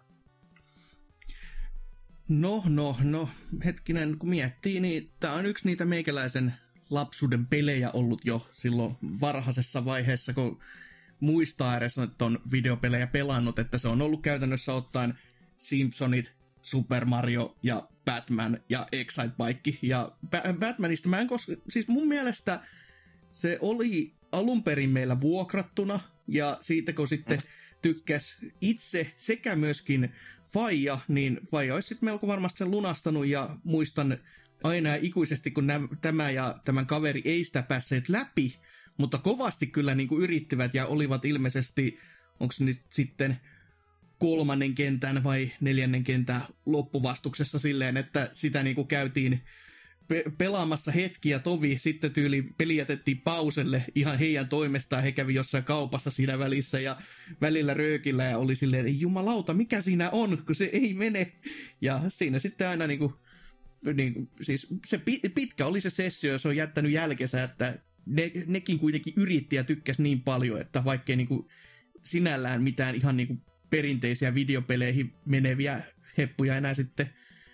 C: No, no, no. Hetkinen, kun miettii, niin tää on yksi niitä meikäläisen lapsuuden pelejä ollut jo silloin varhaisessa vaiheessa, kun muistaa edes, että on videopelejä pelannut, että se on ollut käytännössä ottaen Simpsonit, Super Mario ja Batman ja Excitebike. Ja Batmanista mä en koska, siis mun mielestä se oli alun perin meillä vuokrattuna, ja siitä kun sitten tykkäs itse sekä myöskin Faija, niin Faija olisi sitten melko varmasti sen lunastanut, ja muistan aina ikuisesti, kun nämä, tämä ja tämän kaveri ei sitä päässeet läpi, mutta kovasti kyllä niin kuin yrittivät ja olivat ilmeisesti, onko se nyt sitten kolmannen kentän vai neljännen kentän loppuvastuksessa silleen, että sitä niin kuin käytiin pe- pelaamassa hetkiä tovi, sitten tyyli peli jätettiin pauselle ihan heidän toimestaan, he kävi jossain kaupassa siinä välissä ja välillä röökillä ja oli silleen, että jumalauta, mikä siinä on, kun se ei mene. Ja siinä sitten aina niin kuin, niin kuin siis se pitkä oli se sessio, jos on jättänyt jälkensä, että ne, nekin kuitenkin yritti ja tykkäsi niin paljon, että vaikkei niin kuin sinällään mitään ihan niin kuin perinteisiä videopeleihin meneviä heppuja enää sitten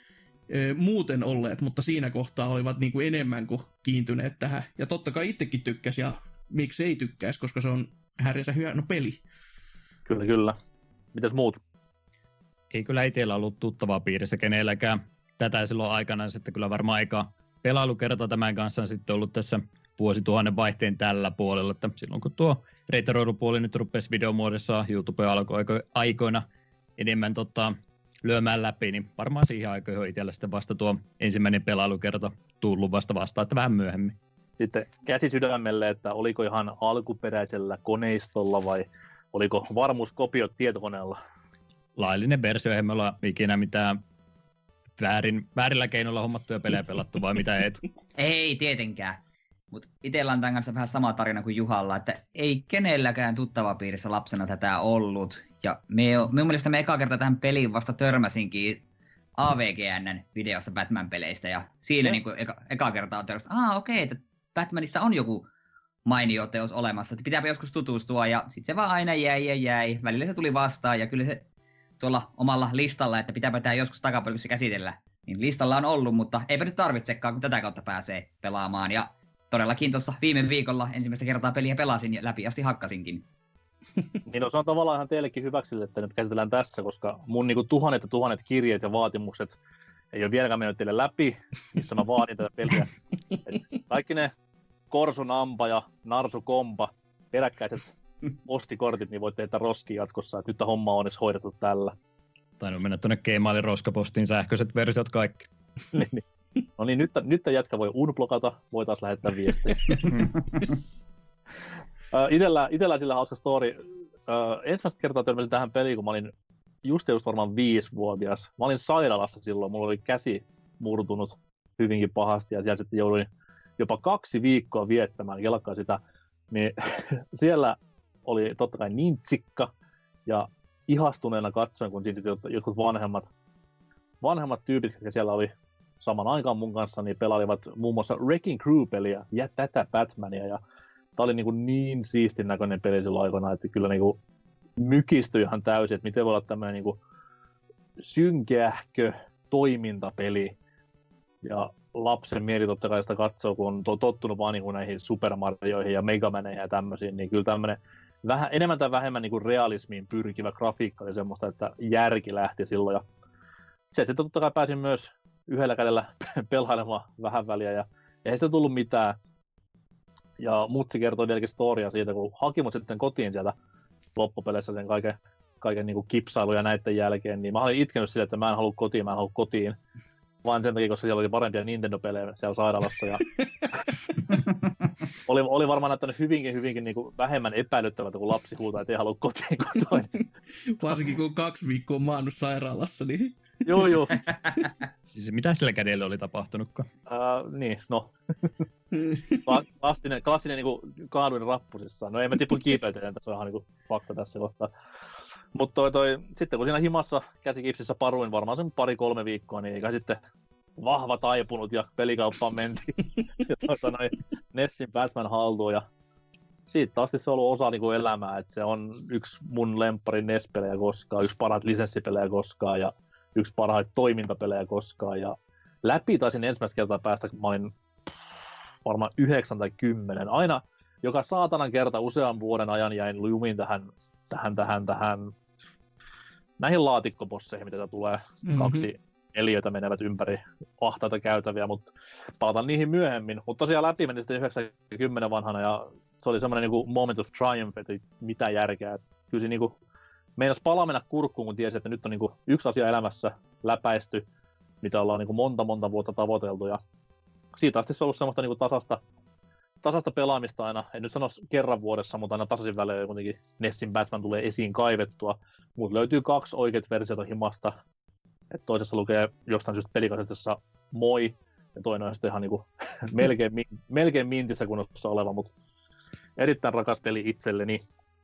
C: ö, muuten olleet, mutta siinä kohtaa olivat niin kuin enemmän kuin kiintyneet tähän. Ja totta kai itsekin tykkäsi, ja miksi ei tykkäisi, koska se on härinsä hieno peli.
B: Kyllä, kyllä. Mitäs muut?
D: Ei kyllä itsellä ollut tuttavaa piirissä kenelläkään. Tätä silloin aikana sitten kyllä varmaan aika pelailukerta tämän kanssa on sitten ollut tässä vuosituhannen vaihteen tällä puolella, että silloin kun tuo reitoroilupuoli nyt rupesi videomuodossa, YouTube alkoi aikoina enemmän tota, lyömään läpi, niin varmaan siihen aikoihin on itsellä sitten vasta tuo ensimmäinen pelailukerta tullut vasta vasta, että vähän myöhemmin.
B: Sitten käsi sydämelle, että oliko ihan alkuperäisellä koneistolla vai oliko varmuuskopiot tietokoneella?
D: Laillinen versio, eihän me olla ikinä mitään väärin, väärillä keinoilla hommattuja pelejä pelattu, vai mitä Eetu?
E: Ei tietenkään. Mutta itsellä on tämän kanssa vähän sama tarina kuin Juhalla, että ei kenelläkään tuttavapiirissä lapsena tätä ollut. Ja me, minun mielestä me eka kerta tähän peliin vasta törmäsinkin A V G N:n videossa Batman-peleistä. Ja siinä niin kuin eka, eka kertaa on törmästä, että okei, että Batmanissa on joku mainio teos olemassa, että pitääpä joskus tutustua. Ja sitten se vaan aina jäi ja jäi. Välillä se tuli vastaan ja kyllä se tuolla omalla listalla, että pitääpä tämä joskus takapelussa käsitellä. Niin listalla on ollut, mutta eipä nyt tarvitsekaan, kun tätä kautta pääsee pelaamaan. Ja todellakin tuossa viime viikolla ensimmäistä kertaa peliä pelasin ja läpi asti hakkasinkin.
B: Niin no, se on tavallaan ihan teillekin hyväksi, että nyt käsitellään tässä, koska mun niinku tuhannet ja tuhannet kirjeet ja vaatimukset ei ole vieläkään mennyt teille läpi, missä mä vaadin tätä peliä. Et kaikki ne Korsun Ampa ja Narsu Kompa, peräkkäiset postikortit, niin voitte tehdä roskiin jatkossa, että nyt tämä homma on onneksi hoidettu tällä.
D: Tainnut mennä tuonne Gmailin roskapostiin sähköiset versiot kaikki.
B: No niin, nyt, nyt jätkä voi unblokata, voi taas lähettää viestiä. Itellä, itellä sillä hauska story. äh, ensimmäistä kertaa törmäsin tähän peliin, kun mä olin just just varmaan viisivuotias. Mä olin sairaalassa silloin, mulla oli käsi murtunut hyvinkin pahasti ja siellä sitten jouduin jopa kaksi viikkoa viettämään kelkkaa sitä. Niin siellä oli totta kai nintsikka ja ihastuneena katsoin, kun siinä jotkut vanhemmat, vanhemmat tyypit, jotka siellä oli saman aikaan mun kanssa, niin pelailivat muun muassa Wrecking Crew-peliä ja tätä Batmania. Ja tää oli niin, kuin niin siistin näköinen peli silloin aikana, että kyllä niin kuin mykistyi ihan täysin, että miten voi olla tämmöinen niin kuin synkähkö toimintapeli. Ja lapsen mieli totta kai sitä katsoo, kun on tottunut vaan niin kuin näihin Super Marioihin ja Mega Maneihin ja tämmöisiin, niin kyllä tämmöinen vähän, enemmän tai vähemmän niin kuin realismiin pyrkivä grafiikka oli semmoista, että järki lähti silloin. Ja se sitten totta kai pääsin myös yhdellä kädellä pelailemaan vähän väliä ja eihän sitä tullut mitään. Ja mutsi kertoi vieläkin storia siitä, kun haki mut sitten kotiin sieltä loppupeleissä sen kaiken, kaiken niin kuin kipsailun ja näiden jälkeen, niin mä olin itkenyt sille, että mä en halua kotiin, mä en halua kotiin. Vaan sen takia, koska siellä oli parempia Nintendo-pelejä siellä sairaalassa. Ja oli, oli varmaan näyttänyt hyvinkin, hyvinkin niin kuin vähemmän epäilyttävältä, kun lapsi huutaa, että ei halua kotiin kotoin.
C: Varsinkin kun kaksi viikkoa maannut sairaalassa, niin...
B: Joo, joo.
D: Siis mitä sillä kädellä oli tapahtunutkaan?
B: Uh, niin, no. klassinen, klassinen niin kuin kaaduin rappusissaan. No ei mä tipu kiipeyteen, tässä on ihan niin kuin fakta tässä kohtaa. Mutta toi, toi, sitten kun siinä himassa käsikipsissä paruin varmaan sen pari-kolme viikkoa, niin eikä sitten vahva taipunut ja pelikauppaan mentiin. ja toista noin Nessin Batman haltuun ja siitä asti se on ollut osa niin kuin elämää, että se on yksi mun lemppari N E S-pelejä koskaan, yksi parhaat lisenssipelejä koskaan ja yksi parhaita toimintapelejä koskaan. Ja läpi taisin ensimmäistä kertaa päästä, kun mä olin varmaan yhdeksän tai kymmenen. Aina joka saatanan kerta usean vuoden ajan jäin jumiin tähän, tähän, tähän, tähän näihin laatikkobosseihin, mitä tulee. Mm-hmm. Kaksi eliöitä menevät ympäri ahtaita käytäviä, mutta palataan niihin myöhemmin. Mutta tosiaan läpi meni sitten yhdeksänkymmentä vanhana ja se oli semmoinen niinku moment of triumph, että mitä järkeä. Kyllä se niinku meinas palaa mennä kurkkuun, kun tiesi, että nyt on niinku yksi asia elämässä läpäisty, mitä ollaan niinku monta monta vuotta tavoiteltu. Ja siitä asti se on ollut semmoista niinku tasasta, tasasta pelaamista aina, en nyt sano kerran vuodessa, mutta aina tasaisin välein kuitenkin Nessin Batman tulee esiin kaivettua. Mut löytyy kaksi oikeat versiota himasta. Et toisessa lukee jostain syystä pelikasetissa moi, ja toinen on sitten ihan niinku melkein, melkein mintissä kunnossa oleva, mutta erittäin rakas peli itselleni.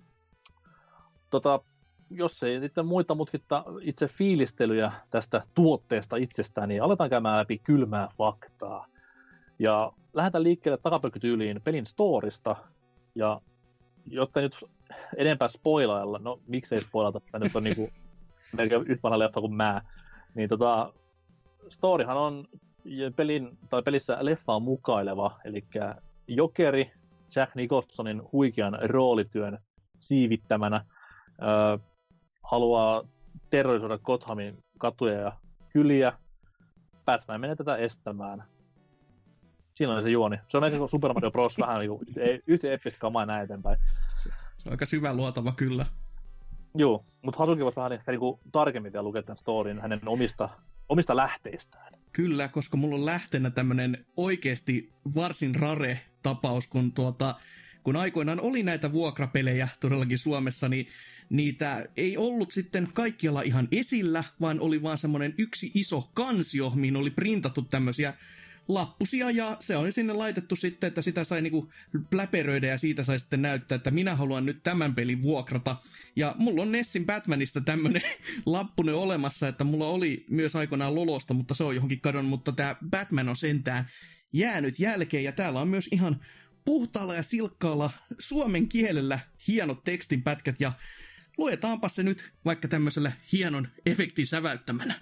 B: Tota, jos ei sitten muita mutkitta itse fiilistelyjä tästä tuotteesta itsestään, niin aletaan käymään läpi kylmää faktaa. Ja lähdetään liikkeelle takapölkkytyyliin pelin storista, ja jotta nyt enempää spoilailla, no miksei spoilata, että nyt on niinku melkein yhtä vanha leffa kuin mä, niin tota, storyhan on pelin, tai pelissä leffaan mukaileva, eli Jokeri Jack Nicholsonin huikean roolityön siivittämänä öö, haluaa terrorisoida Gothamin katuja ja kyliä. Batman menee tätä estämään. Siinä on se juoni. Se on melkein kuin Super Mario Bros. Vähän niin kuin yhtä eeppistä kamaa näin eteenpäin.
C: Se, se on aika syvä luotava kyllä.
B: Joo, mutta Hasuki voisi vähän ehkä niinku tarkemmin vielä lukea tämän storyn hänen omista, omista lähteistään.
C: Kyllä, koska mulla on lähteenä tämmönen oikeesti varsin rare tapaus, kun tuota, kun aikoinaan oli näitä vuokrapelejä todellakin Suomessa, niin niitä ei ollut sitten kaikkialla ihan esillä, vaan oli vaan semmonen yksi iso kansio, mihin oli printattu tämmösiä lappusia, ja se on sinne laitettu sitten, että sitä sai niinku pläperöidä ja siitä sai sitten näyttää, että minä haluan nyt tämän pelin vuokrata. Ja mulla on Nessin Batmanista tämmönen lappune olemassa, että mulla oli myös aikoinaan Lolosta, mutta se on johonkin kadonnut, mutta tää Batman on sentään jäänyt jälkeen, ja täällä on myös ihan puhtaalla ja silkkaalla suomen kielellä hienot tekstinpätkät, ja luetaanpa se nyt vaikka tämmöisellä hienon efektin säväyttämänä.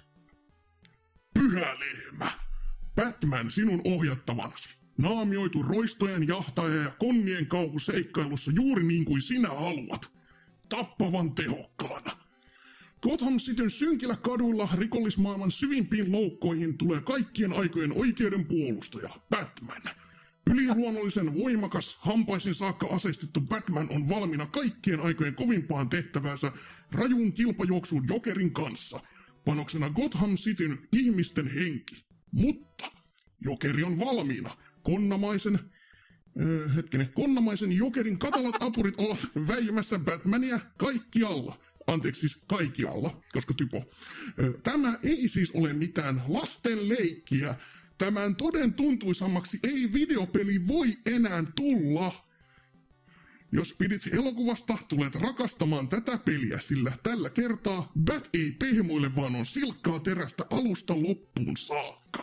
F: Pyhä lehmä! Batman sinun ohjattavanasi. Naamioitu roistojen jahtaja ja konnien kauhu seikkailussa juuri niin kuin sinä haluat. Tappavan tehokkaana. Gotham Cityn synkillä kaduilla rikollismaailman syvimpiin loukkoihin tulee kaikkien aikojen oikeuden puolustaja, Batman. Yliluonnollisen voimakas, hampaisin saakka aseistettu Batman on valmiina kaikkien aikojen kovimpaan tehtäväänsä rajuun kilpajuoksuun Jokerin kanssa. Panoksena Gotham Cityn ihmisten henki. Mutta Jokeri on valmiina konnamaisen Öö, hetkinen, konnamaisen jokerin katalat apurit ovat väijymässä Batmania kaikkialla. Anteeksi, siis kaikkialla, koska typo. Öö, tämä ei siis ole mitään lasten leikkiä. Tämän toden tuntuisammaksi ei videopeli voi enää tulla. Jos pidit elokuvasta, tulet rakastamaan tätä peliä, sillä tällä kertaa Bat ei pehmoille, vaan on silkkaa terästä alusta loppuun saakka.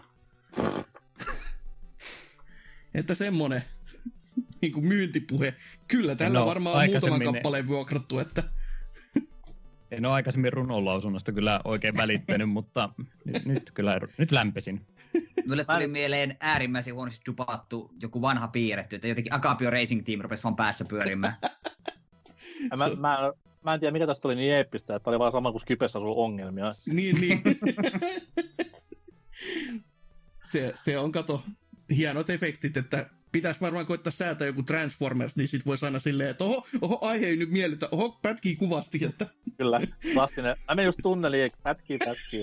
C: Että semmonen niin kuin myyntipuhe. Kyllä, tällä
D: no,
C: varmaan on muutaman kappaleen vuokrattu, että...
D: En ole aikaisemmin runonlausunnosta kyllä oikein välittänyt, mutta nyt, nyt kyllä nyt lämpesin.
E: Mulle tuli mieleen äärimmäisen huonosti dupattu joku vanha piirretty, että jotenkin Agapio Racing Team rupesi vaan päässä pyörimään.
B: mä, mä, mä en tiedä, mikä tästä oli niin eeppistä, että oli vaan sama kuin Skypessä sulla ongelmia.
C: Niin, niin. se, se on, kato, hienot efektit, että pitäisi varmaan koittaa säätää joku Transformers, niin sit voisi aina silleen, että oho, oho, aihe ei nyt miellytä, oho, pätkii kuvasti, että...
B: Kyllä, klassinen. Mä menin just tunneliin, pätkii, pätkii.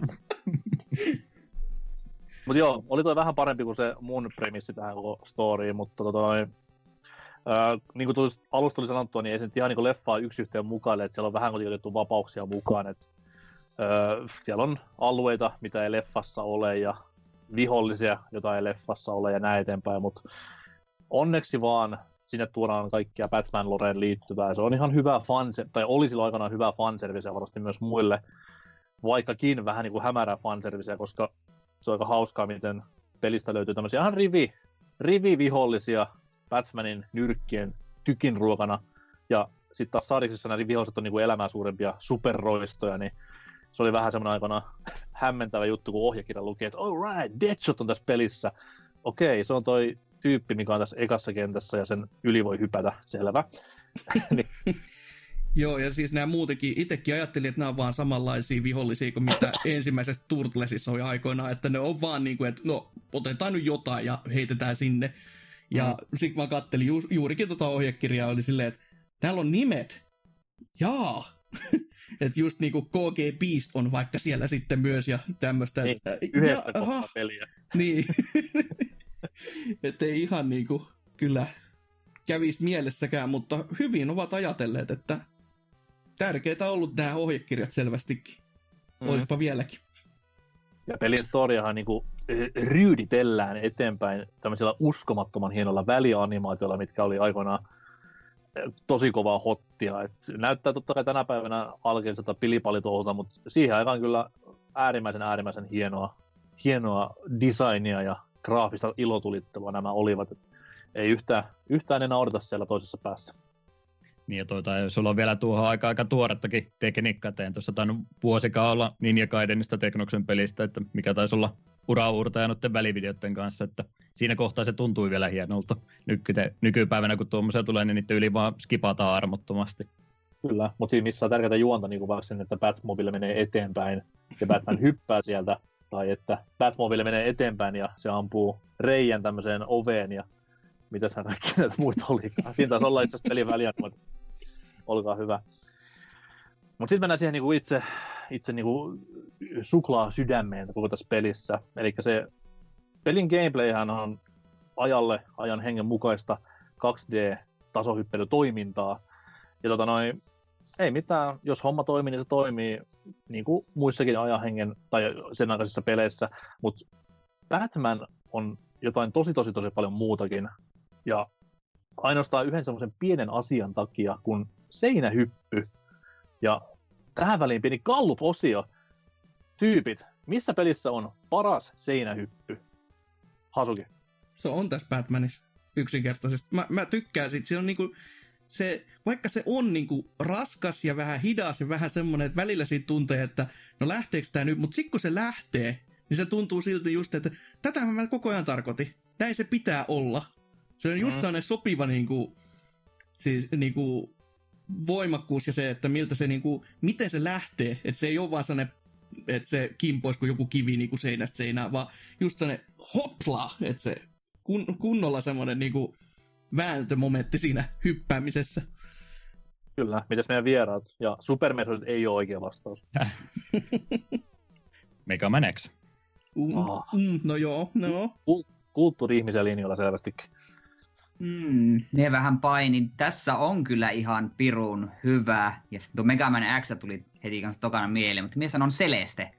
B: Mut joo, oli toi vähän parempi kuin se mun premissi tähän koko storyin, mutta tota noin... Äh, niin kuin tuossa alusta tuli sanottua, niin ei se nyt ihan niin kuin leffaa yksi yhteen mukaille, että siellä on vähän kuitenkin otettu vapauksia mukaan, että äh, siellä on alueita, mitä ei leffassa ole, ja vihollisia, jota ei leffassa ole ja näin eteenpäin, mutta onneksi vaan sinne tuodaan kaikkia Batman Loreen liittyvää. Se on ihan hyvä fanservice, tai oli silloin aikanaan hyvä fanservice ja varmasti myös muille, vaikkakin vähän niin kuin hämärää fanserviceä, koska se on aika hauskaa, miten pelistä löytyy tämmöisiä ihan rivi, rivivihollisia Batmanin nyrkkien tykin ruokana, ja sitten taas Sadiksessa nämä viholliset on niin kuin elämää suurempia superroistoja, niin se oli vähän semmoinen aikana hämmentävä juttu, kun ohjekirja luki, että all right, Deadshot on tässä pelissä. Okei, se on toi tyyppi, mikä on tässä ekassa kentässä ja sen yli voi hypätä, selvä. niin.
C: Joo, ja siis nämä muutenkin, itsekin ajattelin, että nämä on vaan samanlaisia vihollisia kuin mitä ensimmäisessä Turtlesissa oli aikoinaan, että ne on vaan niin kuin, että no, otetaan nyt jotain ja heitetään sinne. Ja mm. sitten mä kattelin ju- juurikin tota ohjekirjaa, oli silleen, että täällä on nimet. Jaa. Että just niinku K G Beast on vaikka siellä sitten myös ja tämmöistä.
B: Niin, yhdessä kohtaa peliä.
C: Niin. Että ei ihan niinku kyllä kävisi mielessäkään, mutta hyvin ovat ajatelleet, että tärkeää on ollut nämä ohjekirjat selvästikin. Mm. Olispa vieläkin.
B: Ja pelin storiahan niinku ryyditellään eteenpäin tämmöisellä uskomattoman hienolla välianimaatiolla, mitkä oli aikoinaan tosi kovaa hottia. Et näyttää totta kai tänä päivänä alkeelliselta pilipalitouhulta, mutta siihen aikaan kyllä äärimmäisen äärimmäisen hienoa, hienoa designia ja graafista ilotulittelua nämä olivat. Et ei yhtään, yhtään enää odota siellä toisessa päässä.
D: Niin ja tuota, jos sulla on vielä tuohon aika, aika tuorettakin tekniikkaa, teen tuossa tainnut vuosikaan olla Ninja Gaidenista Teknoksen pelistä, että mikä taisi olla ura-uurtaja noiden välivideoiden kanssa, että siinä kohtaa se tuntui vielä hienolta. Nykyte, nykypäivänä kun tuommoisia tulee, niin niitä yli vaan skipataan armottomasti.
B: Kyllä, mutta siinä missä on tärkeää juonta, niin kuin vaikka sen, että Batmobile menee eteenpäin ja Batman hyppää sieltä, tai että Batmobile menee eteenpäin ja se ampuu reijän tämmöiseen oveen ja mitäs näitä kaikki näitä muita olikaan. Siinä taisi olla itse asiassa pelin väliä, mutta olkaa hyvä. Mutta sitten mennään siihen niinku itse, itse niinku suklaa sydämeen koko tässä pelissä. Eli se pelin gameplayhän on ajalle, ajan hengen mukaista kaksi D-tasohyppelytoimintaa. Ja tota noin, ei mitään, jos homma toimii, niin se toimii niin kuin muissakin ajan hengen tai sen aikaisissa peleissä. Mutta Batman on jotain tosi tosi tosi paljon muutakin. Ja ainoastaan yhden semmoisen pienen asian takia, kun seinähyppy ja tähän väliin pieni Gallup-osio. Tyypit, missä pelissä on paras seinähyppy? Hasuki.
C: Se on tässä Batmanissa yksinkertaisesti. Mä, mä tykkään siitä. Se on niinku, se, vaikka se on niinku raskas ja vähän hidas ja vähän semmoinen, että välillä siitä tuntee, että no lähteekö tää nyt, mutta sitten kun se lähtee, niin se tuntuu silti just, että tätähän mä koko ajan tarkoitin. Näin se pitää olla. Se on just mm. sellainen sopiva niinku, siis niinku voimakkuus ja se, että miltä se niinku, miten se lähtee, että se ei ole vaan sellainen, että se kimpoisi kuin joku kivi niinku seinästä seinään, vaan just sellainen hopla, että se kun, kunnolla semmoinen niinku vääntömomentti siinä hyppäämisessä.
B: Kyllä, mitäs meidän vieraat? Ja Super Metroid ei ole oikea vastaus.
D: Mega Man X.
C: Mm,
B: oh.
C: mm, no joo, no.
B: Ku- kulttuuri-ihmisen linjoilla selvästikin.
E: Mm, ne vähän painin. Tässä on kyllä ihan pirun hyvä. Ja sitten tuo Mega Man X tuli heti kanssa tokana mieleen, mutta mies sanon Celeste.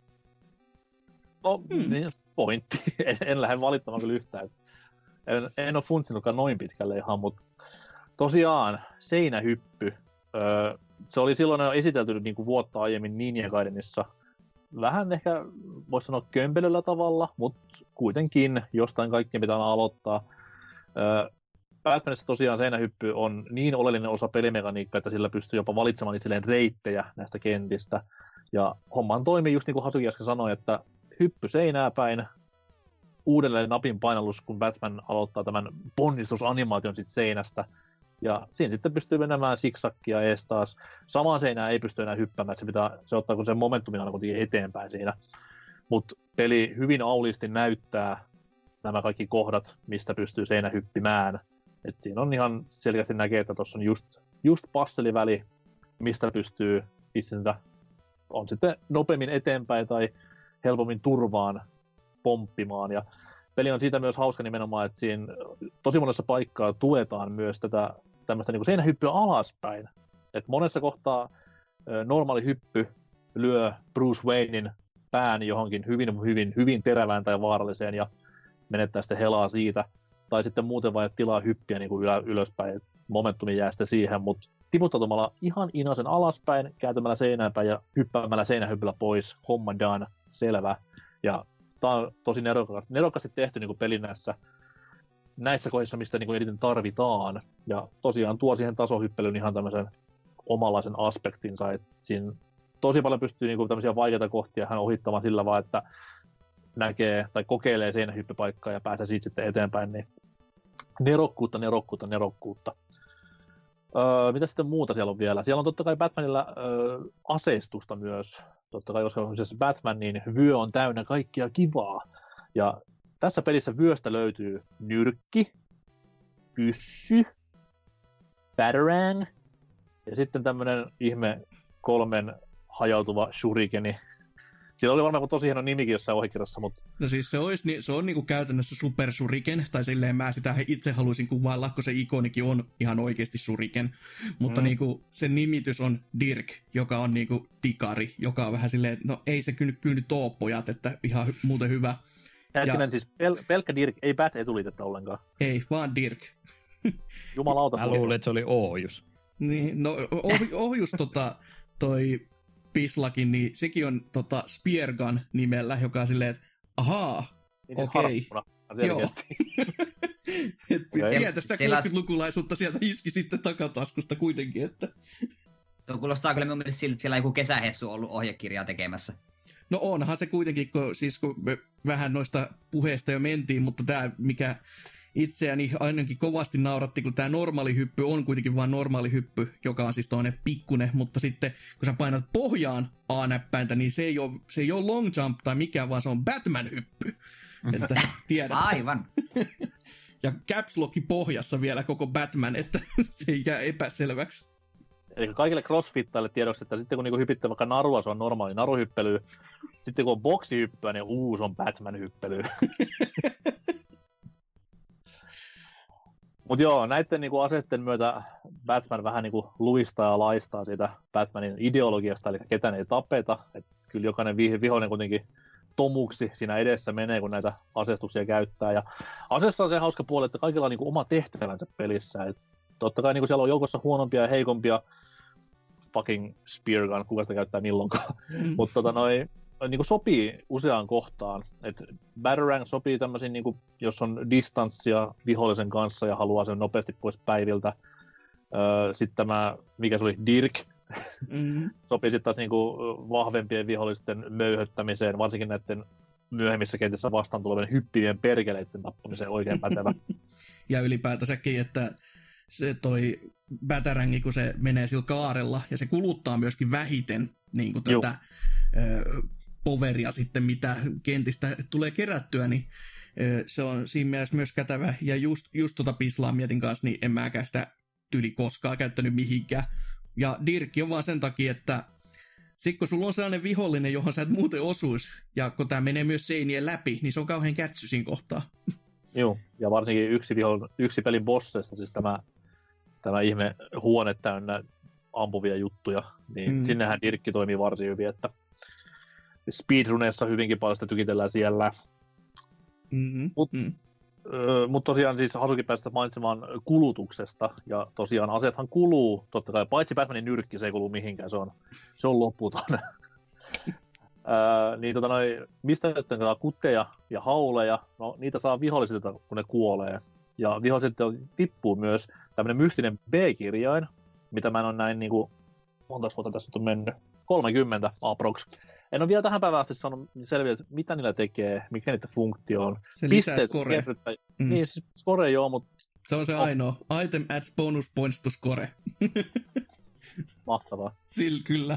B: No, mm. niin, pointti. En, en lähde valittamaan kyllä yhtään. En, en ole funtsinutkaan noin pitkälle ihan, mutta tosiaan seinähyppy. Öö, se oli silloin jo esitelty niin kuin vuotta aiemmin Ninja Gaidenissa. Vähän ehkä, voisi sanoa kömpelöllä tavalla, mutta kuitenkin jostain kaikkien pitää aloittaa. Öö, Batmanissa tosiaan seinähyppy on niin oleellinen osa pelimekaniikkaa, että sillä pystyy jopa valitsemaan itselleen reittejä näistä kentistä. Ja homman toimii just niin kuin Hasuki äsken sanoi, että hyppy seinää päin, uudelleen napin painallus, kun Batman aloittaa tämän ponnistusanimaation sit seinästä. Ja siinä sitten pystyy menemään siksakkia ees taas. Samaan seinään ei pysty enää hyppäämään, se, pitää, se ottaa kun sen momentumin aina kuitenkin eteenpäin siinä. Mutta peli hyvin auliisti näyttää nämä kaikki kohdat, mistä pystyy seinä hyppimään. Et siinä on ihan selkeästi näkee, että tuossa on just, just passeliväli, mistä pystyy itsensä on sitten nopeammin eteenpäin tai helpommin turvaan pomppimaan. Ja peli on siitä myös hauska nimenomaan, että siinä tosi monessa paikkaa tuetaan myös tätä tämmöistä niin kuin seinähyppyä alaspäin. Et monessa kohtaa normaali hyppy lyö Bruce Waynein pään johonkin hyvin, hyvin, hyvin terävään tai vaaralliseen ja menettää sitten helaa siitä. Tai sitten muuten vain tilaa hyppiä niin kuin ylä, ylöspäin, momentumi jää sitten siihen, mutta tiputtautumalla ihan inasen alaspäin, kääntämällä seinään päin ja hyppäämällä seinähyppyllä pois, homma done, selvä. Ja tää on tosi nerokkaasti, nerokkaasti tehty niin kuin pelin näissä, näissä kohdissa, mistä niin kuin eniten tarvitaan. Ja tosiaan tuo siihen tasohyppelyyn ihan tämmöisen omanlaisen aspektinsa, että siinä tosi paljon pystyy niin kuin tämmöisiä vaikeita kohtia hän ohittamaan sillä vaan, että näkee tai kokeilee seinähyppypaikkaa ja pääsee siitä sitten eteenpäin, niin nerokkuutta, nerokkuutta, nerokkuutta. Öö, mitä sitten muuta siellä on vielä? Siellä on totta kai Batmanilla öö, aseistusta myös. Totta kai, koska on siis Batman, niin vyö on täynnä kaikkia kivaa. Ja tässä pelissä vyöstä löytyy nyrkki, pyssy, batarang ja sitten tämmönen ihme kolmen hajautuva shurikeni. Siellä oli varmaan tosi hieno nimikin jossain ohikirjassa, mutta...
C: No siis se, olisi, se on niinku käytännössä Super Shuriken, tai silleen mä sitä itse haluaisin kuvailla, kun se ikonikin on ihan oikeasti Shuriken. Mutta mm. niinku sen nimitys on Dirk, joka on niinku tikari, joka on vähän silleen, no ei se kyllä, kyllä nyt oo pojat, että ihan hy- muuten hyvä.
B: Hetkinen, ja... siis pel- pelkkä Dirk, ei Bat etuliitettä ollenkaan.
C: Ei, vaan Dirk.
B: Jumalauta.
D: Mä luulen, että se oli Ohjus.
C: Niin, no oh- Ohjus tota, toi... Pislakin, niin sekin on tota Speargun nimellä, joka on silleen, että ahaa,
B: niin
C: okei. Okay. Joo. Pientä sitä kuusikymmentälukulaisuutta sieltä iski sitten takataskusta kuitenkin, että...
E: Tuo kuulostaa kyllä mun mielestä siltä, että siellä on joku kesähessu ollut ohjekirjaa tekemässä.
C: No onhan se kuitenkin, kun, siis kun me vähän noista puheista jo mentiin, mutta tämä mikä itseäni ainakin kovasti nauratti, kun tämä normaali hyppy on kuitenkin vain normaali hyppy, joka on siis toinen pikkunen, mutta sitten kun sä painat pohjaan A-näppäintä, niin se ei ole, se ei ole long jump tai mikään, vaan se on Batman-hyppy. Että tiedät.
E: Aivan.
C: Ja caps locki pohjassa vielä koko Batman, että se ei jää epäselväksi.
B: Eli kaikille crossfittaille tiedoksi, että sitten kun niinku hypittää vaikka narua, se on normaali naruhyppely. Sitten kun on boksihyppyä, niin uu, se on Batman-hyppely. Mutta joo, näiden niinku aseiden myötä Batman vähän niinku luistaa ja laistaa siitä Batmanin ideologiasta, eli ketään ei tapeta. Et kyllä jokainen vihollinen kuitenkin tomuksi siinä edessä menee, kun näitä asestuksia käyttää. Ja aseessa on se hauska puoli, että kaikilla on niinku oma tehtävänsä pelissä. Et totta kai niinku siellä on joukossa huonompia ja heikompia, fucking speargun, kuka sitä käyttää milloinkaan. Mm. Mutta tota noi, niinku sopii useaan kohtaan. Et Batarang sopii tämmöisiin, niinku, jos on distanssia vihollisen kanssa ja haluaa sen nopeasti pois päiviltä. Öö, sitten tämä, mikä se oli, Dirk, mm-hmm. sopii sitten taas niinku vahvempien vihollisten möyhöttämiseen, varsinkin näiden myöhemmissä kentissä vastaan tulevien hyppivien perkeleiden tappamiseen oikein pätevä.
C: Ja ylipäätänsäkin, että se toi Batarangi, kun se menee sillä kaarella, ja se kuluttaa myöskin vähiten niin kuin tätä ö, poveria sitten, mitä kentistä tulee kerättyä, niin ö, se on siinä mielessä myös kätevä. Ja just, just tota Pislaa mietin kanssa, niin en mäkään sitä tyli koskaan käyttänyt mihinkään. Ja Dirkki on vaan sen takia, että sitten kun sulla on sellainen vihollinen, johon sä et muuten osuisi, ja kun tää menee myös seinien läpi, niin se on kauhean kätsy siinä kohtaa.
B: Joo, ja varsinkin yksi, viho, yksi pelin bosseista, siis tämä, tämä ihme huone täynnä ampuvia juttuja, niin mm. sinnehän Dirkki toimii varsin hyvin, että speedruneissa hyvinkin paljon sitä tykitellään siellä.
C: Mm-hmm.
B: Mutta
C: mm.
B: mut tosiaan siis Hasuki päästä mainitsemaan kulutuksesta, ja tosiaan aseethan kuluu, totta kai, paitsi Batmanin nyrkki, se ei kulu mihinkään, se on, se on loputon. Öö, niin tota noi, mistä nyt saa kutteja ja hauleja, no niitä saa vihollisilta, kun ne kuolee. Ja vihollisilta tippuu myös tämmönen mystinen B-kirjain, mitä mä en ole näin niinku, monta vuotta tässä on mennyt, kolmekymmentä aprox. En ole vielä tähän päivään asti saanut selviä, että mitä niillä tekee, mikä niiden funktio on.
C: Se lisää score.
B: Mm. Niin, siis score joo, mutta...
C: Se on se ainoa. Item adds bonus points to score.
B: Mahtavaa.
C: Sillä kyllä.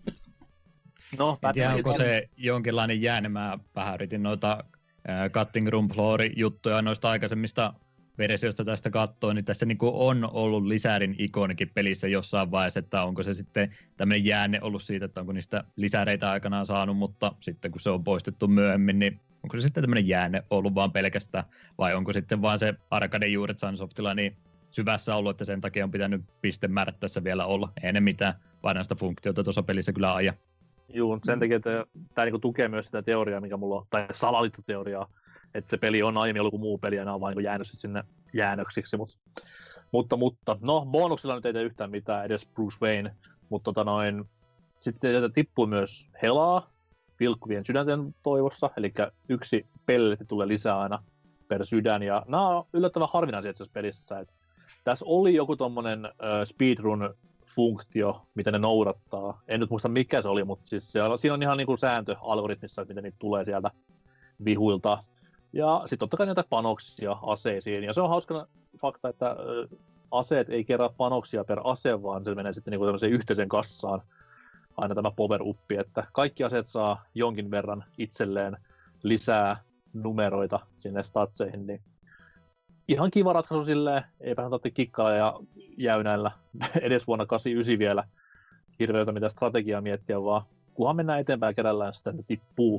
B: No,
D: en tiedä, onko se jonkinlainen jäänemää. Vähän yritin noita äh, Cutting Room Floor-juttuja noista aikaisemmista versioista tästä katsoa, niin tässä niin on ollut lisärin ikonikin pelissä jossain vaiheessa, että onko se sitten tämmöinen jäänne ollut siitä, että onko niistä lisäreitä aikanaan saanut, mutta sitten kun se on poistettu myöhemmin, niin onko se sitten tämmöinen jäänne ollut vaan pelkästään, vai onko sitten vaan se arcade juuret Sunsoftilla niin syvässä ollut, että sen takia on pitänyt pistemäärät tässä vielä olla. Ei ne mitään varsinaista funktiota tuossa pelissä kyllä aja.
B: Joo, sen takia, että tämä niinku tukee myös sitä teoriaa, mikä mulla on, tai salaliittoteoriaa, että se peli on aiemmin ollut kuin muu peli, ja nämä on vain niin jäänyt sinne jäännöksiksi. Mutta, mutta, mutta, no, bonuksilla nyt ei tee yhtään mitään, edes Bruce Wayne, mutta tota noin, sitten sieltä tippuu myös helaa vilkkuvien sydänten toivossa, eli yksi pelletti tulee lisää aina per sydän, ja nämä on yllättävän harvinaisia itse pelissä. Et tässä oli joku tommonen äh, speedrun-funktio, mitä ne noudattaa. En nyt muista mikä se oli, mutta siis se, siinä on ihan niinku sääntö algoritmissa, että miten niitä tulee sieltä vihuilta. Ja sitten totta kai näitä panoksia aseisiin. Ja se on hauska fakta, että äh, aseet ei kerää panoksia per ase, vaan se menee sitten niinku tämmöiseen yhteiseen kassaan. Aina tämä power-uppi, että kaikki aseet saa jonkin verran itselleen lisää numeroita sinne statseihin, niin ihan kiva ratkaisu silleen, eipähän tarvitse kikkailla ja jäynäillä edes vuonna kahdeksankymmentäyhdeksän vielä hirveätä mitä strategiaa miettiä, vaan kunhan mennään eteenpäin kerällään sitä, että tippuu.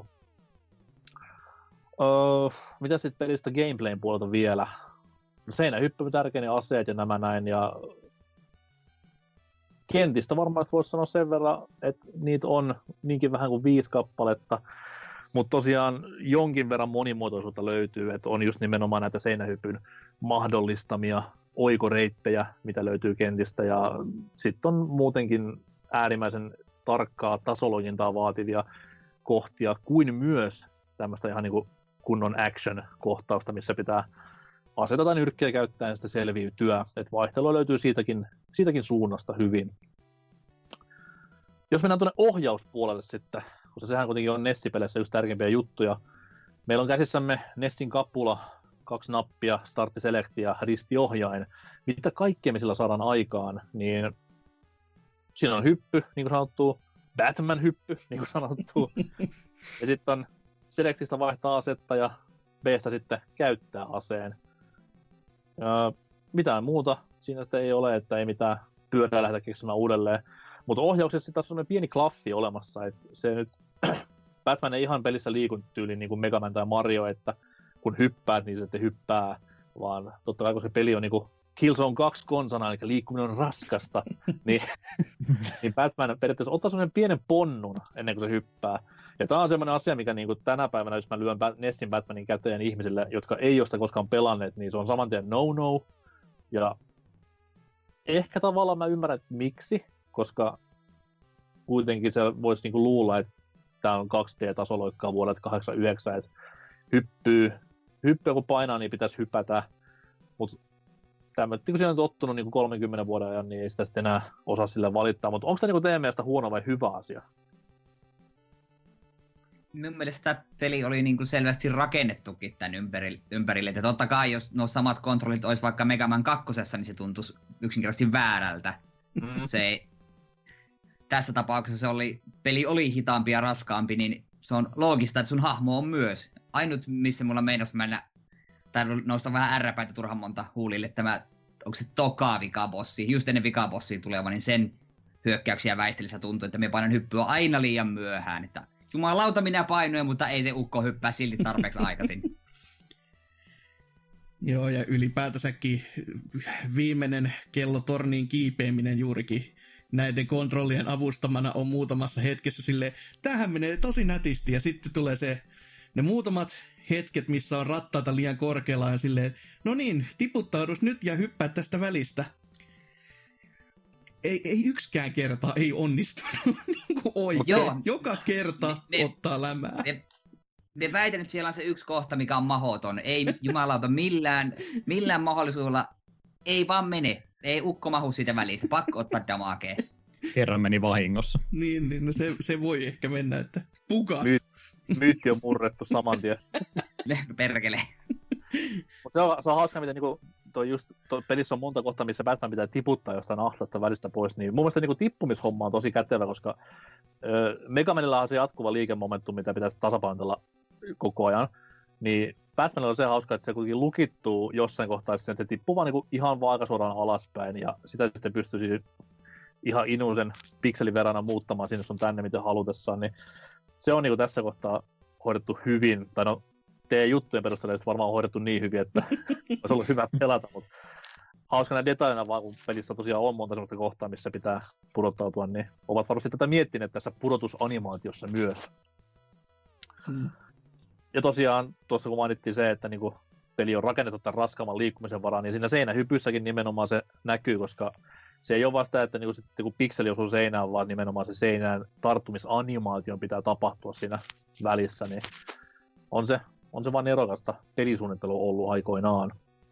B: Öö, mitä sitten pelistä gameplayn puolelta vielä? Seinähyppy on tärkein aseet ja nämä näin, ja kentistä varmaan voisi sanoa sen verran, että niitä on niinkin vähän kuin viisi kappaletta, mutta tosiaan jonkin verran monimuotoisuutta löytyy, että on just nimenomaan näitä seinähypyn mahdollistamia oikoreittejä, mitä löytyy kentistä, ja sitten on muutenkin äärimmäisen tarkkaa tasologintaa vaativia kohtia, kuin myös tämmöistä ihan niin kuin kunnon action-kohtausta, missä pitää aseita tai nyrkkiä käyttäen sitä selviytyä, että vaihtelua löytyy siitäkin, siitäkin suunnasta hyvin. Jos mennään tuonne ohjauspuolelle sitten, koska sehän kuitenkin on Nessi-peleissä just tärkeimpiä juttuja. Meillä on käsissämme Nessin kappula, kaksi nappia, startti, selekti ja ristiohjain. Mitä kaikkea me sillä saadaan aikaan, niin siinä on hyppy, niin kuin sanottu, Batman-hyppy, niin kuin sanottu. Ja sitten on selektistä vaihtaa asetta ja B:stä sitten käyttää aseen. Ja mitään muuta siinä sitten ei ole, että ei mitään pyörää lähdetä keksimään uudelleen. Mutta ohjauksessa tässä on sellainen pieni klaffi olemassa, että se nyt Batman ei ihan pelissä liiku tyyliin niin kuin Mega Man tai Mario, että kun hyppäät, niin se sitten hyppää, vaan totta kai kun se peli on niin kuin Killzone kaksi konsana, eli liikkuminen on raskasta, niin, niin Batman periaatteessa ottaa sellainen pienen ponnun ennen kuin se hyppää. Ja tämä on semmoinen asia, mikä niin kuin tänä päivänä, jos mä lyön Nessin Batmanin käteen ihmisille, jotka ei ole sitä koskaan pelanneet, niin se on saman tien no-no. Ja ehkä tavallaan mä ymmärrän, että miksi, koska kuitenkin se voisi niinku luulla, että tää on kaksi D-tasoloikkaa vuodelta kahdeksankymmentäyhdeksän, että hyppyy, hyppyä kun painaa, niin pitäisi hypätä, mutta tämmöinen, kun siinä on tottunut niinku kolmenkymmenen vuoden ajan, niin ei sitä sitten enää osaa sille valittaa, mutta onko tämä niinku teidän mielestä huono vai hyvä asia?
E: Minun mielestä peli oli niinku selvästi rakennettukin tämän ympärille, ympärille. Että totta kai, jos nuo samat kontrollit olisi vaikka Mega Man kakkosessa, niin se tuntuisi yksinkertaisesti väärältä. Mm. Se ei, tässä tapauksessa se oli, peli oli hitaampi ja raskaampi, niin se on loogista, että sun hahmo on myös. Ainut, missä mulla meinasi mennä, tai nousta vähän ärräpäitä turhan monta huulille, tämä, onko se toka vikabossi, just ennen vikabossia tuleva, niin sen hyökkäyksiä väistelissä tuntuu, että me painan hyppyä aina liian myöhään, että jumalauta minä painoin, mutta ei se ukko hyppää silti tarpeeksi aikaisin.
C: Joo, ja ylipäätänsäkin viimeinen kello torniin kiipeäminen juurikin näiden kontrollien avustamana on muutamassa hetkessä silleen, tämähän menee tosi nätisti, ja sitten tulee se, ne muutamat hetket, missä on rattaita liian korkealla, ja silleen, no niin, tiputtaudus nyt ja hyppää tästä välistä. Ei, ei yksikään kerta ei onnistunut niin kuin oikein. Joo. Joka kerta me, ottaa lämää.
E: Me, me väitän, että siellä on se yksi kohta, mikä on mahoton. Ei jumalauta millään, millään mahdollisuudella, ei vaan mene. Ei ukko mahu siitä välissä, pakko ottaa damakea.
D: Kerran meni vahingossa.
C: Niin, niin no se, se voi ehkä mennä, että pukas.
B: My, myytti on murrettu saman tien.
E: Perkele.
B: Mutta se on, se on hauska, miten niinku, toi just, toi pelissä on monta kohtaa, missä Batman pitää tiputtaa jostain ahtasta välistä pois. Niin mun mielestä niinku tippumishomma on tosi kätevä, koska öö, Megamanilla on se jatkuva liikemomentum, mitä pitäisi tasapainotella koko ajan. Niin Batmanilla on se hauska, että se kuitenkin lukittuu jossain kohtaa, että se tippuu vaan niinku ihan vaakasuoraan alaspäin, ja sitä sitten pystyisi ihan inuisen pikselin verran muuttamaan sinne sun tänne, miten halutessaan, niin se on niinku tässä kohtaa hoidettu hyvin, tai no teidän juttujen perusteella ei varmaan hoidettu niin hyvin, että olisi ollut hyvä pelata, mutta hauskana detailina vaan, kun pelissä tosiaan on monta sellaista kohtaa, missä pitää pudottautua, niin ovat varmasti tätä miettineet tässä pudotusanimaatiossa myös. Hmm. Ja tosiaan, tuossa kun mainittiin se, että niinku peli on rakennettu tämän raskaamman liikkumisen varaan, niin siinä seinähypyssäkin nimenomaan se näkyy, koska se ei ole vaan sitä, että niinku sitten, kun pikseli osuu seinään, vaan nimenomaan se seinään tarttumisanimaation pitää tapahtua siinä välissä, niin on se, on se vaan nerokasta pelisuunnittelua ollut aikoinaan.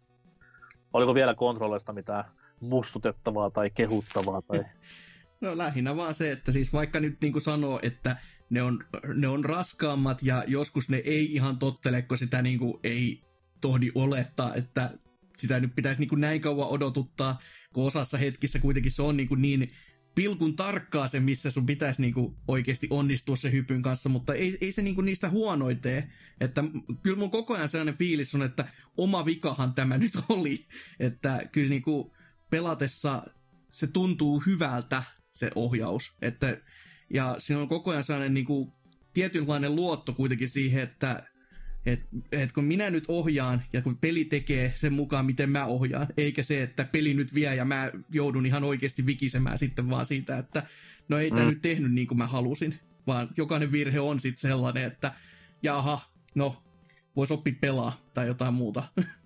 B: Oliko vielä kontrolleista mitään mussutettavaa tai kehuttavaa? Tai...
C: No lähinnä vaan se, että siis vaikka nyt niin kuin sanoo, että ne on, ne on raskaammat ja joskus ne ei ihan tottele, kun sitä niin kuin ei tohdi olettaa, että sitä nyt pitäisi niin kuin näin kauan odotuttaa, kun osassa hetkissä kuitenkin se on niin, kuin niin pilkun tarkkaa se, missä sun pitäisi niin kuin oikeasti onnistua se hypyn kanssa, mutta ei, ei se niin kuin niistä huonoin tee. Että kyllä mun koko ajan sellainen fiilis on, että oma vikahan tämä nyt oli. Että kyllä niin kuin pelatessa se tuntuu hyvältä, se ohjaus. Että, ja siinä on koko ajan sellainen niin kuin tietynlainen luotto kuitenkin siihen, että et, et kun minä nyt ohjaan ja kun peli tekee sen mukaan, miten mä ohjaan, eikä se, että peli nyt vie ja mä joudun ihan oikeasti vikisemään sitten vaan siitä, että no ei tää mm. nyt tehnyt niin kuin mä halusin, vaan jokainen virhe on sitten sellainen, että jaha, no vois oppia pelaa tai jotain muuta.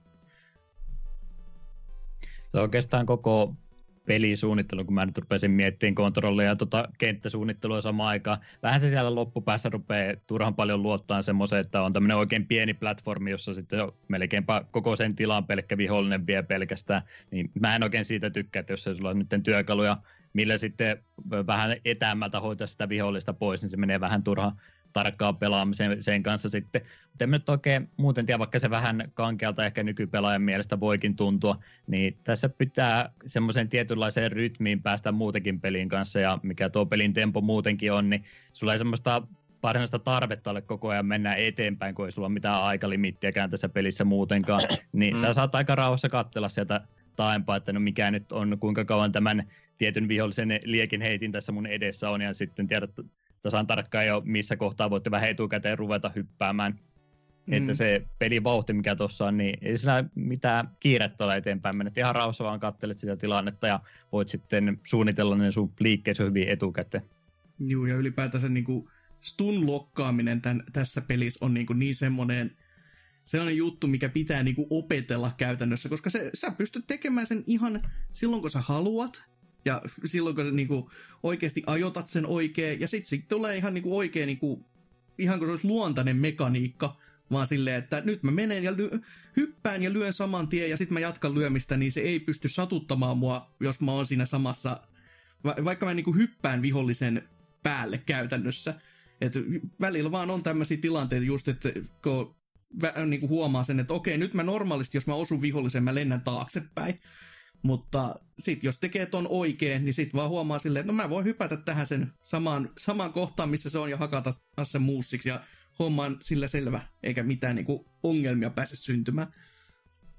D: Se on oikeastaan koko pelisuunnittelu, kun mä nyt rupesin miettimään kontrollia ja tota kenttäsuunnittelua samaan aikaan. Vähän se siellä loppupäässä rupeaa turhan paljon luottaa semmoiseen, että on tämmöinen oikein pieni platformi, jossa sitten melkeinpä koko sen tilan pelkkä vihollinen vie pelkästään. Niin mä en oikein siitä tykkää, että jos ei sulla on nyt työkaluja, millä sitten vähän etäämmältä hoitaa sitä vihollista pois, niin se menee vähän turhaan tarkkaan pelaamiseen sen kanssa sitten. Mutta en nyt oikein muuten tiedä, vaikka se vähän kankealta ehkä nykypelaajan mielestä voikin tuntua, niin tässä pitää semmoisen tietynlaiseen rytmiin päästä muutenkin pelin kanssa, ja mikä tuo pelin tempo muutenkin on, niin sulla ei semmoista varsinaista tarvetta ole koko ajan mennä eteenpäin, kun ei sulla ole mitään aikalimiittiäkään tässä pelissä muutenkaan, niin mm. sä saat aika rauhassa katsella sieltä taaempaa, että no mikä nyt on, kuinka kauan tämän tietyn vihollisen liekin heitin tässä mun edessä on, ja sitten tiedät tasan tarkkaan jo, missä kohtaa voitte vähän etukäteen ruveta hyppäämään. Mm. Että se pelivauhti, mikä tuossa on, niin ei siinä mitään kiirettä ole eteenpäin. Menet ihan rauhassa vaan katselet sitä tilannetta ja voit sitten suunnitella ne sun liikkeesi hyvin etukäteen.
C: Joo, ja ylipäätänsä niin kuin stun-lokkaaminen tämän, tässä pelissä on niin, kuin niin semmoinen sellainen juttu, mikä pitää niin kuin opetella käytännössä, koska se, sä pystyt tekemään sen ihan silloin, kun sä haluat. Ja silloin, kun sä niinku oikeasti ajotat sen oikein, ja sitten sit tulee ihan niinku oikein, niinku, ihan kuin se olisi luontainen mekaniikka, vaan silleen, että nyt mä menen ja ly- hyppään ja lyön saman tien, ja sitten mä jatkan lyömistä, niin se ei pysty satuttamaan mua, jos mä oon siinä samassa, va- vaikka mä niinku hyppään vihollisen päälle käytännössä. Et välillä vaan on tämmöisiä tilanteita just, että kun vä- niinku huomaa sen, että okei, nyt mä normaalisti, jos mä osun vihollisen, mä lennän taaksepäin. Mutta sit jos tekee ton oikein, niin sit vaan huomaa silleen, että no mä voin hypätä tähän sen samaan, samaan kohtaan, missä se on, ja hakata sen muussiksi, ja homma on sillä selvä, eikä mitään niinku ongelmia pääse syntymään.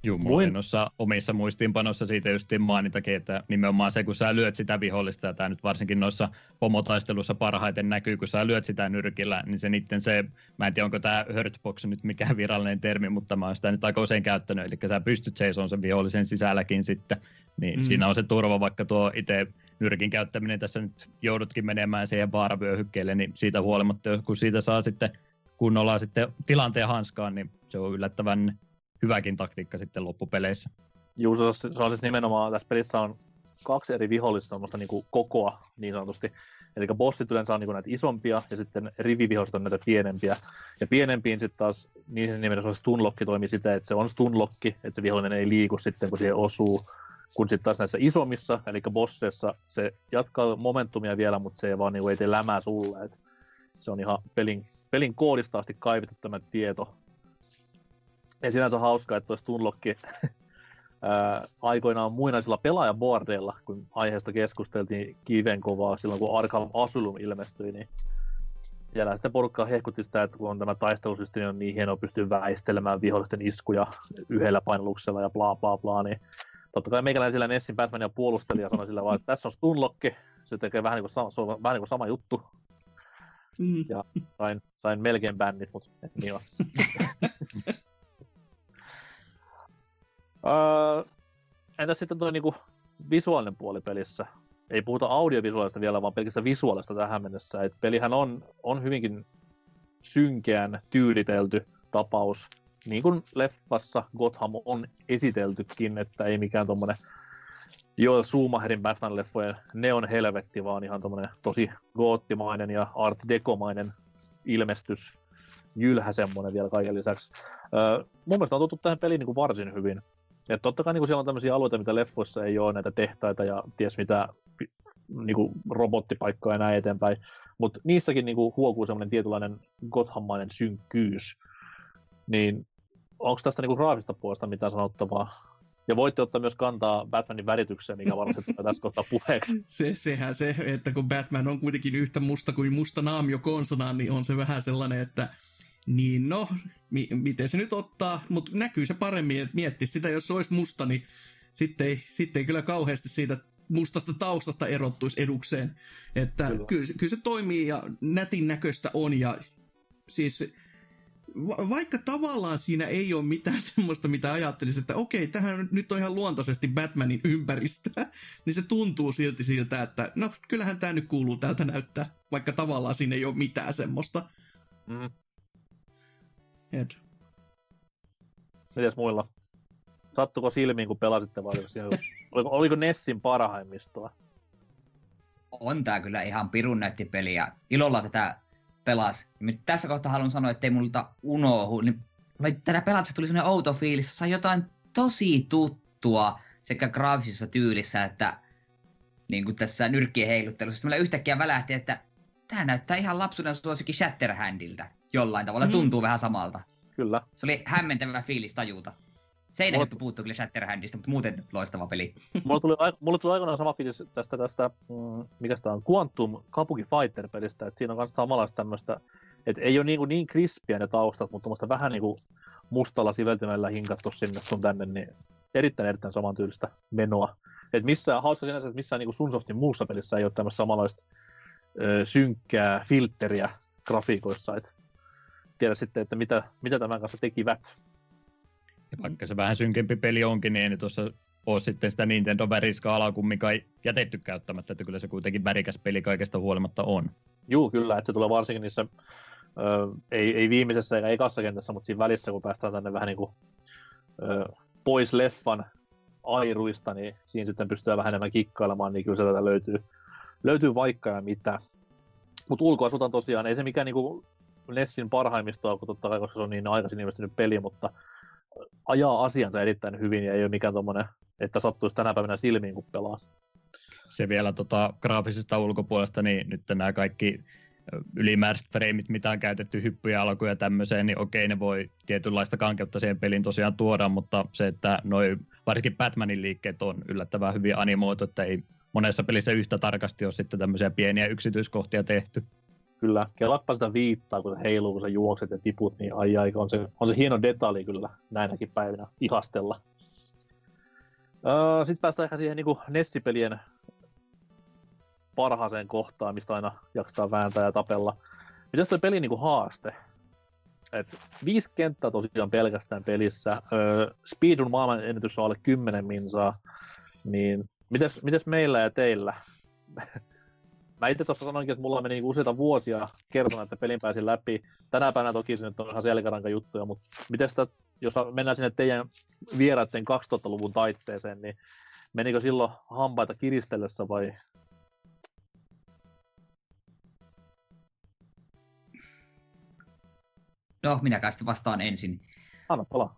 D: Joo, mulla oli noissa omissa muistiinpanoissa siitä justiin mainitakin, että nimenomaan se, kun sä lyöt sitä vihollista, ja tämä nyt varsinkin noissa pomotaistelussa parhaiten näkyy, kun sä lyöt sitä nyrkillä, niin se niitten se, mä en tiedä, onko tämä hurtbox nyt mikään virallinen termi, mutta mä oon sitä nyt aika usein käyttänyt, eli sä pystyt seisomaan sen vihollisen sisälläkin sitten, niin mm. siinä on se turva, vaikka tuo itse nyrkin käyttäminen tässä nyt joudutkin menemään siihen vaaravyöhykkeelle, niin siitä huolimatta, kun siitä saa sitten kunnolla sitten tilanteen hanskaan, niin se on yllättävän hyväkin taktiikka sitten loppupeleissä.
B: Juu, se on, se on siis nimenomaan, tässä pelissä on kaksi eri vihollista semmoista niinku kokoa niin sanotusti. Eli bossit yleensä on niinku näitä isompia ja sitten riviviholliset on näitä pienempiä. Ja pienempiin sitten taas niihin nimenomaan stunlokki toimii sitä, että se on stunlokki, että se vihollinen ei liiku sitten kun siihen osuu. Kun sitten taas näissä isommissa, eli bosseissa, se jatkaa momentumia vielä, mutta se ei vaan niinku ei tee lämää sulle. Et se on ihan pelin, pelin koodista asti kaivettu tämä tieto. Ja sinänsä hauskaa, että tuo Stunlokki aikoinaan muinaisilla pelaajaboardeilla, kun aiheesta keskusteltiin kivenkovaa silloin, kun Arkham Asylum ilmestyi, niin siellä sitten porukka hehkutti sitä, että kun on tämä taistelusysteemi on niin hienoa, pystyy väistelemään vihollisten iskuja yhdellä painalluksella ja bla bla bla, niin totta kai meikäläinen siellä Nessin Batmania puolusteli ja sanoi sillä vaan, että tässä on Stunlokki, se tekee vähän niin kuin sama, se on vähän niin kuin sama juttu. Mm. Ja sain, sain melkein bännit, mutta niin on. Uh, entäs sitten tuo niinku visuaalinen puoli pelissä? Ei puhuta audiovisuaalista vielä, vaan pelkästään visuaalista tähän mennessä. Et pelihän on, on hyvinkin synkeän tyylitelty tapaus. Niin kuin leffassa Gotham on esiteltykin, että ei mikään tommonen Joel Schumacherin Batman-leffojen neon helvetti, vaan ihan tommonen tosi goottimainen ja art decomainen ilmestys. Jylhä semmonen vielä kaiken lisäksi. Uh, mun mielestä on tuttu tähän peliin niinku varsin hyvin. Ja totta kai niin siellä on tämmöisiä alueita, mitä leffoissa ei ole, näitä tehtaita ja ties mitä niin kuin robottipaikkoja ja näin eteenpäin. Mutta niissäkin niin kuin huokuu semmoinen tietynlainen Gotham-mainen synkkyys. Niin onko tästä niin kuin graafista puolesta mitään sanottavaa? Ja voitte ottaa myös kantaa Batmanin väritykseen, mikä varmasti tulee tässä kohtaa puheeksi.
C: Se, sehän se, että kun Batman on kuitenkin yhtä musta kuin musta naamio konsonaan, niin on se vähän sellainen, että niin no, mi- miten se nyt ottaa, mutta näkyy se paremmin, että miettisi sitä, jos se olisi musta, niin sitten ei, sitten ei kyllä kauheasti siitä mustasta taustasta erottuisi edukseen. Että kyllä. Kyllä, kyllä se toimii ja nätin näköistä on ja siis va- vaikka tavallaan siinä ei ole mitään semmoista, mitä ajattelisi, että okei, tähän nyt on ihan luontaisesti Batmanin ympäristöä, niin se tuntuu silti siltä, että no kyllähän tämä nyt kuuluu täältä näyttää, vaikka tavallaan siinä ei ole mitään semmoista.
B: Mm.
C: Ed.
B: Mites muilla? Sattuko silmiin, kun pelasitte vai oliko, oliko Nessin parhaimmistoa?
E: On tää kyllä ihan pirun nätti peli ja ilolla tätä pelas. Nyt tässä kohtaa haluan sanoa, ettei multa unohu. Niin tätä pelatessa tuli sellainen outo fiilis, sai jotain tosi tuttua sekä graafisessa tyylissä että niin kuin tässä nyrkkien heiluttelussa. Sitten meillä yhtäkkiä välähti, että tää näyttää ihan lapsuuden suosikin Shatterhandilta. Jollain tavalla mm. tuntuu vähän samalta.
B: Kyllä.
E: Se oli hämmentävä fiilis tajuta. Seinähyppy puuttuu kyllä Shatterhandista, mutta muuten loistava peli.
B: Mulla tuli, mulla tuli aikoinaan sama fiilis tästä, tästä mm, mikä sitä on, Quantum Kabuki Fighter-pelistä, että siinä on myös samanlaista tämmöistä, että ei ole niin, niin krispiä ne taustat, mutta musta vähän niin kuin mustalla siveltimellä hinkattu sinne sun tänne, niin erittäin erittäin samantyylistä menoa. Et missään, hauska sinänsä, että missään niin Sunsoftin muussa pelissä ei ole tämmöistä samanlaista ö, synkkää filtteriä grafiikoissa, et tiedä sitten, että mitä, mitä tämän kanssa tekivät.
D: Ja vaikka se vähän synkempi peli onkin, niin ei tuossa ole sitten sitä Nintendo väriskaalaa kumminkaan jätetty käyttämättä, että kyllä se kuitenkin värikäs peli kaikesta huolimatta on.
B: Juu, kyllä, että se tulee varsinkin niissä, ö, ei, ei viimeisessä eikä ekassa kentässä, mutta siinä välissä, kun päästään tänne vähän niin kuin ö, pois leffan airuista, niin siinä sitten pystytään vähän enemmän kikkailemaan, niin kyllä se tätä löytyy, löytyy vaikka ja mitä. Mutta ulkoasutan tosiaan, ei se mikään niinku Nessin parhaimmistoa, kun totta kai, koska se on niin aikaisin ilmestynyt peli, mutta ajaa asiansa erittäin hyvin ja ei ole mikään tommonen, että sattuisi tänä päivänä silmiin, kun pelaa.
D: Se vielä tota, graafisesta ulkopuolesta, niin nyt nämä kaikki ylimääräiset freimit, mitä on käytetty hyppyjä alkuja tämmöiseen, niin okei, ne voi tietynlaista kankeutta siihen peliin tosiaan tuoda, mutta se, että noi, varsinkin Batmanin liikkeet on yllättävän hyvin animoitu, että ei monessa pelissä yhtä tarkasti ole sitten tämmöisiä pieniä yksityiskohtia tehty.
B: Kyllä, kelappa sitä viittaa, kun se heiluu, kun sä juokset ja tiput, niin ai ai, on se, on se hieno detalji kyllä näinäkin päivinä ihastella. Öö, sitten päästään ehkä siihen niinku Nessipelien parhaaseen kohtaan, mistä aina jaksaa vääntää ja tapella. Mitäs toi pelin niinku haaste? Et viisi kenttää tosiaan pelkästään pelissä. Öö, Speedrun maailmanennätys on alle kymmenen minsaa. Niin mites, mites meillä ja teillä? Mä itse tuossa sanoinkin, että mulla meni niinku useita vuosia kertona, että pelin pääsin läpi. Tänä päivänä toki se nyt on ihan selkäranka juttuja, mutta miten sitä, jos mennään sinne teidän vieraiden kaksituhattaluvun taitteeseen, niin menikö silloin hampaita kiristellessä vai?
E: No, minä kai sitten vastaan ensin.
B: Anna palaa.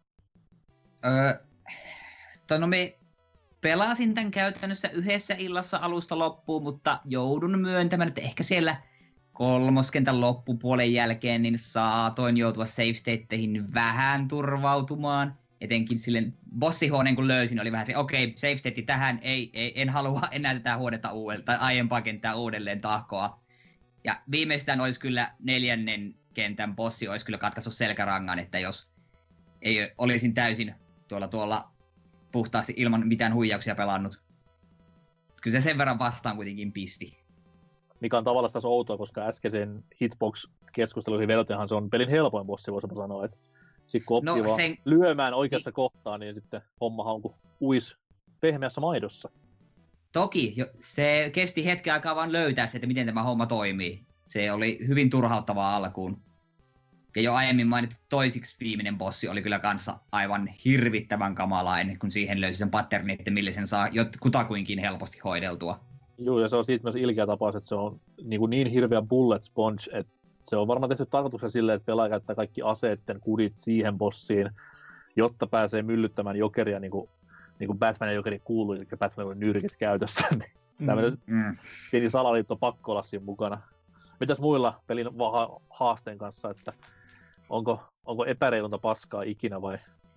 E: Öö, no me pelasin tämän käytännössä yhdessä illassa alusta loppuun, mutta joudun myöntämään, että ehkä siellä kolmoskentän loppupuolen jälkeen niin saatoin joutua save stateihin vähän turvautumaan. Etenkin silleen bossihuoneen kun löysin, oli vähän se, okei, okay, save state tähän, ei, ei, en halua enää tätä huonetta uudelleen, tai aiempaa kenttää uudelleen tahkoa. Ja viimeistään olisi kyllä neljännen kentän bossi olisi kyllä katkaissut selkärangan, että jos ei olisin täysin tuolla tuolla puhtaasti ilman mitään huijauksia pelannut. Kyllä se sen verran vastaan kuitenkin pisti.
B: Mikä on tavallaan taas outoa, koska äskeisen Hitbox-keskusteluihin vedotenhan se on pelin helpoin bossi, voisi sanoa. Että sitten kun oppii no, vaan sen... lyömään oikeassa niin... kohtaa, niin sitten hommahan on kuin uis pehmeässä maidossa.
E: Toki, se kesti hetken aikaa vaan löytää se, että miten tämä homma toimii. Se oli hyvin turhauttavaa alkuun. Ja jo aiemmin mainittu toisiksi viimeinen bossi oli kyllä kanssa aivan hirvittävän kamalaa ennen kuin siihen löysi sen patternin, että millä sen saa kutakuinkin helposti hoideltua.
B: Joo, ja se on siitä myös ilkeä tapaus, että se on niin, kuin niin hirveä bullet sponge, että se on varmaan tehty tarkoituksen silleen, että pelaaja käyttää kaikki aseitten kudit siihen bossiin, jotta pääsee myllyttämään jokeria niin kuin, niin kuin Batman ja jokeri kuuluu, eli Batman on nyrkit käytössä. Mm. Tämmöinen mm. pieni salaliitto pakko olla siinä mukana. Mitäs muilla pelin haasteen kanssa, että onko, onko epäreilunta paskaa ikinä vai?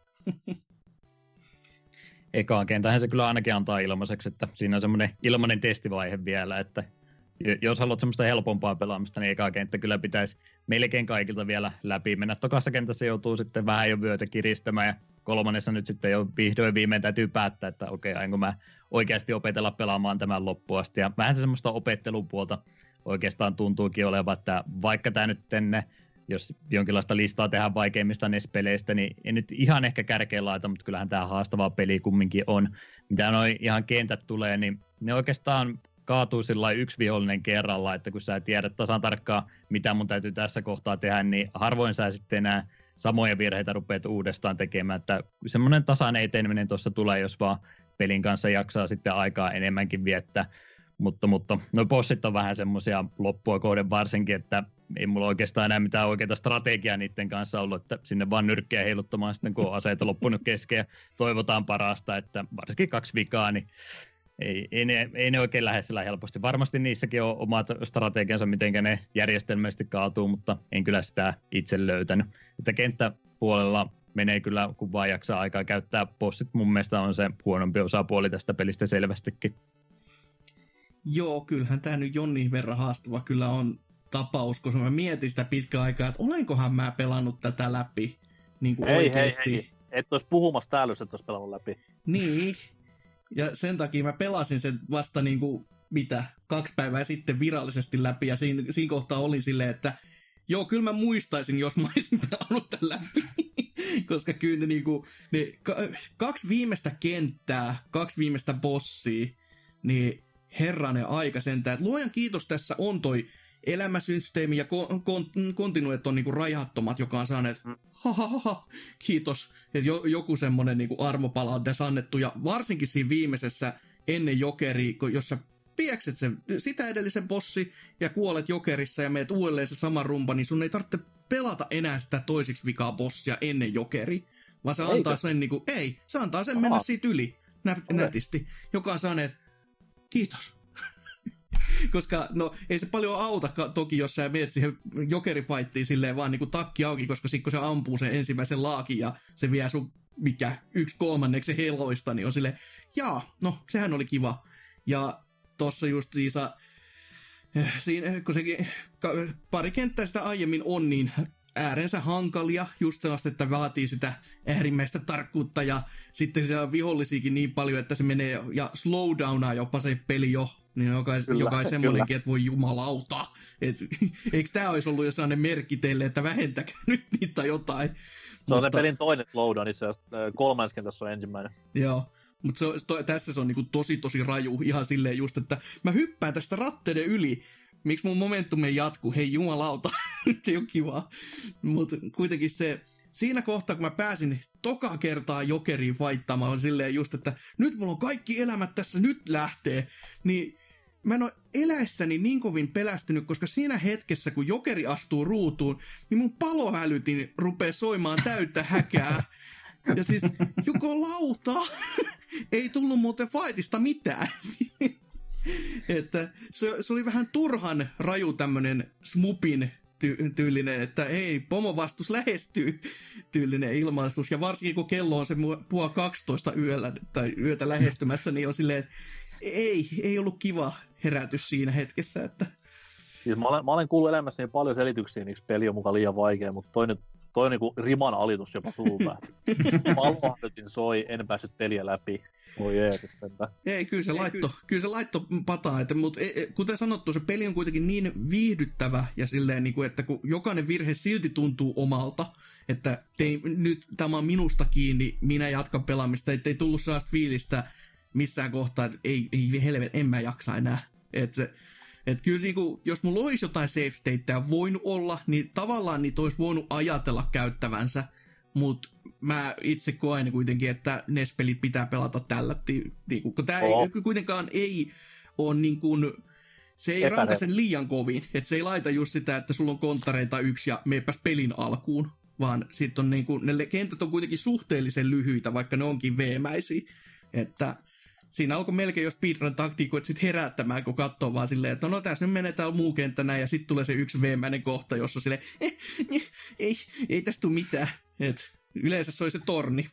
D: Ekaan kentähän se kyllä ainakin antaa ilmaiseksi, että siinä on semmoinen ilmainen testivaihe vielä, että jos haluat semmoista helpompaa pelaamista, niin ekaa kenttä kyllä pitäisi melkein kaikilta vielä läpi mennä. Tokassa kentässä joutuu sitten vähän jo vyötä kiristämään ja kolmannessa nyt sitten jo vihdoin viimein täytyy päättää, että okei, okay, ainko mä oikeasti opetella pelaamaan tämän loppuun asti. Ja vähän se semmoista opettelupuolta oikeastaan tuntuukin olevan, että vaikka tämä nyt tänne, jos jonkinlaista listaa tehdään vaikeimmista N E S-peleistä, niin en nyt ihan ehkä kärkeen laita, mutta kyllähän tämä haastava peli kumminkin on. Mitä noi ihan kentät tulee, niin ne oikeastaan kaatuu sillä yksi vihollinen kerralla, että kun sä tiedät tasan tarkkaan, mitä mun täytyy tässä kohtaa tehdä, niin harvoin sä sitten enää samoja virheitä rupeat uudestaan tekemään, että semmoinen tasainen eteneminen tuossa tulee, jos vaan pelin kanssa jaksaa sitten aikaa enemmänkin viettää. Mutta, mutta no bossit on vähän semmoisia loppua kohden varsinkin, että ei mulla oikeastaan enää mitään oikeaa strategiaa niiden kanssa ollut, että sinne vaan nyrkkiä heiluttamaan sitten, kun on aseita loppunut kesken ja toivotaan parasta, että varsinkin kaksi vikaa, niin ei, ei, ne, ei ne oikein lähde sillä helposti. Varmasti niissäkin on omat strategiansa, miten ne järjestelmällisesti kaatuu, mutta en kyllä sitä itse löytänyt. Että kenttäpuolella menee kyllä, kun vaan jaksaa aikaa käyttää bossit, mun mielestä on se huonompi osapuoli tästä pelistä selvästikin.
C: Joo, kyllähän tämä nyt jonnin verran haastava kyllä on tapaus, koska mä mietin sitä pitkän aikaa, että olenkohan mä pelannut tätä läpi niin kuin
B: hei,
C: oikeasti.
B: Hei, hei. Et ois puhumassa täällä, jos et ois pelannut läpi.
C: Niin, ja sen takia mä pelasin sen vasta niin kuin, mitä, kaksi päivää sitten virallisesti läpi, ja siinä, siinä kohtaa olin silleen, että joo, kyllä mä muistaisin, jos mä olisin pelannut tämän läpi. Koska kyllä ne, niin kuin, ne kaksi viimeistä kenttää, kaksi viimeistä bossia, niin herranen aika sentään. Että luojan kiitos tässä on toi elämäsysteemi ja kon, kon, kontinuet on niinku rajattomat, joka on saaneet ha, ha, ha, ha, kiitos. Että jo, joku semmonen niinku armopala on tässä annettu. Ja varsinkin siinä viimeisessä ennen jokeri, jossa piekset sen sitä edellisen bossi ja kuolet jokerissa ja meet uudelleen se sama rumpa, niin sun ei tarvitse pelata enää sitä toisiksi vikaa bossia ennen jokeri. Vaan se antaa Eikö? sen niinku, ei, se antaa sen Aha. mennä siitä yli nä- nätisti, joka on saaneet kiitos. Koska, no, ei se paljon auta toki, jos sä meet siihen jokerifightiin silleen vaan niinku takki auki, koska sit kun se ampuu sen ensimmäisen laakin ja se vie sun, mikä, yksi kolmanneksi heloista, niin on silleen, jaa, no, sehän oli kiva. Ja tossa justiinsa, siinä, kun sekin pari kenttää sitä aiemmin on, niin äärensä hankalia, just sellaista, että vaatii sitä äärimmäistä tarkkuutta, ja sitten siellä on vihollisiakin niin paljon, että se menee ja slowdownaa jopa se peli jo, niin joka, kyllä, joka on semmoinenkin, että voi jumalauta. Et, eikö tämä olisi ollut jo sellainen merkki teille, että vähentäkää nyt niitä jotain.
G: Se on mutta... se pelin toinen slowdown, itse asiassa kolmanskin tässä on ensimmäinen.
C: Joo. Mutta tässä se on niinku tosi tosi raju, ihan silleen just, että mä hyppään tästä ratteiden yli, miksi mun momentum ei jatku, hei jumalauta, nyt ei ole kivaa. Mutta kuitenkin se, siinä kohtaa kun mä pääsin toka kertaa jokeriin vaittamaan, on silleen just, että nyt mulla on kaikki elämät tässä, nyt lähtee, niin mä en ole eläessäni niin kovin pelästynyt, koska siinä hetkessä, kun jokeri astuu ruutuun, niin mun palohälytin rupeaa soimaan täyttä häkää. Ja siis, joko lauta, ei tullut muuten fightista mitään. Että se, se oli vähän turhan raju tämmönen smupin ty- tyylinen, että hei, pomovastus lähestyy tyylinen ilmaistus. Ja varsinkin kun kello on se puoli kaksitoista yöllä tai yötä lähestymässä, niin on silleen, että ei, ei ollut kiva herätys siinä hetkessä. Että...
G: Siis mä olen, mä olen kuullut elämässäni paljon selityksiä, miksi peli on mukaan liian vaikea, mutta toinen Toi on niinku riman alitus jopa suupäin. Palohälytin soi, en päässyt peliä läpi. Voi jeesus sentään.
C: Ei, kyllä se, laitto, kyllä se laitto pataa. Että, mutta kuten sanottu, se peli on kuitenkin niin viihdyttävä, ja silleen, niin kuin, että kun jokainen virhe silti tuntuu omalta, että tei, nyt tämä on minusta kiinni, minä jatkan pelaamista, ettei tullut sellaista fiilistä missään kohtaa, että ei, ei helvet, en mä jaksa enää. Että Että kyllä niinku, jos mulla olisi jotain save stateja voinut olla, niin tavallaan niitä olisi voinut ajatella käyttävänsä, mutta mä itse koen kuitenkin, että N E S-pelit pitää pelata tällä, niinku, kun tää oh. ei, kuitenkaan ei ole niin kuin, se ei Epäre. ranka sen liian kovin, että se ei laita just sitä, että sulla on konttareita yksi ja meepäs pelin alkuun, vaan sit on niinku, ne kentät on kuitenkin suhteellisen lyhyitä, vaikka ne onkin veemäisiä, että siinä alkoi melkein jo speedrun-taktiikko, että sitten herättämään, kun katsoo vaan silleen, että no tässä nyt menetään muu kenttä näin, ja sitten tulee se yksi veemäinen kohta, jossa on silleen, eh, eh, ei, ei tästä tule mitään. Et yleensä se oli se torni.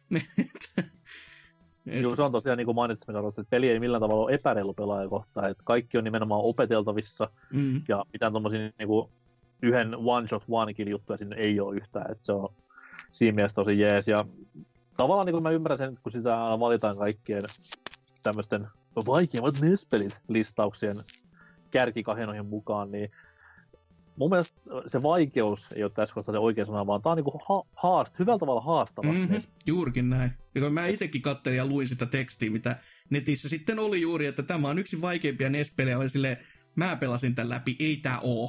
G: Et... Joo, se on tosiaan niin kuin mainitsin, että peli ei millään tavalla ole epäreilu pelaajakohta, että kaikki on nimenomaan opeteltavissa, mm. ja mitään tommosia niin kuin yhden one-shot, one-kill juttuja sinne ei ole yhtään, että se on siinä mielessä tosi jees, ja tavallaan niin kuin mä ymmärrän sen, kun sitä valitaan kaikkien tämmöisten vaikeimmat N E S-pelit listauksien kärkikahinoihin mukaan, niin mun mielestä se vaikeus ei ole tässä kohtaa se oikea sana, vaan tää on niinku ha- haast, hyvällä tavalla haastava.
C: Mm-hmm, juurikin näin. Ja mä itsekin katselin ja luin sitä tekstiä, mitä netissä sitten oli juuri, että tämä on yksi vaikeimpia N E S-pelejä, oli silleen, mä pelasin tän läpi, ei tää oo.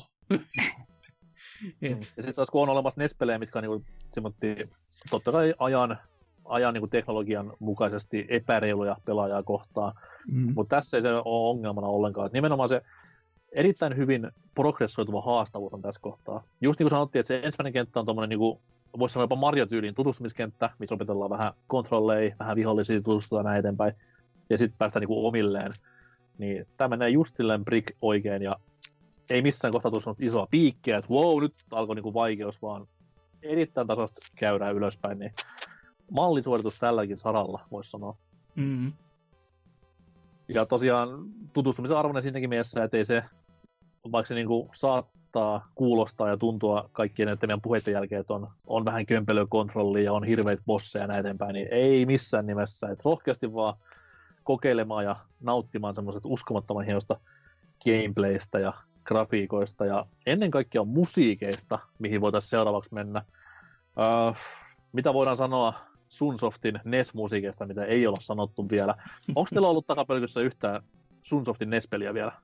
G: Et. Ja sitten taas kun on olemassa N E S-pelejä, mitkä on niinku semmoittiin totta kai ajan ajan niin kuin teknologian mukaisesti epäreiluja pelaajaa kohtaan, mm. mutta tässä ei se ole ongelmana ollenkaan. Et nimenomaan se erittäin hyvin progressoituva haastavuus on tässä kohtaa. Just niin kuin sanottiin, että se ensimmäinen kenttä on tommoinen, niin kuin, voisi sanoa jopa Mario-tyyliin tutustumiskenttä, missä opetellaan vähän kontrolleja, vähän vihollisia tutustutaan näin eteenpäin, ja sitten päästään niin kuin omilleen. Niin tämä menee just silleen brick oikein, ja ei missään kohtaa tullut isoa piikkiä, että wow, nyt alkoi niin kuin vaikeus, vaan erittäin tasosta käydään ylöspäin, niin mallisuoritus tälläkin saralla, voisi sanoa.
C: Mm.
G: Ja tosiaan tutustumisen arvoinen siinäkin mielessä, että ei se, vaikka se niinku saattaa kuulostaa ja tuntua kaikkien näiden meidän puheiden jälkeen, että on, on vähän kömpelökontrollia ja on hirveitä bosseja ja näin eteenpäin, niin ei missään nimessä. Et rohkeasti vaan kokeilemaan ja nauttimaan semmoisesta uskomattoman hienosta gameplaystä ja grafiikoista ja ennen kaikkea musiikeista, mihin voitaisiin seuraavaksi mennä. Uh, mitä voidaan sanoa Sunsoftin N E S-musiikeista, mitä ei olla sanottu vielä. Onko teillä ollut takapelkyssä yhtään Sunsoftin N E S-peliä vielä?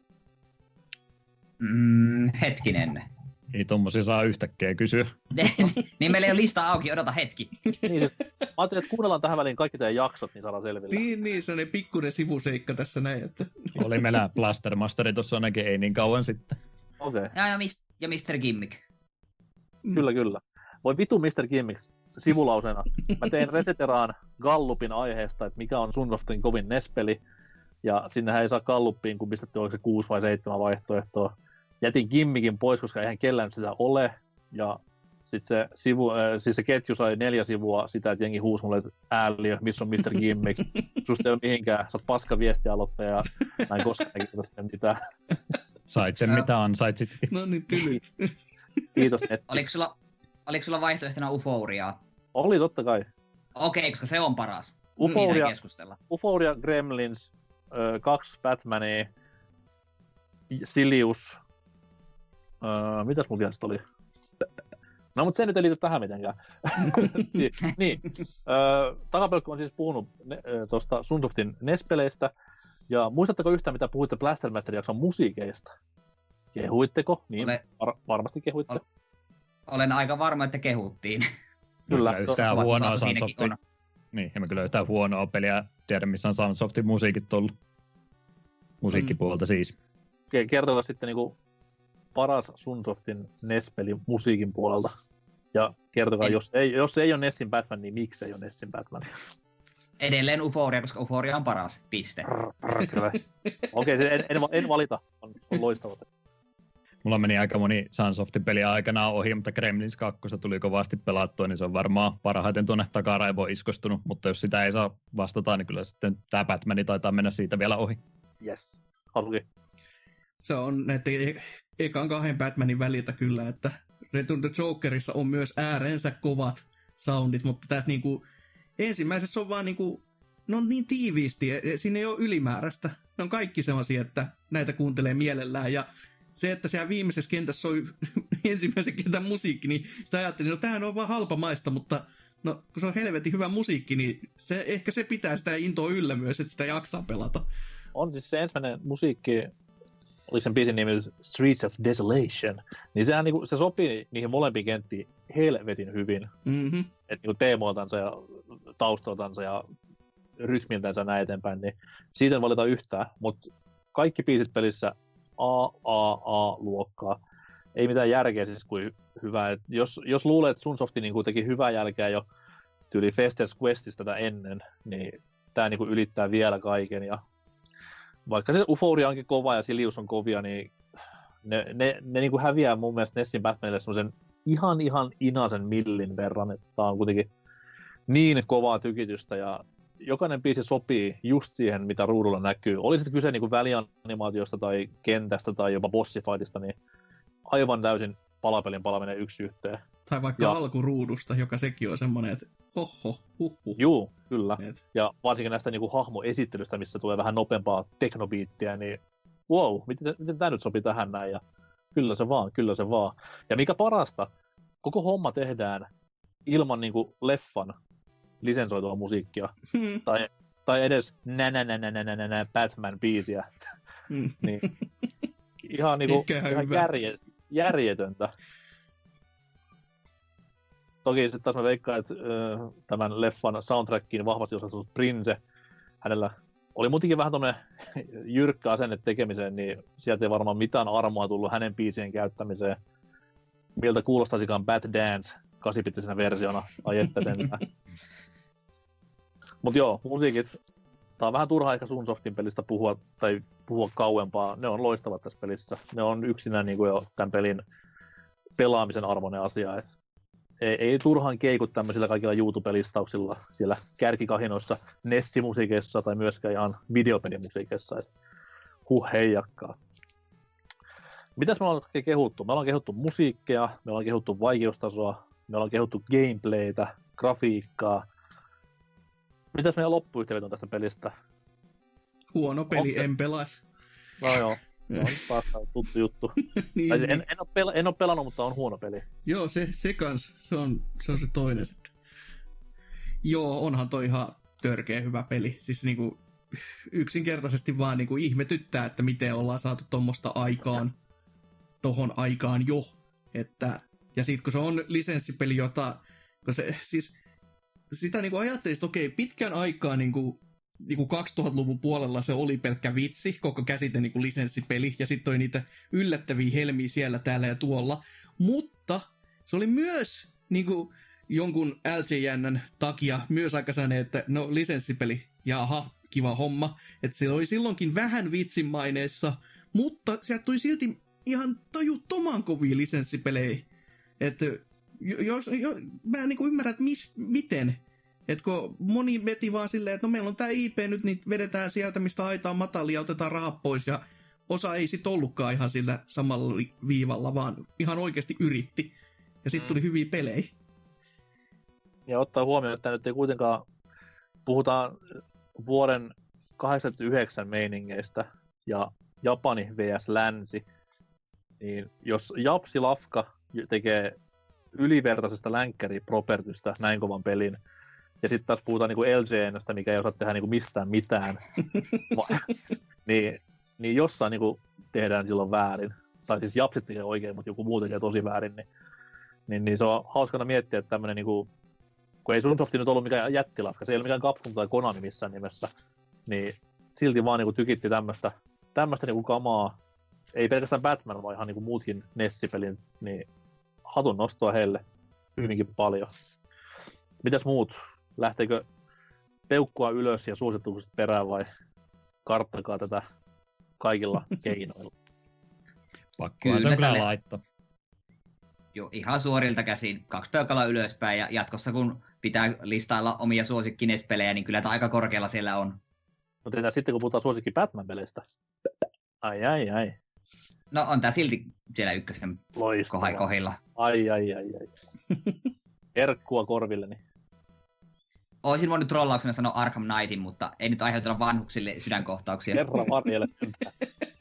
E: Mm, hetkinen.
D: Ei tommosia saa yhtäkkiä kysyä.
E: Niin meillä ei ole lista auki, odota hetki.
G: Niin, siis, mä ajattelin, että kuunnellaan tähän väliin kaikki teidän jaksot, niin saadaan selville.
C: Niin, niin, se on pikkuinen sivuseikka tässä näin. Että...
D: Oli meillä Blastermasteri tuossa ainakin ei niin kauan sitten.
G: Okei. Okay.
E: Ja, ja, mis, ja mister Gimmick.
G: Kyllä, kyllä. Voi vitu mister Gimmick sivulausena. Mä tein Reseteraan Gallupin aiheesta, että mikä on Sunsoftin kovin N E S-peli. Ja sinnehän ei saa Gallupiin, kun pistetty oliko se kuusi vai seitsemän vaihtoehtoa. Jätin Gimmickin pois, koska eihän kellään sitä ole. Ja sit se, sivu, äh, siis se ketju sai neljä sivua sitä, että jengi huusi mulle, että ääliö, missä on mister Gimmick. Susta ei ole mihinkään, sä oot paska viestialoittaja ja mä en koskaan näkitä sitä mitään.
D: Sait sen mitä ansaitsit.
C: No niin, tylyt.
G: Kiitos. Et...
E: Oliko sulla, Oliko sulla vaihtoehtona Euphoria?
G: Oli totta kai.
E: Okei, okay, koska se on paras.
G: Euphoria,
E: Siinä ei keskustella.
G: Euphoria, Gremlins, ö, kaksi Batmania, Silius. Öö, mitäs mun vielä oli? No mut se nyt ei liity tähän mitenkään. niin, niin. Öö, Takapelkko on siis puhunut ne, tuosta Sunsoftin N E S-peleistä. Ja muistatteko yhtään, mitä puhuitte Blastermaster-jakson musiikeista? Kehuitteko? Niin,
E: Olen,
G: var- varmasti kehuitte.
E: ol, olen aika varma, että kehuttiin.
G: Kyllä.
D: Yhtään
E: to-
D: huonoa
E: siinäkin
D: Sunsoftin.
E: on.
D: Niin, en mä kyllä yhtään huonoa peliä tiedä, missä on Sunsoftin musiikit ollut. Musiikkipuolta siis.
G: Kertokaa sitten niinku paras Sunsoftin N E S-peli musiikin puolelta. Ja kertokaa,
E: En...
G: jos ei, jos ei ole Nessin Batman, niin miksi ei ole Nessin Batman?
E: Edelleen Euphoria, koska Euphoria on paras. Piste.
G: Okei, okay, en, en, en valita. On, on loistava.
D: Mulla meni aika moni Sunsoftin peliä aikanaan ohi, mutta Gremlins kaksi tuli kovasti pelattua, niin se on varmaan parhaiten tuonne takaraivoon iskostunut. Mutta jos sitä ei saa vastata, niin kyllä sitten tämä Batman taitaa mennä siitä vielä ohi.
G: Yes. Halukin.
C: Se on näiden e- ekan kahden Batmanin väliltä kyllä, että Return the Jokerissa on myös äärensä kovat soundit, mutta tässä niinku ensimmäisessä on vaan niinku, ne on niin tiiviisti, siinä ei ole ylimääräistä. Ne on kaikki sellaisia, että näitä kuuntelee mielellään ja se, että siellä viimeisessä kentässä soi ensimmäisen kentän musiikki, niin sitä ajattelin, että no tämähän on vaan halpamaista, mutta no kun se on helvetin hyvä musiikki, niin se, ehkä se pitää sitä intoa yllä myös, että sitä jaksaa pelata.
G: On siis se ensimmäinen musiikki, oliko sen biisin nimi Streets of Desolation, niin sehän niinku, se sopii niihin molempiin kenttiin helvetin hyvin.
C: Mm-hmm.
G: Että niinku teemoiltansa ja taustoiltansa ja rytmiltänsä näin eteenpäin, niin siitä en valita yhtään, mutta kaikki biisit pelissä A, A, A-luokkaa. Ei mitään järkeä siis kuin hyvää. Et jos, jos luulee, että Sunsofti niinku teki hyvää jälkeä jo tyyli Fester's Questista tätä ennen, niin tää niinku ylittää vielä kaiken. Ja vaikka se Euphoria onkin kova ja Silius on kovia, niin ne, ne, ne niinku häviää mun mielestä Nessin Batmanille semmosen ihan ihan inasen millin verran, että tää on kuitenkin niin kovaa tykitystä ja jokainen biisi sopii just siihen, mitä ruudulla näkyy. Oli sitten kyse niinku välianimaatiosta tai kentästä tai jopa bossifightista, niin aivan täysin palapelin palaminen yksi yhteen.
C: Tai vaikka
G: ja...
C: alkuruudusta, joka sekin on semmoinen, että hoho, huhhuh.
G: Juu, kyllä.
C: Et.
G: Ja varsinkin näistä niinku hahmoesittelystä, missä tulee vähän nopeampaa teknobiittiä, niin wow, miten, miten tämä nyt sopii tähän näin? Ja kyllä se vaan, kyllä se vaan. Ja mikä parasta, koko homma tehdään ilman niinku leffan lisensoitua musiikkia.
C: Hmm.
G: Tai, tai edes nä nä nä nä nä nä nä Batman-biisiä.
C: Hmm.
G: Niin. Ihan niinku ihan järje, järjetöntä. Toki sitten taas mä veikkaan, että ö, tämän leffan soundtrackiin vahvasti osallistunut Prince, hänellä oli muutenkin vähän tommonen jyrkkä asenne tekemiseen, niin sieltä ei varmaan mitään armoa tullut hänen biisien käyttämiseen. Miltä kuulostaisikaan Bad Dance kahdeksanbittisenä versiona, ai että sentään. Mut joo, musiikit, tää on vähän turhaa ehkä Sunsoftin pelistä puhua, tai puhua kauempaa, ne on loistavat tässä pelissä. Ne on yksinään niin kuin jo tämän pelin pelaamisen arvoinen asia. Et ei, ei turhaan keiku tämmöisillä kaikilla YouTube-listauksilla siellä kärkikahinoissa, Nessi-musiikeissa tai myöskään ihan videopelimusiikeissa. Et huh heijakkaa. Mitäs me ollaan kehuttu? Me ollaan kehuttu musiikkeja, me ollaan kehuttu vaikeustasoa, me ollaan kehuttu gameplaytä, grafiikkaa. Mitäs meidän loppuyhteenveto on tästä pelistä?
C: Huono peli,
G: Onko...
C: en pelas.
G: No joo, se on taas tuttu juttu.
C: niin,
G: tai
C: niin.
G: En, en, ole pel- en ole pelannut, mutta on huono peli.
C: Joo, se, se kans, se on, se on se toinen sitten. Joo, onhan toi ihan törkeä hyvä peli. Siis niinku yksinkertaisesti vaan niinku ihmetyttää, että miten ollaan saatu tommosta aikaan, tohon aikaan jo. Että, ja sit kun se on lisenssipeli, jota, kun se siis sitä niinku ajattelisi, että okei, pitkän aikaa niinku, niinku kaksituhattaluvun puolella se oli pelkkä vitsi, koko käsite niinku lisenssipeli, ja sitten oli niitä yllättäviä helmiä siellä, täällä ja tuolla. Mutta se oli myös niinku jonkun L J N:n takia myös aika sellainen, että no lisenssipeli, jaha, kiva homma. Että se oli silloinkin vähän vitsin maineessa, mutta sieltä tuli silti ihan tajuttoman kovia lisenssipelejä. Että jos, jos, mä en niin ymmärrä, että mis, miten. Että kun moni veti vaan silleen, että no meillä on tää I P nyt, niin vedetään sieltä, mistä aita on matalia, otetaan rahat pois. Ja osa ei sit ollutkaan ihan sillä samalla viivalla, vaan ihan oikeasti yritti. Ja sitten tuli hyviä pelejä.
G: Ja ottaa huomioon, että nyt ei kuitenkaan puhutaan vuoden kahdeksankymmentäyhdeksän meiningeistä ja Japani versus länsi, niin jos Japsi Lafka tekee ylivertaisesta länkkäri-propertystä näin kovan pelin, ja sitten taas puhutaan niinku L G N:stä, mikä ei osaa tehdä niinku mistään mitään, va- niin, niin jossain niinku tehdään silloin väärin. Tai siis Japsit tekee oikein, mutta joku muu tekee tosi väärin, niin, niin, niin se on hauskana miettiä, että tämmönen niinku, kun ei Sunsoft nyt ollut mikään jättilafka, se ei ole mikään Capcom tai Konami missään nimessä, niin silti vaan niinku tykitti tämmöstä, tämmöstä niinku kamaa, ei pelkästään Batman, vaan ihan niinku muutkin Nessipelin, niin hatun nostoa heille hyvinkin paljon. Mitäs muut? Lähteekö peukkua ylös ja suositukset perään vai karttakaa tätä kaikilla keinoilla?
D: Pakkohan se on kyllä laittaa.
E: Joo, ihan suorilta käsin. Kaksi peukalla ylöspäin ja jatkossa kun pitää listailla omia suosikkinespelejä, niin kyllä tämä aika korkealla siellä on.
G: No tehdään sitten, kun puhutaan suosikki Batman-peleistä. Ai ai ai.
E: No on tää silti siellä ykkösen
G: Loistavaa.
E: kohdilla.
G: Ai ai ai ai. Herkkua korvilleni.
E: Oisin voinut trollauksena sanoa Arkham Knightin, mutta ei nyt aiheuteta vanhuksille sydänkohtauksia.
G: Herra varjelle sentään.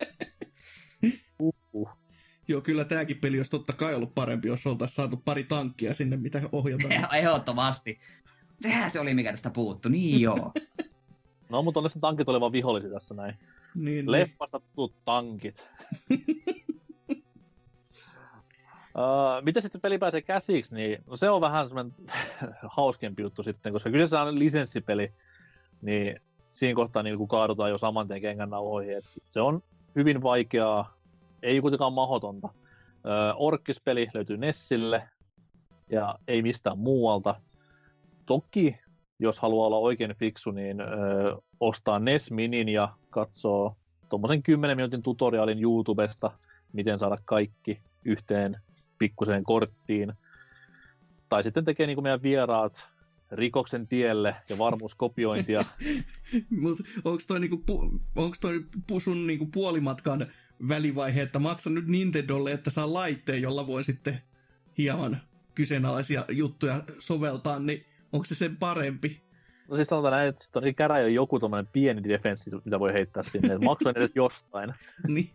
G: Uh-uh.
C: Joo, kyllä tääkin peli olisi totta kai ollut parempi, jos oltaisiin saatu pari tankkia sinne, mitä ohjataan.
E: Ehdottomasti. Sehän se oli, mikä tästä puuttu. Niin joo.
G: No, mutta onneksi tankit oli vaan vihollisia tässä näin.
C: Niin,
G: Leffasta tutut tankit. Uh, miten sitten peli pääsee käsiksi, niin no se on vähän semmoinen hauskempi juttu sitten, koska kyseessä on lisenssipeli, niin siinä kohtaa niin kun kaadutaan jo saman tien kengän nauhoihin. Et se on hyvin vaikeaa, ei kuitenkaan mahdotonta. Uh, Orkkispeli löytyy Nessille ja ei mistään muualta. Toki, jos haluaa olla oikein fiksu, niin uh, ostaa N E S Minin ja katsoo tuommoisen kymmenen minuutin tutoriaalin YouTubesta, miten saada kaikki yhteen pikkuseen korttiin. Tai sitten tekee niin kuin meidän vieraat rikoksen tielle ja varmuuskopiointia.
C: Mutta onko toi, niinku, pu, onks toi pu, sun niinku puolimatkan välivaihe, että maksa nyt Nintendolle, että saa laitteen, jolla voi sitten hieman kyseenalaisia juttuja soveltaa, niin onko se sen parempi?
G: No siis sanotaan näin, että on käräjä joku tommonen pieni defenssi, mitä voi heittää sinne, että maksoin edes jostain.
C: Niin.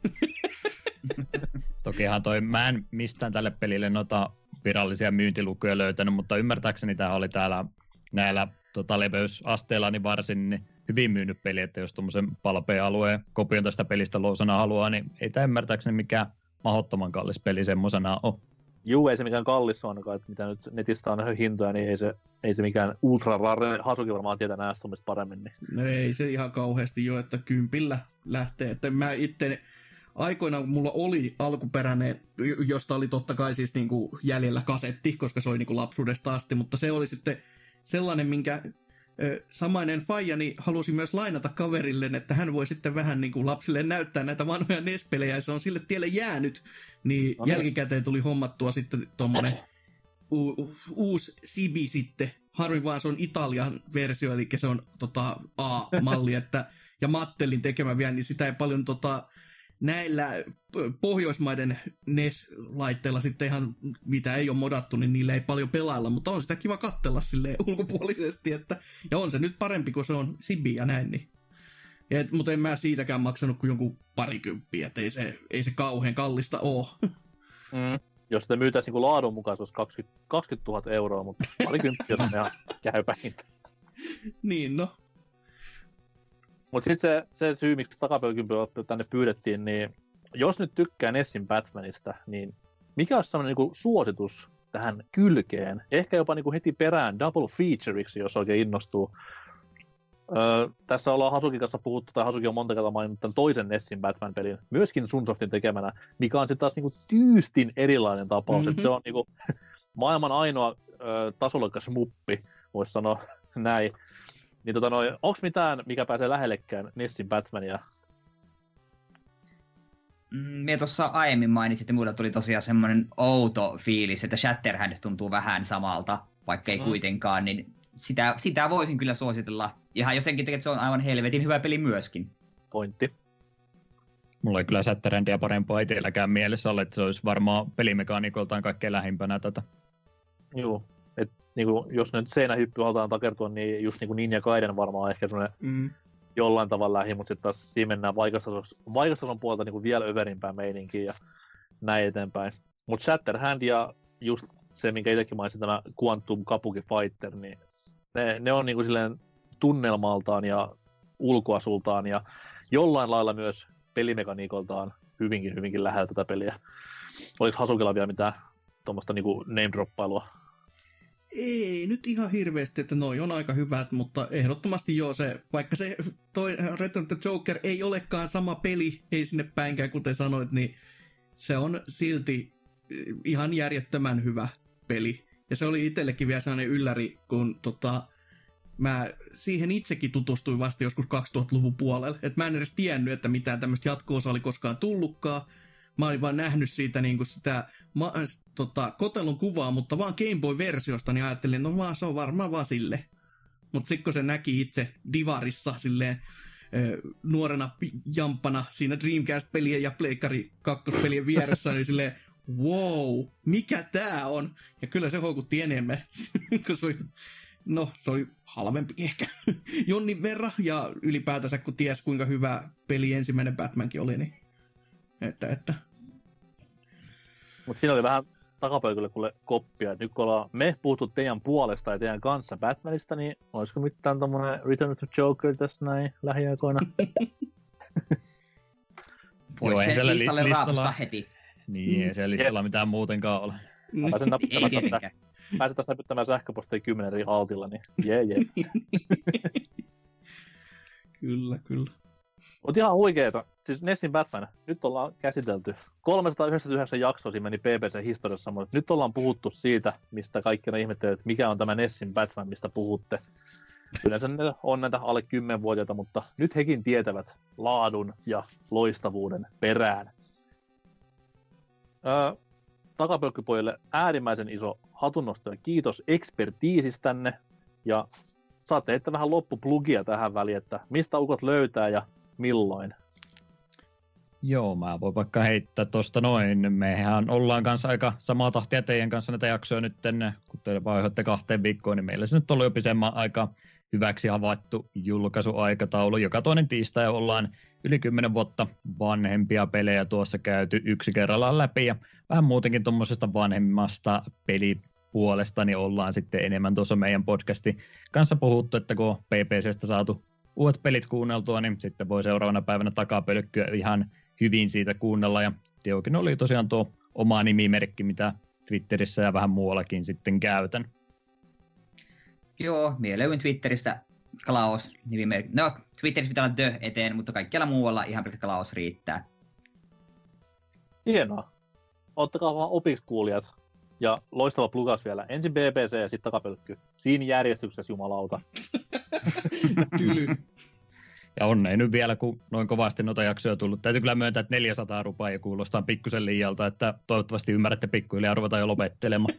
D: Tokihan toi, mä en mistään tälle pelille noita virallisia myyntilukuja löytänyt, mutta ymmärtääkseni tää oli täällä näillä tota, leveysasteilla niin varsin niin hyvin myynyt peli, että jos tommosen palpea-alueen kopion tästä pelistä lousana haluaa, niin ei tää ymmärtääkseni mikään mahdottoman kallis peli semmosena ole.
G: Juu, ei se mikään kallis ainakaan, että mitä nyt netistä on hintoja, niin ei se, ei se mikään ultra rare. Hasuki varmaan tietää näistä paremmin. Niin.
C: No ei se ihan kauheasti jo, että kympillä lähtee. Että mä itse aikoinaan, kun mulla oli alkuperäinen, josta oli totta kai siis niinku jäljellä kasetti, koska se oli niinku lapsuudesta asti, mutta se oli sitten sellainen, minkä ö, samainen faijani halusi myös lainata kaverille, että hän voi sitten vähän niinku lapsille näyttää näitä vanhoja N E S-pelejä, ja se on sille tielle jäänyt, niin no, jälkikäteen tuli hommattua sitten tommonen u- u- uusi Sibi sitten. Harmin vaan se on Italian versio, eli se on tota, A-malli, että, ja Mattelin tekemä vielä, niin sitä ei paljon tota, näillä Pohjoismaiden N E S-laitteilla sitten ihan, mitä ei ole modattu, niin niillä ei paljon pelailla, mutta on sitä kiva katsella silleen ulkopuolisesti, että, ja on se nyt parempi, kun se on Sibi ja näin, niin. Et, mutta en mä siitäkään maksanut kuin jonkun parikymppiä, että ei se, ei se kauhean kallista ole.
G: Mm. Jos sitä myytäisiin niin laadun mukaan, se olisi kaksikymmentätuhatta euroa, mutta parikymppiä on ihan käypä hinta.
C: Niin, no.
G: Mutta sitten se, se syy, miksi takapelikympiä tänne pyydettiin, niin jos nyt tykkää Nessin Batmanista, niin mikä olisi sellainen niin suositus tähän kylkeen? Ehkä jopa niin heti perään double featureiksi, jos oikein innostuu. Öö, tässä ollaan Hasukin kanssa puhuttu, tai Hasuki on monta kertaa maininnut tämän toisen Nessin Batman-pelin, myöskin Sunsoftin tekemänä, mikä on sitten taas niinku tyystin erilainen tapaus. Mm-hmm. Että se on niinku maailman ainoa öö, tasoloikkas muppi, voisi sanoa näin. Niin tota noin, onks mitään, mikä pääsee lähellekään Nessin Batmania?
E: Mie tuossa aiemmin mainitsin, että mulla tuli tosiaan semmoinen outo fiilis, että Shatterhand tuntuu vähän samalta, vaikka ei mm. kuitenkaan, niin sitä, sitä voisin kyllä suositella. Ihan jo senkin takia, että se on aivan helvetin hyvä peli myöskin.
G: Pointti.
D: Mulla ei kyllä Shatterandia parempaa itselläkään mielessä ole, että se olisi varmaan pelimekaniikoltaan kaikkein lähimpänä tätä.
G: Joo, että niinku, jos nyt seinähyppy halutaan takertua, niin just niinku Ninja Gaiden varmaan ehkä semmoinen mm. jollain tavalla lähi, mutta sitten taas siinä mennään vaikastason puolelta niinku vielä överimpään meininkiin ja näin eteenpäin. Mutta Shatterhand ja just se, minkä itsekin mainitsin, tämä Quantum Kabuki Fighter, niin ne, ne on niinku silleen tunnelmaltaan ja ulkoasultaan ja jollain lailla myös pelimekaniikoltaan hyvinkin, hyvinkin lähellä tätä peliä. Oliko Hasukilla vielä mitään tuommoista niinku name-droppailua?
C: Ei nyt ihan hirveästi, että noi on aika hyvät, mutta ehdottomasti joo se, vaikka se toi Return to Joker ei olekaan sama peli, ei sinne päinkään kuten sanoit, niin se on silti ihan järjettömän hyvä peli. Ja se oli itsellekin vielä sellainen ylläri, kun tota, mä siihen itsekin tutustuin vasta joskus kaksituhattaluvun puolella. Että mä en edes tiennyt, että mitään tämmöistä jatko-osaa oli koskaan tullutkaan. Mä olin vaan nähnyt siitä niin kuin sitä ma, tota, kotelon kuvaa, mutta vaan Game Boy-versiosta, niin ajattelin, no vaan se on varmaan vaan sille. Mutta sitten kun se näki itse Divarissa silleen nuorena jamppana siinä Dreamcast-pelien ja Pleikkari kakkospelien vieressä, niin silleen, wow, mikä tää on? Ja kyllä se houkutti enemmän, kun se oli, no, se oli halvempi ehkä jonnin verran, ja ylipäätänsä kun ties kuinka hyvä peli ensimmäinen Batmankin oli, niin että, että.
G: Mutta siinä oli vähän takapöykylle kuule koppia, nyt kun ollaan me puhuttu teidän puolesta ja teidän kanssa Batmanista, niin olisiko mitään tommonen Return to Joker tässä näin lähiaikoina?
E: Voisi sen li- listalle raapista heti.
D: Niin, ei siellä listalla yes. mitään muutenkaan ole.
G: Mä pääsen napittamaan, pääsen tässä näpyttämään sähköpostia kymmenen eri altilla, niin jee jee.
C: Kyllä, kyllä.
G: Mut ihan huikeeta. Siis Nessin Batman, nyt ollaan käsitelty. kolmesataayhdeksänkymmentäyhdeksän jaksoa siinä meni P B C-historiassa, mutta nyt ollaan puhuttu siitä, mistä kaikki ne ihmettelee, että mikä on tämä Nessin Batman, mistä puhutte. Yleensä ne on näitä alle kymmenvuotiaita, mutta nyt hekin tietävät laadun ja loistavuuden perään. Öö, takapölkkypojille äärimmäisen iso hatunnosto ja kiitos ekspertiisistänne. Ja saatte heittää vähän loppuplugia tähän väliin, että mistä ukot löytää ja milloin.
D: Joo, mä voin vaikka heittää tosta noin. Mehän ollaan kanssa aika samaa tahtia teidän kanssa näitä jaksoja nyt, kun te vaihoitte kahteen viikkoon, niin meillä se nyt on jo pisemman aika hyväksi havaittu julkaisuaikataulu. Joka toinen tiistai ollaan yli kymmenen vuotta vanhempia pelejä tuossa käyty yksi kerrallaan läpi, ja vähän muutenkin tuommoisesta vanhemmasta pelipuolesta niin ollaan sitten enemmän tuossa meidän podcastin kanssa puhuttu, että kun on P P C:stä saatu uudet pelit kuunneltua, niin sitten voi seuraavana päivänä takapölkkyä ihan hyvin siitä kuunnella, ja Diokin oli tosiaan tuo oma nimimerkki, mitä Twitterissä ja vähän muuallakin sitten käytän.
E: Joo, mieluummin Twitterissä Klaus nimimerkki. No, Twitterissä pitää olla The eteen, mutta kaikkialla muualla ihan pelkkä Klaus riittää.
G: Hienoa. Ottakaa vaan opiksi kuulijat. Ja loistava plugas vielä. Ensin B B C ja sitten takapölkky. Siinä järjestyksessä, jumalauta.
C: Tyly.
D: Ja on ei nyt vielä, kun noin kovasti noita jaksoja tullut. Täytyy kyllä myöntää, että neljäsataa rupaa ja kuulostaa pikkusen liialta, että toivottavasti ymmärrätte pikkuhiljaa ruvetaan jo lopettelemaan.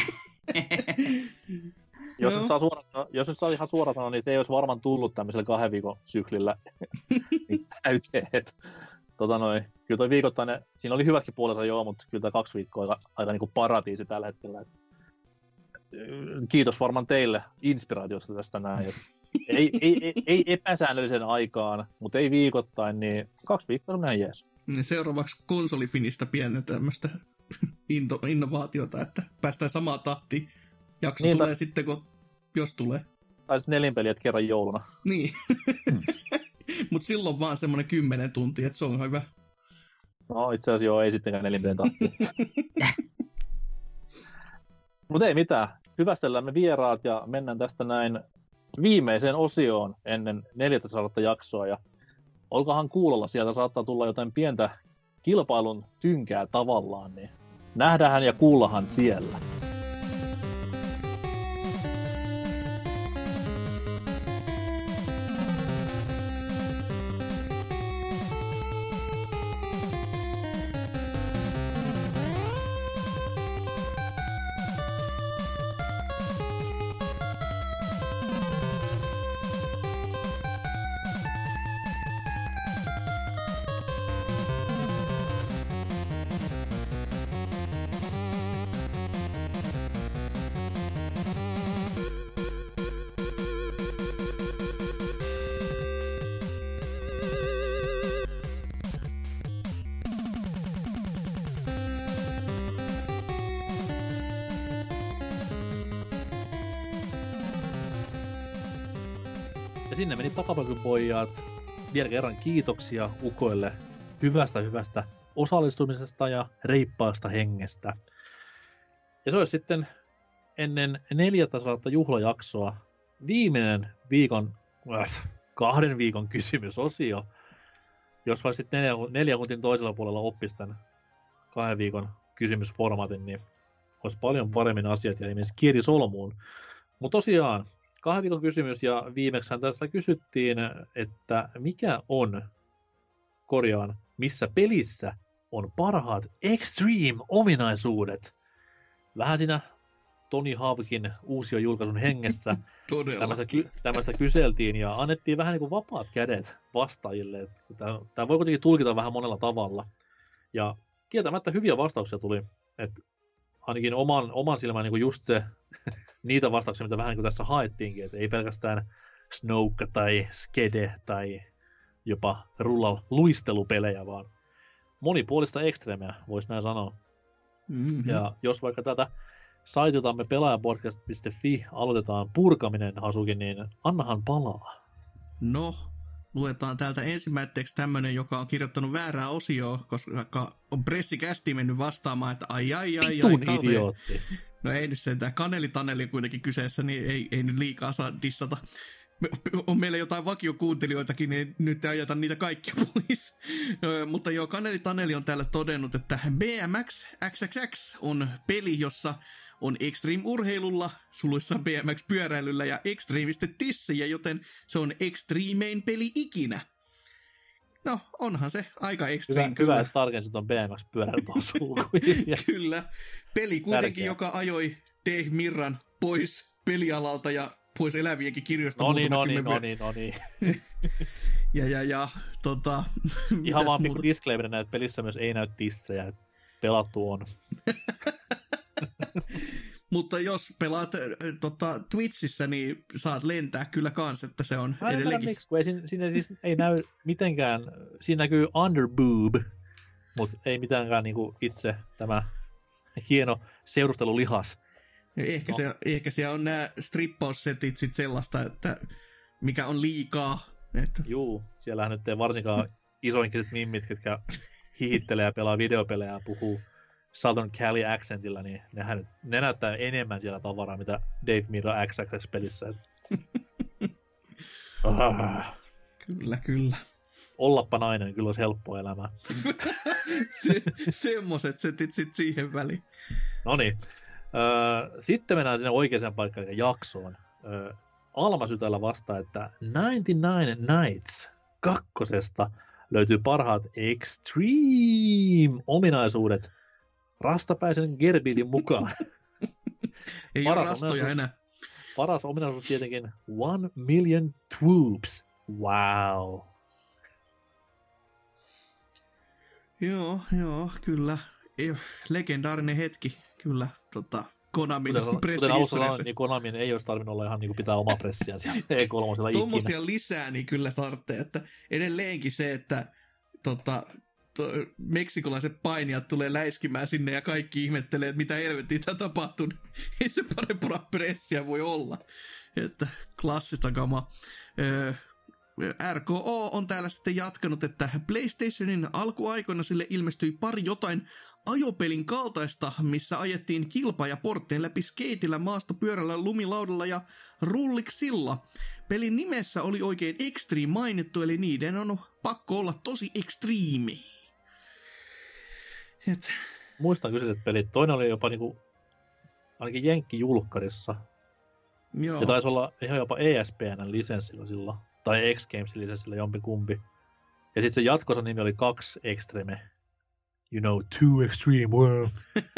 G: Jos nyt, saa suorata, jos nyt saa ihan suoraan sanoa, niin se ei olisi varmaan tullut tämmöisellä kahden viikon syklillä niin täyteen. Tota noin, kyllä toi viikoittainen, siinä oli hyvätkin puolensa joo, mutta kyllä tämä kaksi viikkoa aika, aika niin kuin paratiisi tällä hetkellä. Kiitos varmaan teille inspiraatiosta tästä näin. Ei, ei, ei, ei epäsäännöllisen aikaan, mutta ei viikoittain, niin kaksi viikkoa on ihan jees.
C: Seuraavaksi konsolifinistä pientä tämmöistä into, innovaatiota, että päästään samaan tahtiin. Jakso Niinpä. Tulee sitten, kun, jos tulee.
G: Tai sitten nelinpeliä kerran jouluna.
C: Niin. Mutta silloin vaan semmoinen kymmenen tuntia, että se on hyvä.
G: No itse asiassa joo, ei sittenkään nelinpelien tahtia. Mutta ei mitään. Hyvästellään me vieraat ja mennään tästä näin viimeiseen osioon ennen neljäsataa jaksoa. Ja olkahan kuulolla, sieltä saattaa tulla jotain pientä kilpailun tynkää tavallaan, niin nähdään ja kuullahan siellä.
B: Ja sinne meni takapakynpojat. Vielä kerran kiitoksia ukoille hyvästä hyvästä osallistumisesta ja reippaasta hengestä. Ja se olisi sitten ennen neljäsataa juhlajaksoa viimeinen viikon, äh, kahden viikon kysymysosio. Jos vai sitten neljä, neljä huntin toisella puolella oppisi tämän kahden viikon kysymysformaatin, niin olisi paljon paremmin asiat ja ei menisi kieri solmuun. Mutta tosiaan, kahden viikon kysymys ja viimeksään tästä kysyttiin, että mikä on, korjaan, missä pelissä on parhaat Extreme-ominaisuudet. Vähän siinä Tony Hawkin uusio julkaisun hengessä tämmöistä, ky- tämmöistä kyseltiin ja annettiin vähän niin kuin vapaat kädet vastaajille. Tämä voi kuitenkin tulkita vähän monella tavalla. Ja kieltämättä hyviä vastauksia tuli. Et ainakin oman, oman silmään niin kuin just se, niitä vastauksia, mitä vähän niin kuin tässä haettiinkin. Et ei pelkästään Snoke tai Skede tai jopa rulla luistelupelejä, vaan monipuolista ekstremeä, voisi näin sanoa. Mm-hmm. Ja jos vaikka tätä saitiltamme pelaajapodcast piste fi aloitetaan purkaminen, Hasuki, niin annahan palaa.
C: No, luetaan täältä ensimmäiseksi tämmönen, joka on kirjoittanut väärää osioa, koska on pressikästi mennyt vastaamaan, että ai ai ai ai.
B: Vitun idiootti.
C: No ei nyt sentään, kanelitaneli kuitenkin kyseessä, niin ei, ei nyt liikaa saa dissata. On meillä jotain vakiokuuntelijoitakin, niin nyt ei ajeta niitä kaikkia pois. No, mutta joo, Kaneli Taneli on täällä todennut, että B M X X X X on peli, jossa on Extreme-urheilulla, suluissa B M X-pyöräilyllä ja ekstriimisten tissejä, joten se on extremein peli ikinä. No, onhan se aika extreme.
B: Hyvä, hyvä että tarkensit on B M X-pyöräily tuohon sulkuihin.
C: Kyllä. Peli kuitenkin,
B: Tärkeä.
C: joka ajoi Dave Mirran pois pelialalta ja pois elävienkin kirjoista.
B: No niin, no niin, no niin, no niin.
C: ja, ja, ja, tota...
B: Ihan vaan pikku disclaimer, että pelissä myös ei näy tissejä, että pelattu on.
C: Mutta jos pelaat äh, tota, Twitchissä, niin saat lentää kyllä kans, että se on
B: Mä en
C: edelleenkin...
B: miksi, kun ei, siinä, siinä siis ei näy mitenkään, siinä näkyy underboob, mutta ei mitenkään niinku itse tämä hieno seurustelulihas.
C: Ehkä, no. se, ehkä siellä on nämä strippaussetit sit sellaista, että mikä on liikaa. Että...
B: Juu, siellähän nyt ei varsinkaan isoinkiset mimmit, ketkä hihittelee ja pelaa videopelejä ja puhuu Southern Cali accentilla, niin nehän, ne näyttää enemmän siellä tavaraa, mitä Dave Mirra X X X-pelissä. ah.
C: Kyllä, kyllä.
B: Ollappa nainen, kyllä olisi helppoa elämää.
C: Se, semmoset setit sit siihen väliin.
B: Noniin. Öö, sitten mennään sinne oikeaan paikkaan ja jaksoon. Öö, Alma Sytällä vastaa, että yhdeksänkymmentäyhdeksän Nights kakkosesta löytyy parhaat Extreme-ominaisuudet rastapäisen Gerbilin mukaan.
C: Ei paras ole rastoja enää.
B: Paras ominaisuus tietenkin One Million Twoops. Wow.
C: Joo, joo, kyllä. Legendaarinen hetki, kyllä. Tota, Konamin
B: pressihistoriassa. Kuten alussa sanoin, niin Konamin ei olisi tarvinnut olla ihan niin kuin pitää omaa pressiä siellä E kolme ikinä.
C: Tuommoisia lisää, niin kyllä tarvitsee, että edelleenkin se, että tota, to, meksikolaiset painijat tulee läiskimään sinne ja kaikki ihmettelee, että mitä helvettiä tapahtuu. Ei se parempaa pressiä voi olla. Että klassista kamaa. Öö, R K O on täällä sitten jatkanut, että PlayStationin alkuaikoina sille ilmestyi pari jotain ajopelin kaltaista, missä ajettiin kilpa- ja porttien läpi skeitillä, maastopyörällä, lumilaudalla ja rulliksilla. Pelin nimessä oli oikein Extreme mainittu, eli niiden on pakko olla tosi extreme. Et...
B: Muistan kyseiset pelit. Toinen oli jopa niinku, ainakin Jenkki-julkkarissa.
C: Joo.
B: Ja taisi olla ihan jopa E S P N-lisenssillä silloin. Tai X-Games-lisenssillä jompikumpi. Ja sitten se jatkossa nimi oli kaksi Extreme. You know, too extreme world.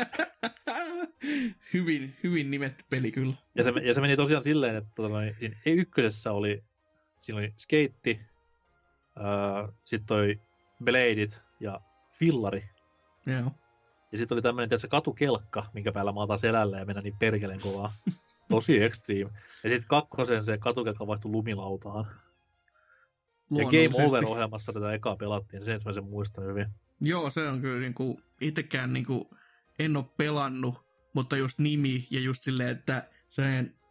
C: hyvin, hyvin nimetty peli kyllä.
B: Ja se, ja se meni tosiaan silleen, että tota, siinä E yksi oli, siinä oli skeitti, äh, sitten toi bladeit ja fillari.
C: Joo.
B: Ja sitten oli tämmöinen, että se katukelkka, minkä päällä maataan selällä ja mennä niin perkeleen kovaa. Tosi extreme. Ja sitten kakkosen se katukelkka vaihtui lumilautaan. Ja Game Over-ohjelmassa tätä ekaa pelattiin, sen ensimmäisen muistan hyvin.
C: Joo, se on kyllä niinku, itekään niinku, en oo pelannut, mutta just nimi ja just silleen, että sen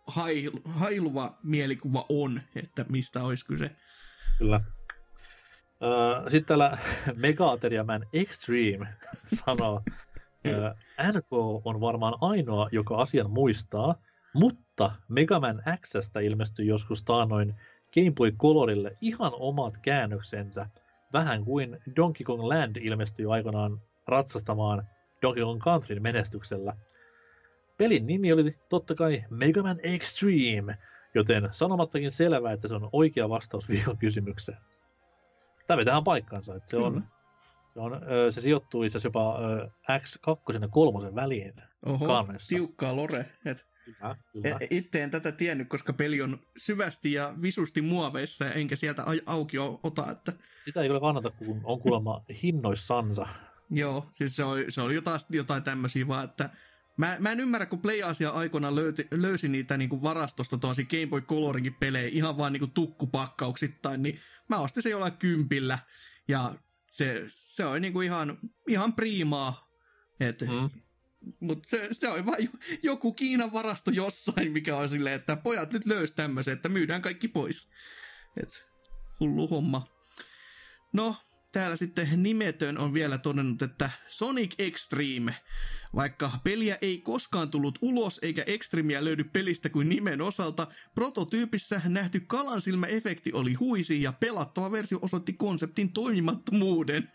C: hailuva mielikuva on, että mistä olisi kyse.
B: Kyllä. Uh, sitten täällä Mega-Ateriaman Extreme sanoo, uh, N K on varmaan ainoa, joka asian muistaa, mutta Mega Man X:stä ilmestyi joskus taannoin Game Boy Colorille ihan omat käännöksensä, vähän kuin Donkey Kong Land ilmestyi aikanaan ratsastamaan Donkey Kong Countryn menestyksellä. Pelin nimi oli totta kai Mega Man Extreme, joten sanomattakin selvää, että se on oikea vastaus viikon kysymykseen. Tämä tähän paikkaansa, että se on, mm. se, on, se sijoittuu itse asiassa jopa X kaksi ja kolme väliin.
C: Oho,
B: kannessa.
C: Tiukkaa lore. Et
B: kyllä, kyllä.
C: Itse en tätä tiennyt, koska peli on syvästi ja visusti muoveissa, enkä sieltä auki ota. Että...
B: Sitä ei kyllä kannata, kun on kuulemma hinnoissansa.
C: Joo, siis se oli, se oli jotain, jotain tämmöisiä vaan, että Mä, mä en ymmärrä, kun Play-Asia aikoinaan löyti, löysi niitä niinku varastosta tuollaisia Game Boy Colorinkin pelejä ihan vaan niinku tukkupakkauksittain, niin mä ostin se jollain kympillä. Ja se, se oli niinku ihan, ihan priimaa. Et, mm. Mutta se, se oli vaan joku Kiinan varasto jossain, mikä on silleen, että pojat nyt löysi tämmöisen, että myydään kaikki pois. Et, hullu homma. No, täällä sitten nimetön on vielä todennut, että Sonic Extreme. Vaikka peliä ei koskaan tullut ulos eikä Extremeä löydy pelistä kuin nimen osalta, prototyypissä nähty kalansilmäefekti oli huisi ja pelattava versio osoitti konseptin toimimattomuuden.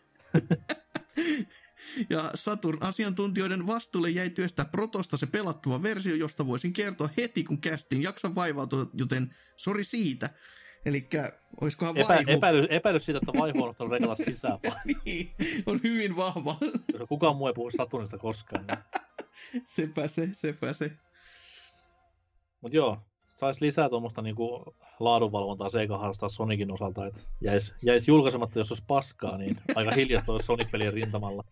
C: Ja Saturn-asiantuntijoiden vastuulle jäi työstä protosta se pelattava versio, josta voisin kertoa heti kun kästiin jaksa vaivautua, joten sori siitä. Elikkä, oiskohan
B: Epä,
C: vaihu?
B: Epäilys, epäilys siitä, että vaihu on ottanut rekata sisään.
C: Niin, on hyvin vahva.
B: Kukaan muu ei puhu Saturnista koskaan. Niin.
C: Sepä se, sepä se.
B: Mut joo, sais lisää tuommoista niinku laadunvalvontaa Sega harrastaa Sonicin osalta, että jäis, jäis julkaisematta, jos olisi paskaa, niin aika hiljasta olisi Sonic-pelien rintamalla.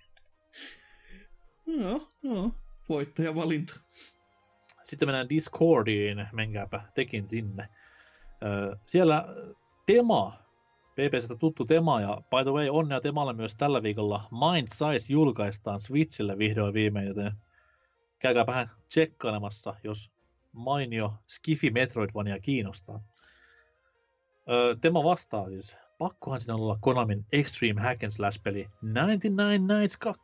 C: Joo, joo. Voittajavalinta.
B: Sitten mennään Discordiin, menkääpä tekin sinne. Öö, siellä Tema, P P C:stä tuttu Tema, ja by the way, onnea Temalle myös tällä viikolla Mind Size julkaistaan Switchille vihdoin viimein, joten käykää vähän tsekkailemassa, jos mainio Skifi Metroidvania kiinnostaa. Öö, Tema vastaa siis, pakkohan siinä olla Konamin Extreme Hack and Slash-peli yhdeksänkymmentäyhdeksän Nights kaksi.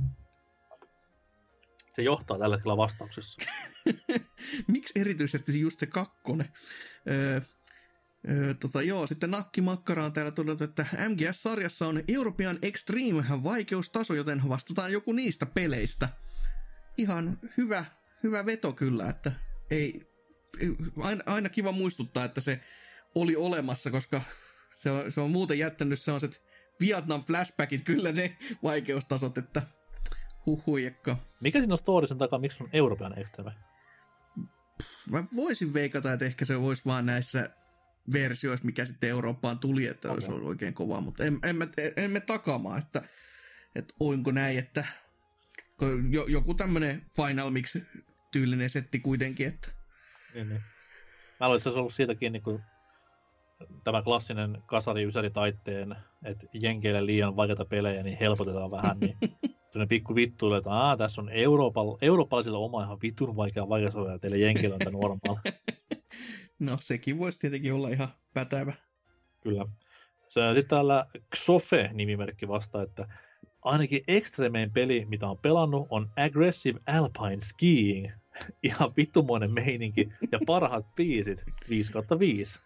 B: Se johtaa tällä hetkellä vastauksessa.
C: Miksi erityisesti just se kakkonen? Öö, öö, tota, joo, sitten Nakkimakkara on täällä todennut, että M G S-sarjassa on European Extreme vaikeustaso, joten vastataan joku niistä peleistä. Ihan hyvä, hyvä veto kyllä, että ei, aina, aina kiva muistuttaa, että se oli olemassa, koska se on, se on muuten jättänyt sellaiset Vietnam flashbackit, kyllä ne vaikeustasot, että huhuiekka.
B: Mikä siinä on story sen takaa, miksi on European Extreme?
C: Mä voisin veikata, että ehkä se olisi vaan näissä versioissa, mikä sitten Eurooppaan tuli, että okay. Olisi ollut oikein kovaa, mutta en, en, en, en me takaamaan, että, että onko näin, että joku tämmöinen Final Mix-tyylinen setti kuitenkin, että...
B: Niin, niin. Mä aloin itse asiassa ollut siitä kiinni, kun tämä klassinen kasari-ysäri-taitteen, että jenkeille liian vaikeita pelejä, niin helpotetaan vähän, niin sellainen pikku vittuilu, että aah, tässä on Euroopalla, eurooppalaisilla oma ihan vitun vaikea vaikeasuoja, ja teille jenkeillä on tämä normaali.
C: No, sekin voisi tietenkin olla ihan pätevä.
B: Kyllä. Sitten täällä Xofe-nimimerkki vastaa, että ainakin Extremein peli, mitä on pelannut, on Aggressive Alpine Skiing. Ihan vittumoinen meininki ja parhaat biisit viisi kautta viisi.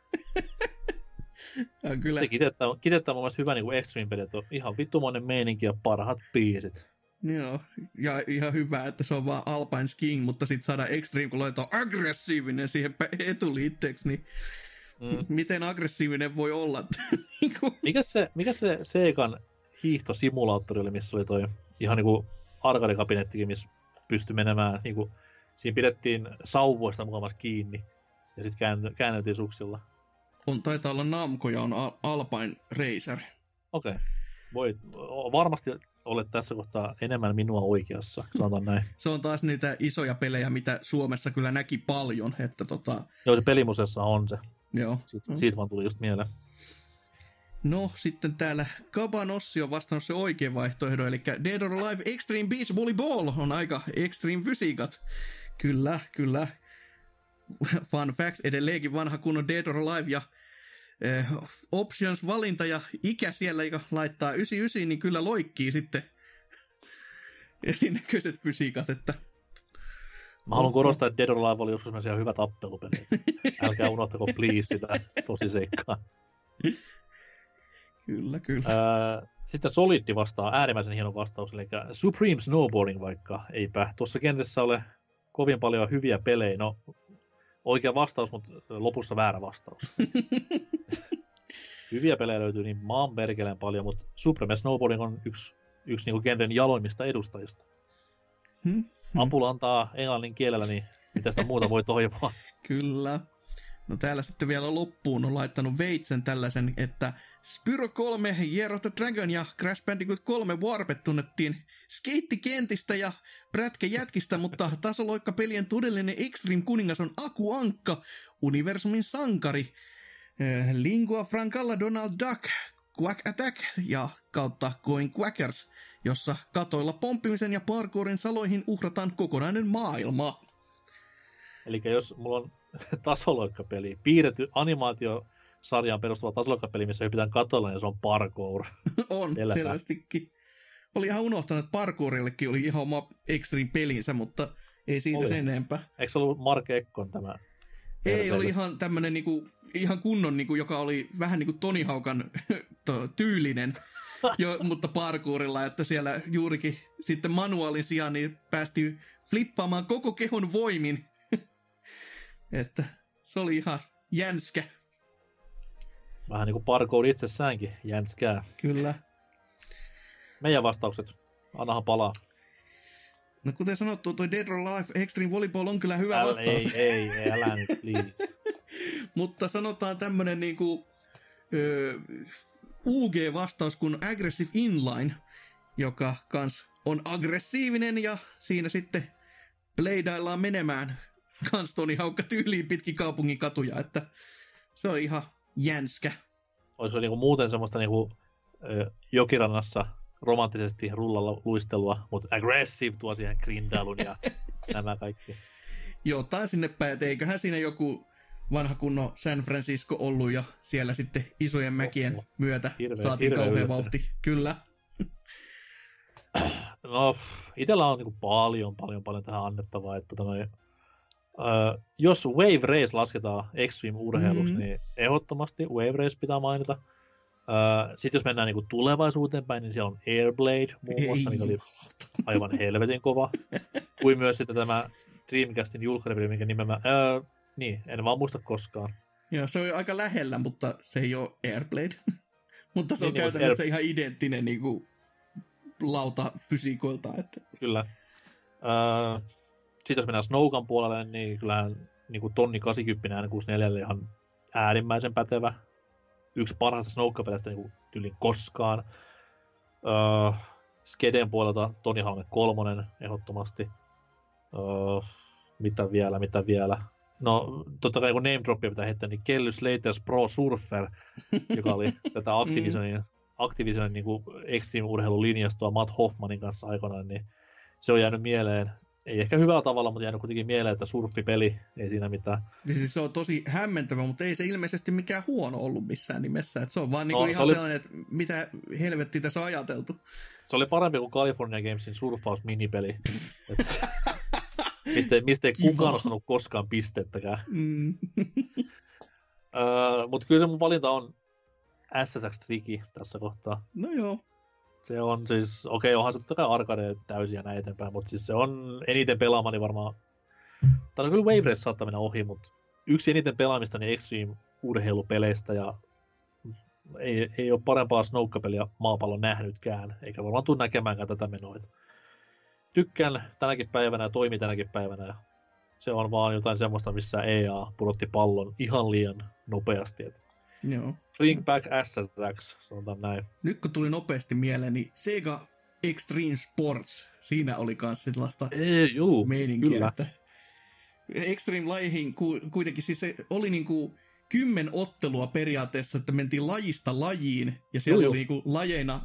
C: Ja kyllä.
B: Se kitettää, kitettää mun mielestä hyvä niin kuin Extreme-peli, että on ihan vittumoinen meininki ja parhaat biisit.
C: Joo, ja ihan hyvä, että se on vaan Alpine Skiing, mutta sitten saadaan Extreme, kun laitetaan aggressiivinen siihen etuliitteeksi, niin mm. miten aggressiivinen voi olla?
B: mikä se, mikä se Segan hiihtosimulaattori oli, missä oli toi ihan niinku arcade-kabinettikin, missä pystyi menemään, niinku, siinä pidettiin sauvoista mukavasti kiinni ja sitten käänneltiin suksilla.
C: On, taitaa olla Namco ja on Alpine Racer.
B: Okei. Okay. Voi, varmasti olet tässä kohtaa enemmän minua oikeassa, sanotaan näin.
C: Se on taas niitä isoja pelejä, mitä Suomessa kyllä näki paljon. Että tota...
B: Joo, se pelimuseessa on se.
C: Joo.
B: Siit, mm. Siitä vaan tuli just mieleen.
C: No, sitten täällä Kabanossi on vastannut se oikein vaihtoehdo, eli Dead or Alive Extreme Beach Volleyball on aika extreme fysiikat. Kyllä, kyllä. fun fact, edelleenkin vanha kunnon Dead or Alive ja eh, options-valinta ja ikä siellä, joka laittaa yhdeksänkymmentäyhdeksän, niin kyllä loikkii sitten erinäköiset fysiikat, että
B: mä haluan korostaa, että Dead or Alive oli joskus sellaisia hyvä tappelupeli. Älkää unohtako please sitä tosi seikkaa.
C: Kyllä, kyllä.
B: Öö, sitten Solid vastaa äärimmäisen hieno vastaus, eli Supreme Snowboarding vaikka, eipä tuossa kentässä ole kovin paljon hyviä pelejä. No, oikea vastaus, mutta lopussa väärä vastaus. Hyviä pelejä löytyy niin maan perkeleen paljon, mutta Supreme Snowboarding on yksi, yksi niin kuin genren jaloimmista edustajista.
C: Hmm?
B: Ampula antaa englannin kielellä, niin mitä sitä muuta voi toivoa.
C: Kyllä. No täällä sitten vielä loppuun on laittanut Veitsen tällaisen, että Spyro kolme, Year of the Dragon ja Crash Bandicoot kolme Warped tunnettiin skeittikentistä ja prätkäjätkistä, mutta tasoloikkapelien todellinen Extreme-kuningas on Aku Ankka, universumin sankari. Eh, Lingua Francalla Donald Duck, Quack Attack ja kautta Going Quackers, jossa katoilla pomppimisen ja parkourin saloihin uhrataan kokonainen maailma.
B: Eli jos mulla on tasoloikkapeli, piirretty animaatiosarjaan perustuva tasoloikkapeli, missä hypitään katolla, niin se on parkour.
C: On,
B: Selvä.
C: selvästikin. Oli ihan unohtanut, että parkourillekin oli ihan oma Extreme-pelinsä, mutta ei siitä
B: oli.
C: sen enempää.
B: Eikö se ollut Mark Ekkon tämä?
C: Ei, oli ihan tämmönen niinku, ihan kunnon, niinku, joka oli vähän niinku Tony Hawkan tyylinen, jo, mutta parkourilla, että siellä juurikin sitten manuaalin sijaan niin päästiin flippaamaan koko kehon voimin. Että se oli ihan jänskä.
B: Vähän niin kuin parkour itsessäänkin, jänskää.
C: Kyllä.
B: Meidän vastaukset, annahan palaa.
C: No kuten sanottu, toi Dead or Alive Extreme Volleyball on kyllä hyvä
B: Äl,
C: vastaus.
B: ei, ei, ei, älä nyt, please.
C: Mutta sanotaan tämmönen niinku ö, U G-vastaus kuin Aggressive Inline, joka kans on aggressiivinen ja siinä sitten playdaillaan menemään kans Tony Hawkka tyyliin pitkin kaupungin katuja, että se on ihan jänskä.
B: Olisi niinku muuten semmoista niinku, ö, jokirannassa romanttisesti rullalla luistelua, mutta aggressive tuo siihen grindailun ja nämä kaikki.
C: Jotain sinne päin, että eiköhän siinä joku vanha kunnon San Francisco ollut ja siellä sitten isojen mäkien
B: Oho.
C: myötä
B: Hirveä-
C: saatiin
B: hirveä
C: kauhean
B: yllätys.
C: vauhti. Kyllä.
B: No, itellä on niinku paljon, paljon, paljon tähän annettavaa. Että tota noin, ö, jos Wave Race lasketaan Extreme-urheiluksi,
C: Mm-hmm.
B: niin ehdottomasti Wave Race pitää mainita. Sitten jos mennään niinku tulevaisuuteen päin, niin siellä on Airblade muun muassa,
C: Ei
B: mikä oli
C: jumalauta.
B: aivan helvetin kova. Kuin myös sitten tämä Dreamcastin julkkaripeli, minkä nimen mä... Öö, niin, en vaan muista koskaan.
C: Joo, se on aika lähellä, mutta se ei ole Airblade. Mutta se on
B: Niin, niin,
C: käytännössä
B: Air-
C: ihan identtinen niin kuin lauta fysiikoilta. Että...
B: Kyllä. Öö, sitten jos mennään Snowcan puolelle, niin kyllähän niin kuin tonni kahdeksankymmentä N kuusikymmentäneljä ihan äärimmäisen pätevä. Yksi parhaista Snowca-peleistä niin tyylin koskaan. Öö, Skeden puolelta Tony Hawk kolmonen ehdottomasti. Öö, mitä vielä, mitä vielä? No, totta kai kun name droppia pitää heittää, niin Kelly Slater's Pro Surfer, joka oli tätä Activisionin, Activisionin niin kuin Extreme-urheilulinjastoa Matt Hoffmanin kanssa aikoinaan, niin se on jäänyt mieleen. Ei ehkä hyvällä tavalla, mutta jäänyt kuitenkin mieleen, että surffipeli, ei siinä mitään.
C: Siis se on tosi hämmentävä, mutta ei se ilmeisesti mikään huono ollut missään nimessä. Että se on vaan niinku
B: No,
C: ihan
B: se oli...
C: sellainen, että mitä helvetti tässä on ajateltu.
B: Se oli parempi kuin California Gamesin surffaus-minipeli. mistä, mistä ei kukaan ole saanut koskaan pistettäkään.
C: Mm.
B: öö, mutta kyllä se mun valinta on S S X Tricky tässä kohtaa.
C: No joo.
B: Se on siis, okei, okay, onhan se totta kai arcade täysin ja näin eteenpäin, mutta siis se on eniten pelaamani varmaan, tai kyllä Wave Race saattaa mennä ohi, mutta yksi eniten pelaamista niin Extreme-urheilupeleistä ja ei, ei ole parempaa Snowca-peliä maapallon nähnytkään, eikä varmaan tule näkemäänkään tätä menoita. Tykkään tänäkin päivänä ja toimii tänäkin päivänä ja se on vaan jotain semmoista, missä E A pudotti pallon ihan liian nopeasti. Et
C: Joo.
B: bring back S S X, sanotaan näin.
C: Nyt kun tuli nopeasti mieleen, niin Sega Extreme Sports, siinä oli kans sellaista
B: Ei, juu,
C: meininkiä.
B: kyllä.
C: Että Extreme-lajeihin kuitenkin siis se oli niinku kymmen ottelua periaatteessa, että mentiin lajista lajiin, ja siellä
B: Joo,
C: oli niinku lajeina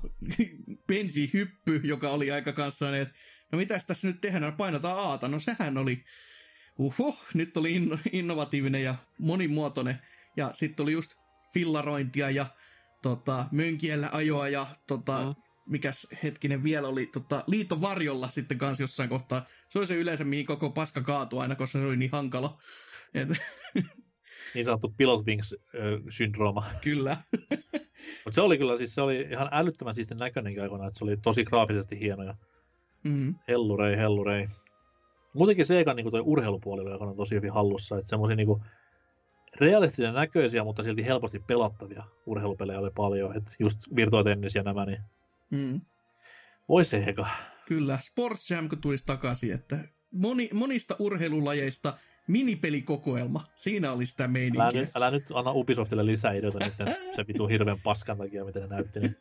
C: bensihyppy, joka oli aika kanssa, että no mitäs tässä nyt tehdään, no painotaan aata, no sehän oli uhuh, nyt oli inno, innovatiivinen ja monimuotoinen. Ja sitten oli just fillarointia ja tota, mönkiellä ajoa ja tota, mm. mikäs hetkinen vielä oli, tota, liiton varjolla sitten kanssa jossain kohtaa. Se oli se yleensä, mihin koko paska kaatui aina, koska se oli niin hankala. Et...
B: niin sanottu Pilot Wings-syndrooma.
C: Kyllä.
B: Mutta se oli kyllä, siis se oli ihan älyttömän siistin näköinenkin aikoina, että se oli tosi graafisesti hieno ja mm. hellurei, hellurei. Muutenkin Segan niin toi urheilupuoli oli aikoinaan tosi hyvin hallussa, että semmosia niinku realistisen näköisiä, mutta silti helposti pelattavia urheilupelejä oli paljon, että just virtuatennis ja nämä, niin mm. voi Sega.
C: Kyllä, Sports Jam kun tulisi takaisin, että moni, monista urheilulajeista minipelikokoelma, siinä oli sitä meininkiä.
B: Älä nyt, älä nyt anna Ubisoftille lisää ideoita nyt se vitun hirveän paskan takia, miten ne näytti. Niin.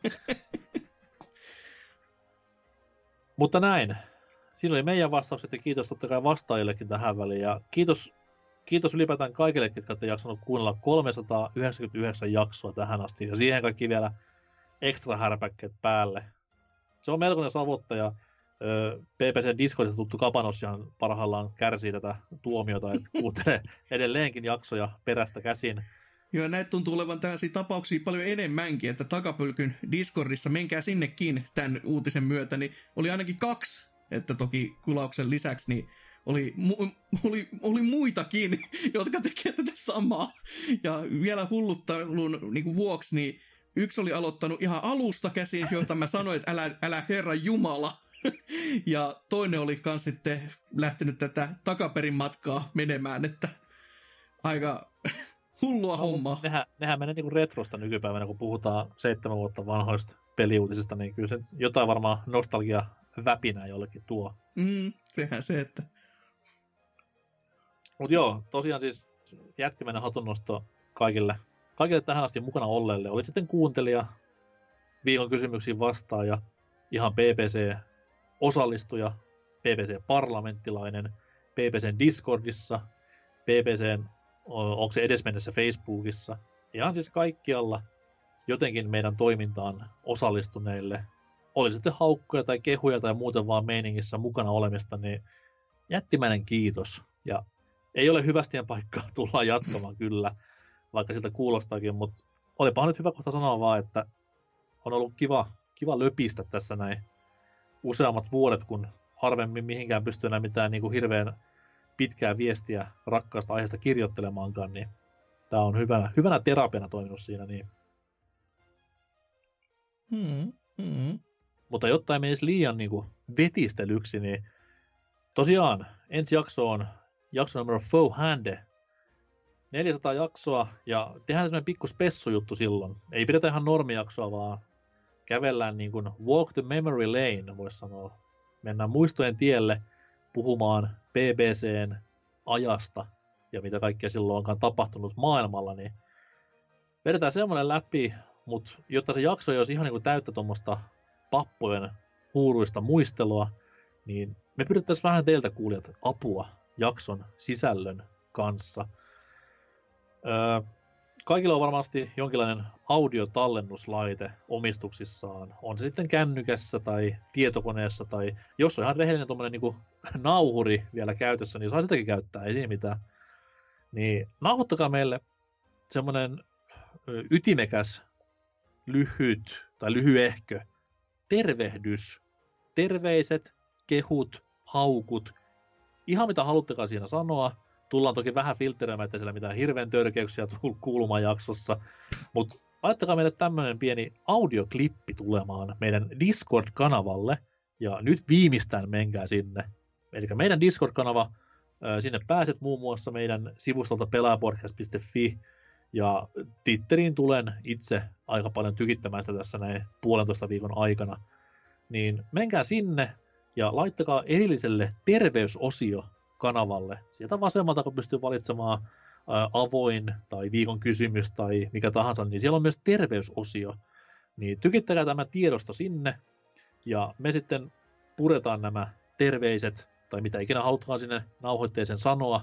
B: Mutta näin. Siinä oli meidän vastaukset ja kiitos totta kai vastaajillekin tähän väliin. Ja kiitos, kiitos ylipäätään kaikille, jotka olette jaksanut kuunnella kolmesataayhdeksänkymmentäyhdeksän jaksoa tähän asti. Ja siihen kaikki vielä ekstra härpäkkeet päälle. Se on melkoinen savottaja. P P C Discordissa tuttu Kapanossihan parhaillaan kärsii tätä tuomiota, että kuuntelee edelleenkin jaksoja perästä käsin.
C: Joo, näitä tuntuu olevan tällaisia tapauksia paljon enemmänkin, että Takapölkyn Discordissa, menkää sinnekin tämän uutisen myötä, niin oli ainakin kaksi, että toki kulauksen lisäksi, niin oli, mu- oli, oli muitakin, jotka tekevät tätä samaa. Ja vielä hulluttelun niin vuoksi, niin yksi oli aloittanut ihan alusta käsin, jota mä sanoin, että älä, älä Herra Jumala. Ja toinen oli kans sitten lähtenyt tätä takaperin matkaa menemään, että aika hullua no, hommaa.
B: Nehän, nehän menee niinku retrosta nykypäivänä, kun puhutaan seitsemän vuotta vanhoista peliuutisista, niin kyllä se jotain varmaan nostalgia väpinää jollekin tuo.
C: Mm, sehän se, että...
B: Mut joo, tosiaan siis jättimäinen hatunnosto kaikille, kaikille tähän asti mukana olleille. Oli sitten kuuntelija, viikon kysymyksiin vastaaja, ihan P P C-osallistuja, P P C-parlamenttilainen, P P C:n Discordissa, P P C:n, onko se edesmennessä Facebookissa, ihan siis kaikkialla jotenkin meidän toimintaan osallistuneille, oli sitten haukkuja tai kehuja tai muuten vaan meiningissä mukana olemista, niin jättimäinen kiitos. Ja ei ole hyvästien paikkaa, tullaan jatkamaan kyllä, vaikka siltä kuulostaakin, mutta olipa nyt hyvä kohta sanoa vaan, että on ollut kiva, kiva löpistä tässä näin useammat vuodet, kun harvemmin mihinkään pystyy enää mitään niin kuin hirveän pitkää viestiä rakkaasta aiheesta kirjoittelemaankaan, niin tää on hyvänä, hyvänä terapiana toiminut siinä. Niin.
C: Hmm, hmm.
B: Mutta jotta ei menisi liian niin kuin vetistelyksi, niin tosiaan ensi jakso on jakso numero Four Hande. neljäsataa jaksoa, ja tehdään sellainen pikku spessujuttu silloin. Ei pidetä ihan normijaksoa, vaan kävellään niin kuin walk the memory lane, voisi sanoa. Mennään muistojen tielle puhumaan P B C:n ajasta ja mitä kaikkea silloin onkaan tapahtunut maailmalla, niin vedetään semmoinen läpi, mutta jotta se jakso ei olisi ihan niin kuin täyttä tuommoista pappojen huuruista muistelua, niin me pyydettäisiin vähän teiltä kuulijat apua jakson sisällön kanssa. Öö, kaikilla on varmasti jonkinlainen audiotallennuslaite omistuksissaan. On se sitten kännykässä tai tietokoneessa tai jos on ihan rehellinen tuommoinen niin kuin nauhuri vielä käytössä, niin saa sitäkin käyttää, ei siinä mitään. Niin nauhoittakaa meille semmoinen ytimekäs, lyhyt tai lyhyehkö tervehdys. Terveiset, kehut, haukut, ihan mitä haluttekaan siinä sanoa. Tullaan toki vähän filtteröimään, että siellä mitään hirveän törkeyksiä kuulumaan jaksossa. Mutta laittakaa meille tämmöinen pieni audioklippi tulemaan meidän Discord-kanavalle. Ja nyt viimeistään menkää sinne. Eli meidän Discord-kanava, sinne pääset muun muassa meidän sivustolta pelaajapodcast piste fi. Ja Twitteriin tulen itse aika paljon tykittämään sitä tässä näin puolentoista viikon aikana. Niin menkää sinne ja laittakaa erilliselle terveysosio kanavalle. Sieltä vasemmalta, kun pystyy valitsemaan ää, avoin tai viikon kysymys tai mikä tahansa, niin siellä on myös terveysosio. Niin tykittäkää tämä tiedosto sinne, ja me sitten puretaan nämä terveiset, tai mitä ikinä halutkaan sinne nauhoitteeseen sanoa.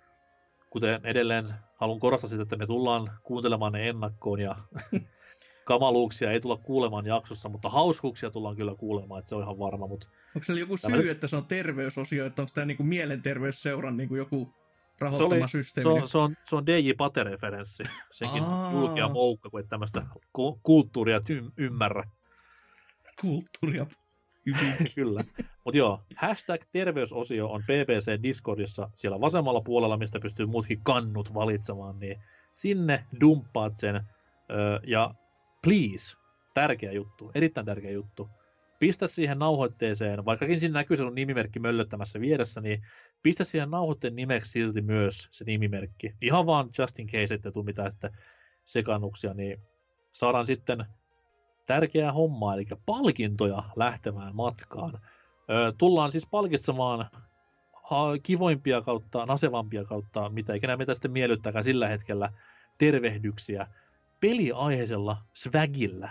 B: Kuten edelleen haluan korostaa sitä, että me tullaan kuuntelemaan ne ennakkoon ja kamaluuksia ei tulla kuulemaan jaksossa, mutta hauskuuksia tullaan kyllä kuulemaan, että se on ihan varma. Mutta
C: onko se joku syy,
B: tämä...
C: että se on terveysosio, että onko tämä niinku mielenterveysseuran niinku joku rahoittama
B: se oli,
C: systeemi?
B: Se on, se on, se on D J Pate-referenssi, senkin julkea moukka, kun et tämmöistä ku- kulttuuria y- ymmärrä.
C: Kulttuuria. Hyvin.
B: Kyllä. Mutta joo, hashtag terveysosio on P P C Discordissa siellä vasemmalla puolella, mistä pystyy muutkin kannut valitsemaan, niin sinne dumppaat sen. Öö, ja please, tärkeä juttu, erittäin tärkeä juttu, pistä siihen nauhoitteeseen, vaikkakin siinä näkyy se on nimimerkki möllöttämässä vieressä, niin pistä siihen nauhoitteen nimeksi silti myös se nimimerkki. Ihan vaan just in case, ettei tule mitään sitten sekannuksia, niin saadaan sitten tärkeää hommaa, eli palkintoja lähtemään matkaan. Öö, tullaan siis palkitsemaan kivoimpia kautta, nasevampia kautta, mitä ikinä meitä sitten miellyttääkään sillä hetkellä, tervehdyksiä peliaiheisella swagillä.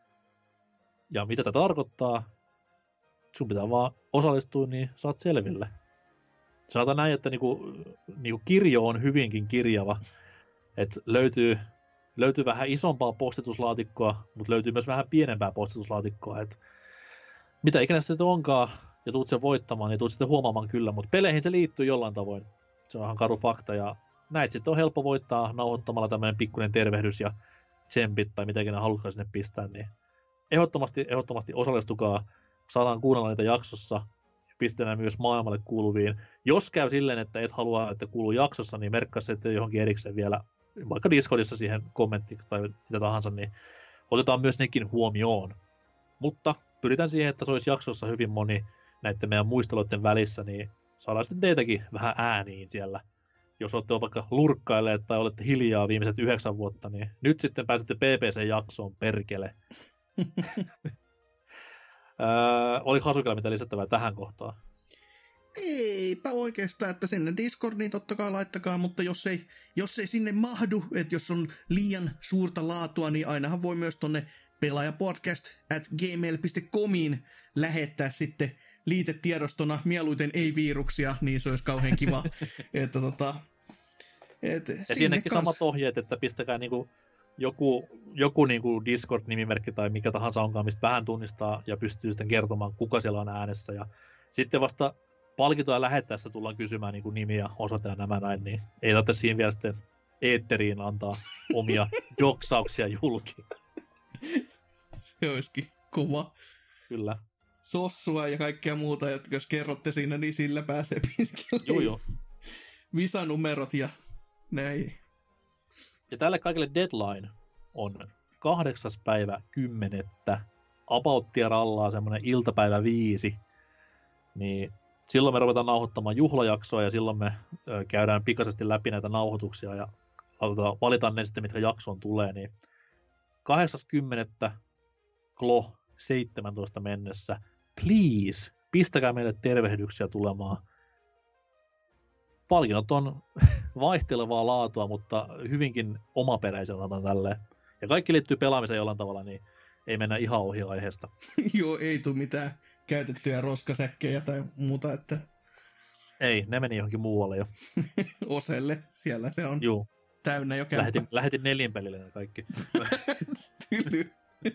B: Ja mitä tämä tarkoittaa? Sun pitää vaan osallistua, niin saat selville. Sanotaan näin, että niinku, niinku kirjo on hyvinkin kirjava. Et löytyy, löytyy vähän isompaa postituslaatikkoa, mutta löytyy myös vähän pienempää postituslaatikkoa. Et mitä ikinä sitten onkaan, ja tuut sen voittamaan, niin tuut sitten huomaamaan kyllä, mutta peleihin se liittyy jollain tavoin. Se on ihan karu fakta, ja näitä sitten on helppo voittaa nauhoittamalla tämmöinen pikkuinen tervehdys ja tsempit tai mitä ikinä halutkaan sinne pistää, niin ehdottomasti, ehdottomasti osallistukaa, saadaan kuunnella niitä jaksossa, pistetään myös maailmalle kuuluviin. Jos käy silleen, että et halua, että kuuluu jaksossa, niin merkkaa se, että johonkin erikseen vielä, vaikka Discordissa siihen kommenttiksi tai mitä tahansa, niin otetaan myös nekin huomioon. Mutta pyritään siihen, että se olisi jaksossa hyvin moni näiden meidän muisteluiden välissä, niin saadaan sitten teitäkin vähän ääniin siellä. Jos olette vaikka lurkkailleet tai olette hiljaa viimeiset yhdeksän vuotta, niin nyt sitten pääsette P P C-jaksoon, perkele. öö, oliko Hasukilla mitä lisättävää tähän kohtaan?
C: Eipä oikeastaan, että sinne Discordiin totta kai laittakaa, mutta jos ei, jos ei sinne mahdu, että jos on liian suurta laatua, niin ainahan voi myös tonne pelaajapodcast at gmail piste comiin lähettää sitten liitetiedostona mieluiten ei-viiruksia, niin se olisi kauhean kiva. että tota, et
B: ja siinäkin kans samat ohjeet, että pistäkää niinku joku, joku niinku Discord-nimimerkki tai mikä tahansa onkaan, mistä vähän tunnistaa ja pystyy sitten kertomaan, kuka siellä on äänessä. Ja sitten vasta palkintoja lähettäessä tullaan kysymään niinku nimiä, osoite ja nämä näin, niin ei tarvitse siinä vielä sitten eetteriin antaa omia doksauksia julki.
C: Se olisikin kova.
B: Kyllä.
C: Sossua ja kaikkea muuta, että jos kerrotte siinä, niin sillä pääsee pitkälle.
B: Joo, joo.
C: Visanumerot ja näin.
B: Ja tälle kaikille deadline on kahdeksas päivä kymmenettä. Abauttia rallaa semmoinen iltapäivä viisi. Niin silloin me ruvetaan nauhoittamaan juhlajaksoa ja silloin me ö, käydään pikaisesti läpi näitä nauhoituksia ja valitaan ne sitten, mitkä jaksoon tulee. Niin kahdeksas kymmenettä klo seitsemäntoista mennessä. Please, pistäkää meille tervehdyksiä tulemaan. Palkinnot on vaihtelevaa laatua, mutta hyvinkin omaperäisen sanotaan tälleen. Ja kaikki liittyy pelaamiseen jollain tavalla, niin ei mennä ihan ohi aiheesta.
C: Joo, ei tule mitään käytettyjä roskasäkkejä tai muuta, että
B: ei, ne meni johonkin muualle jo.
C: Oselle, siellä se on
B: Juu.
C: täynnä jo kämpä.
B: Lähetin, lähetin nelinpelille ne kaikki.
C: Tyly.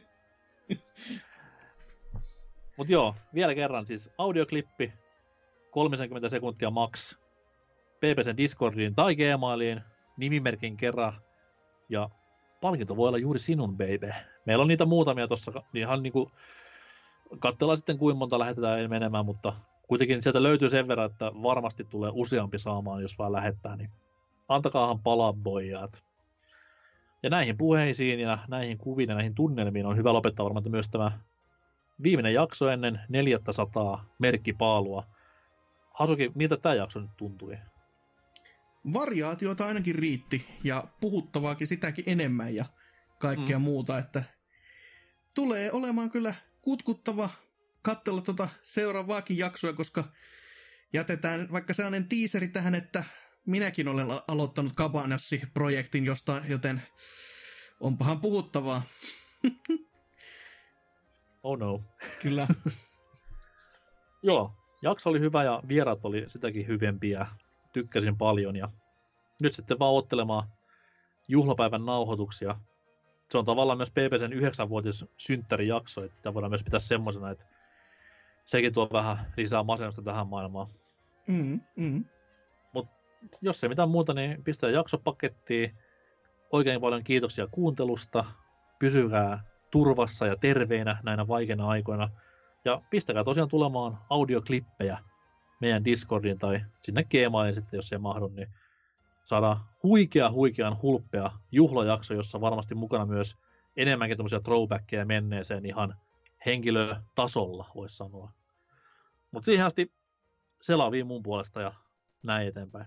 B: Mut joo, vielä kerran siis audioklippi, kolmekymmentä sekuntia max, P P C:n Discordiin tai Gmailiin, nimimerkin kerran, ja palkinto voi olla juuri sinun, baby. Meillä on niitä muutamia tossa, niin ihan niinku, katsellaan sitten kuinka monta lähetetään menemään, mutta kuitenkin sieltä löytyy sen verran, että varmasti tulee useampi saamaan, jos vaan lähettää, niin antakaahan palaa, boijat. Ja näihin puheisiin ja näihin kuviin ja näihin tunnelmiin on hyvä lopettaa varmaan myös tämä viimeinen jakso ennen neljäsataa merkkipaalua. Hasuki, miltä tämä jakso nyt tuntui?
C: Variaatiota ainakin riitti ja puhuttavaakin sitäkin enemmän ja kaikkea mm. muuta, että tulee olemaan kyllä kutkuttava katsella tuota seuraavaakin jaksoa, koska jätetään vaikka sellainen tiiseri tähän, että minäkin olen aloittanut Cabanassi-projektin jostain, joten onpahan puhuttavaa.
B: Oh no.
C: Kyllä.
B: Joo, jakso oli hyvä ja vieraat oli sitäkin hyvempiä. Tykkäsin paljon ja nyt sitten vaan ottelemaan juhlapäivän nauhoituksia. se on tavallaan myös P P C:n yhdeksänvuotis synttärijakso, että sitä voidaan myös pitää semmosena, että sekin tuo vähän lisää masennusta tähän maailmaan.
C: Mm, mm.
B: Mut jos ei mitään muuta, niin pistää jakso pakettiin. Oikein paljon kiitoksia kuuntelusta. Pysykää turvassa ja terveinä näinä vaikeina aikoina. Ja pistäkää tosiaan tulemaan audioklippejä meidän Discordiin tai sinne Gmailiin sitten, jos ei mahdu, niin saadaan huikea, huikean hulppea juhlajakso, jossa varmasti mukana myös enemmänkin tämmöisiä throwbackkejä menneeseen ihan henkilötasolla, voisi sanoa. Mutta siihen asti selaaviin mun puolesta ja näin eteenpäin.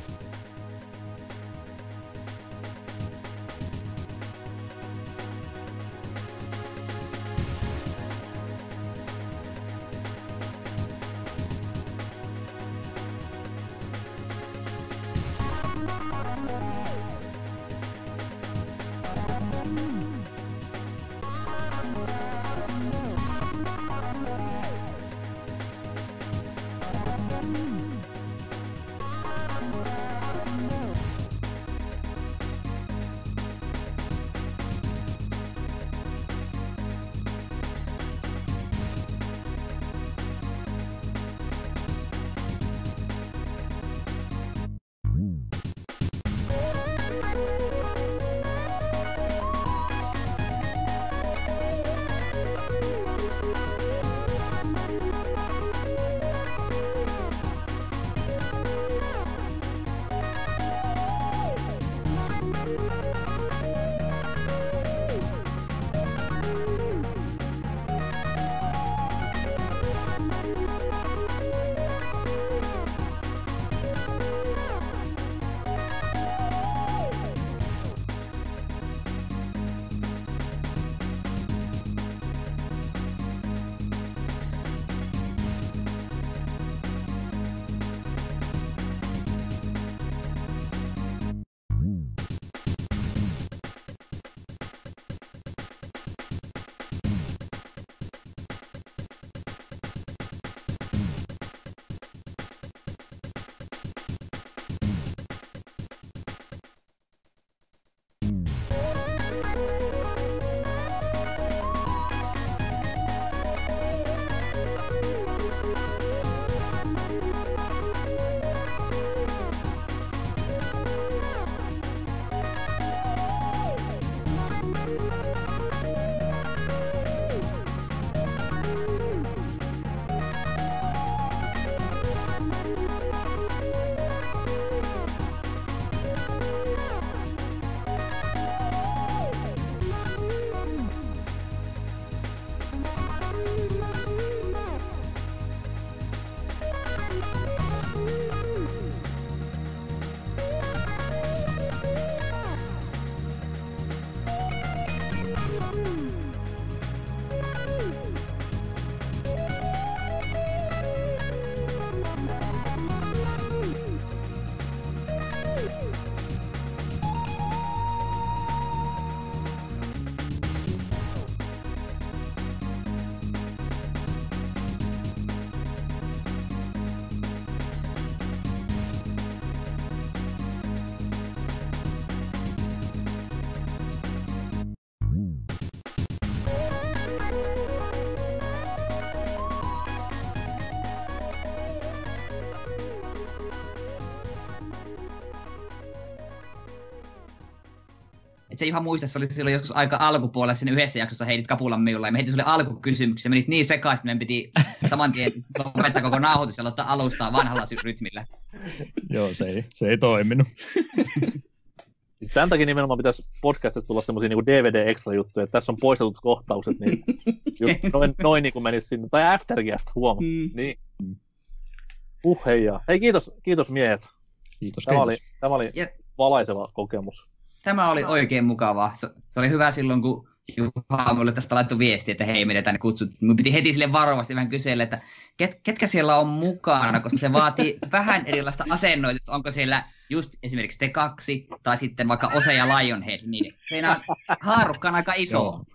E: Et se ihan muista, se oli silloin joskus aika alkupuolella siinä yhdessä jaksossa heitit kapulan minulle, ja me heitin sulle alkukysymyksiä, menit niin sekaisin, että meidän piti saman tien lopettaa koko nauhoitus ja aloittaa alustaa vanhalla rytmillä.
D: Joo, se ei, se ei toiminut.
G: Siis tämän takia nimenomaan pitäisi podcastista tulla semmosia niinku D V D-extra-juttuja, että tässä on poistetut kohtaukset, niin just noin, noin niin kuin menisi sinne, tai Aftercast, huom. Mm. Niin. Uh, heijaa. Hei, kiitos, kiitos miehet.
D: Kiitos,
G: tämä
D: kiitos.
G: Oli, tämä oli
E: ja,
G: valaiseva kokemus.
E: Tämä oli oikein mukavaa. Se, se oli hyvä silloin, kun Juha mulle tästä laittoi viestiä, että hei, meidän tänne kutsut. Minun piti heti sille varovasti vähän kysellä, että ket, ketkä siellä on mukana, koska se vaatii vähän erilaista asennoitusta. Onko siellä just esimerkiksi te kaksi, tai sitten vaikka Ose ja Lionhead, niin siinä haarukka on aika iso.
D: Joo.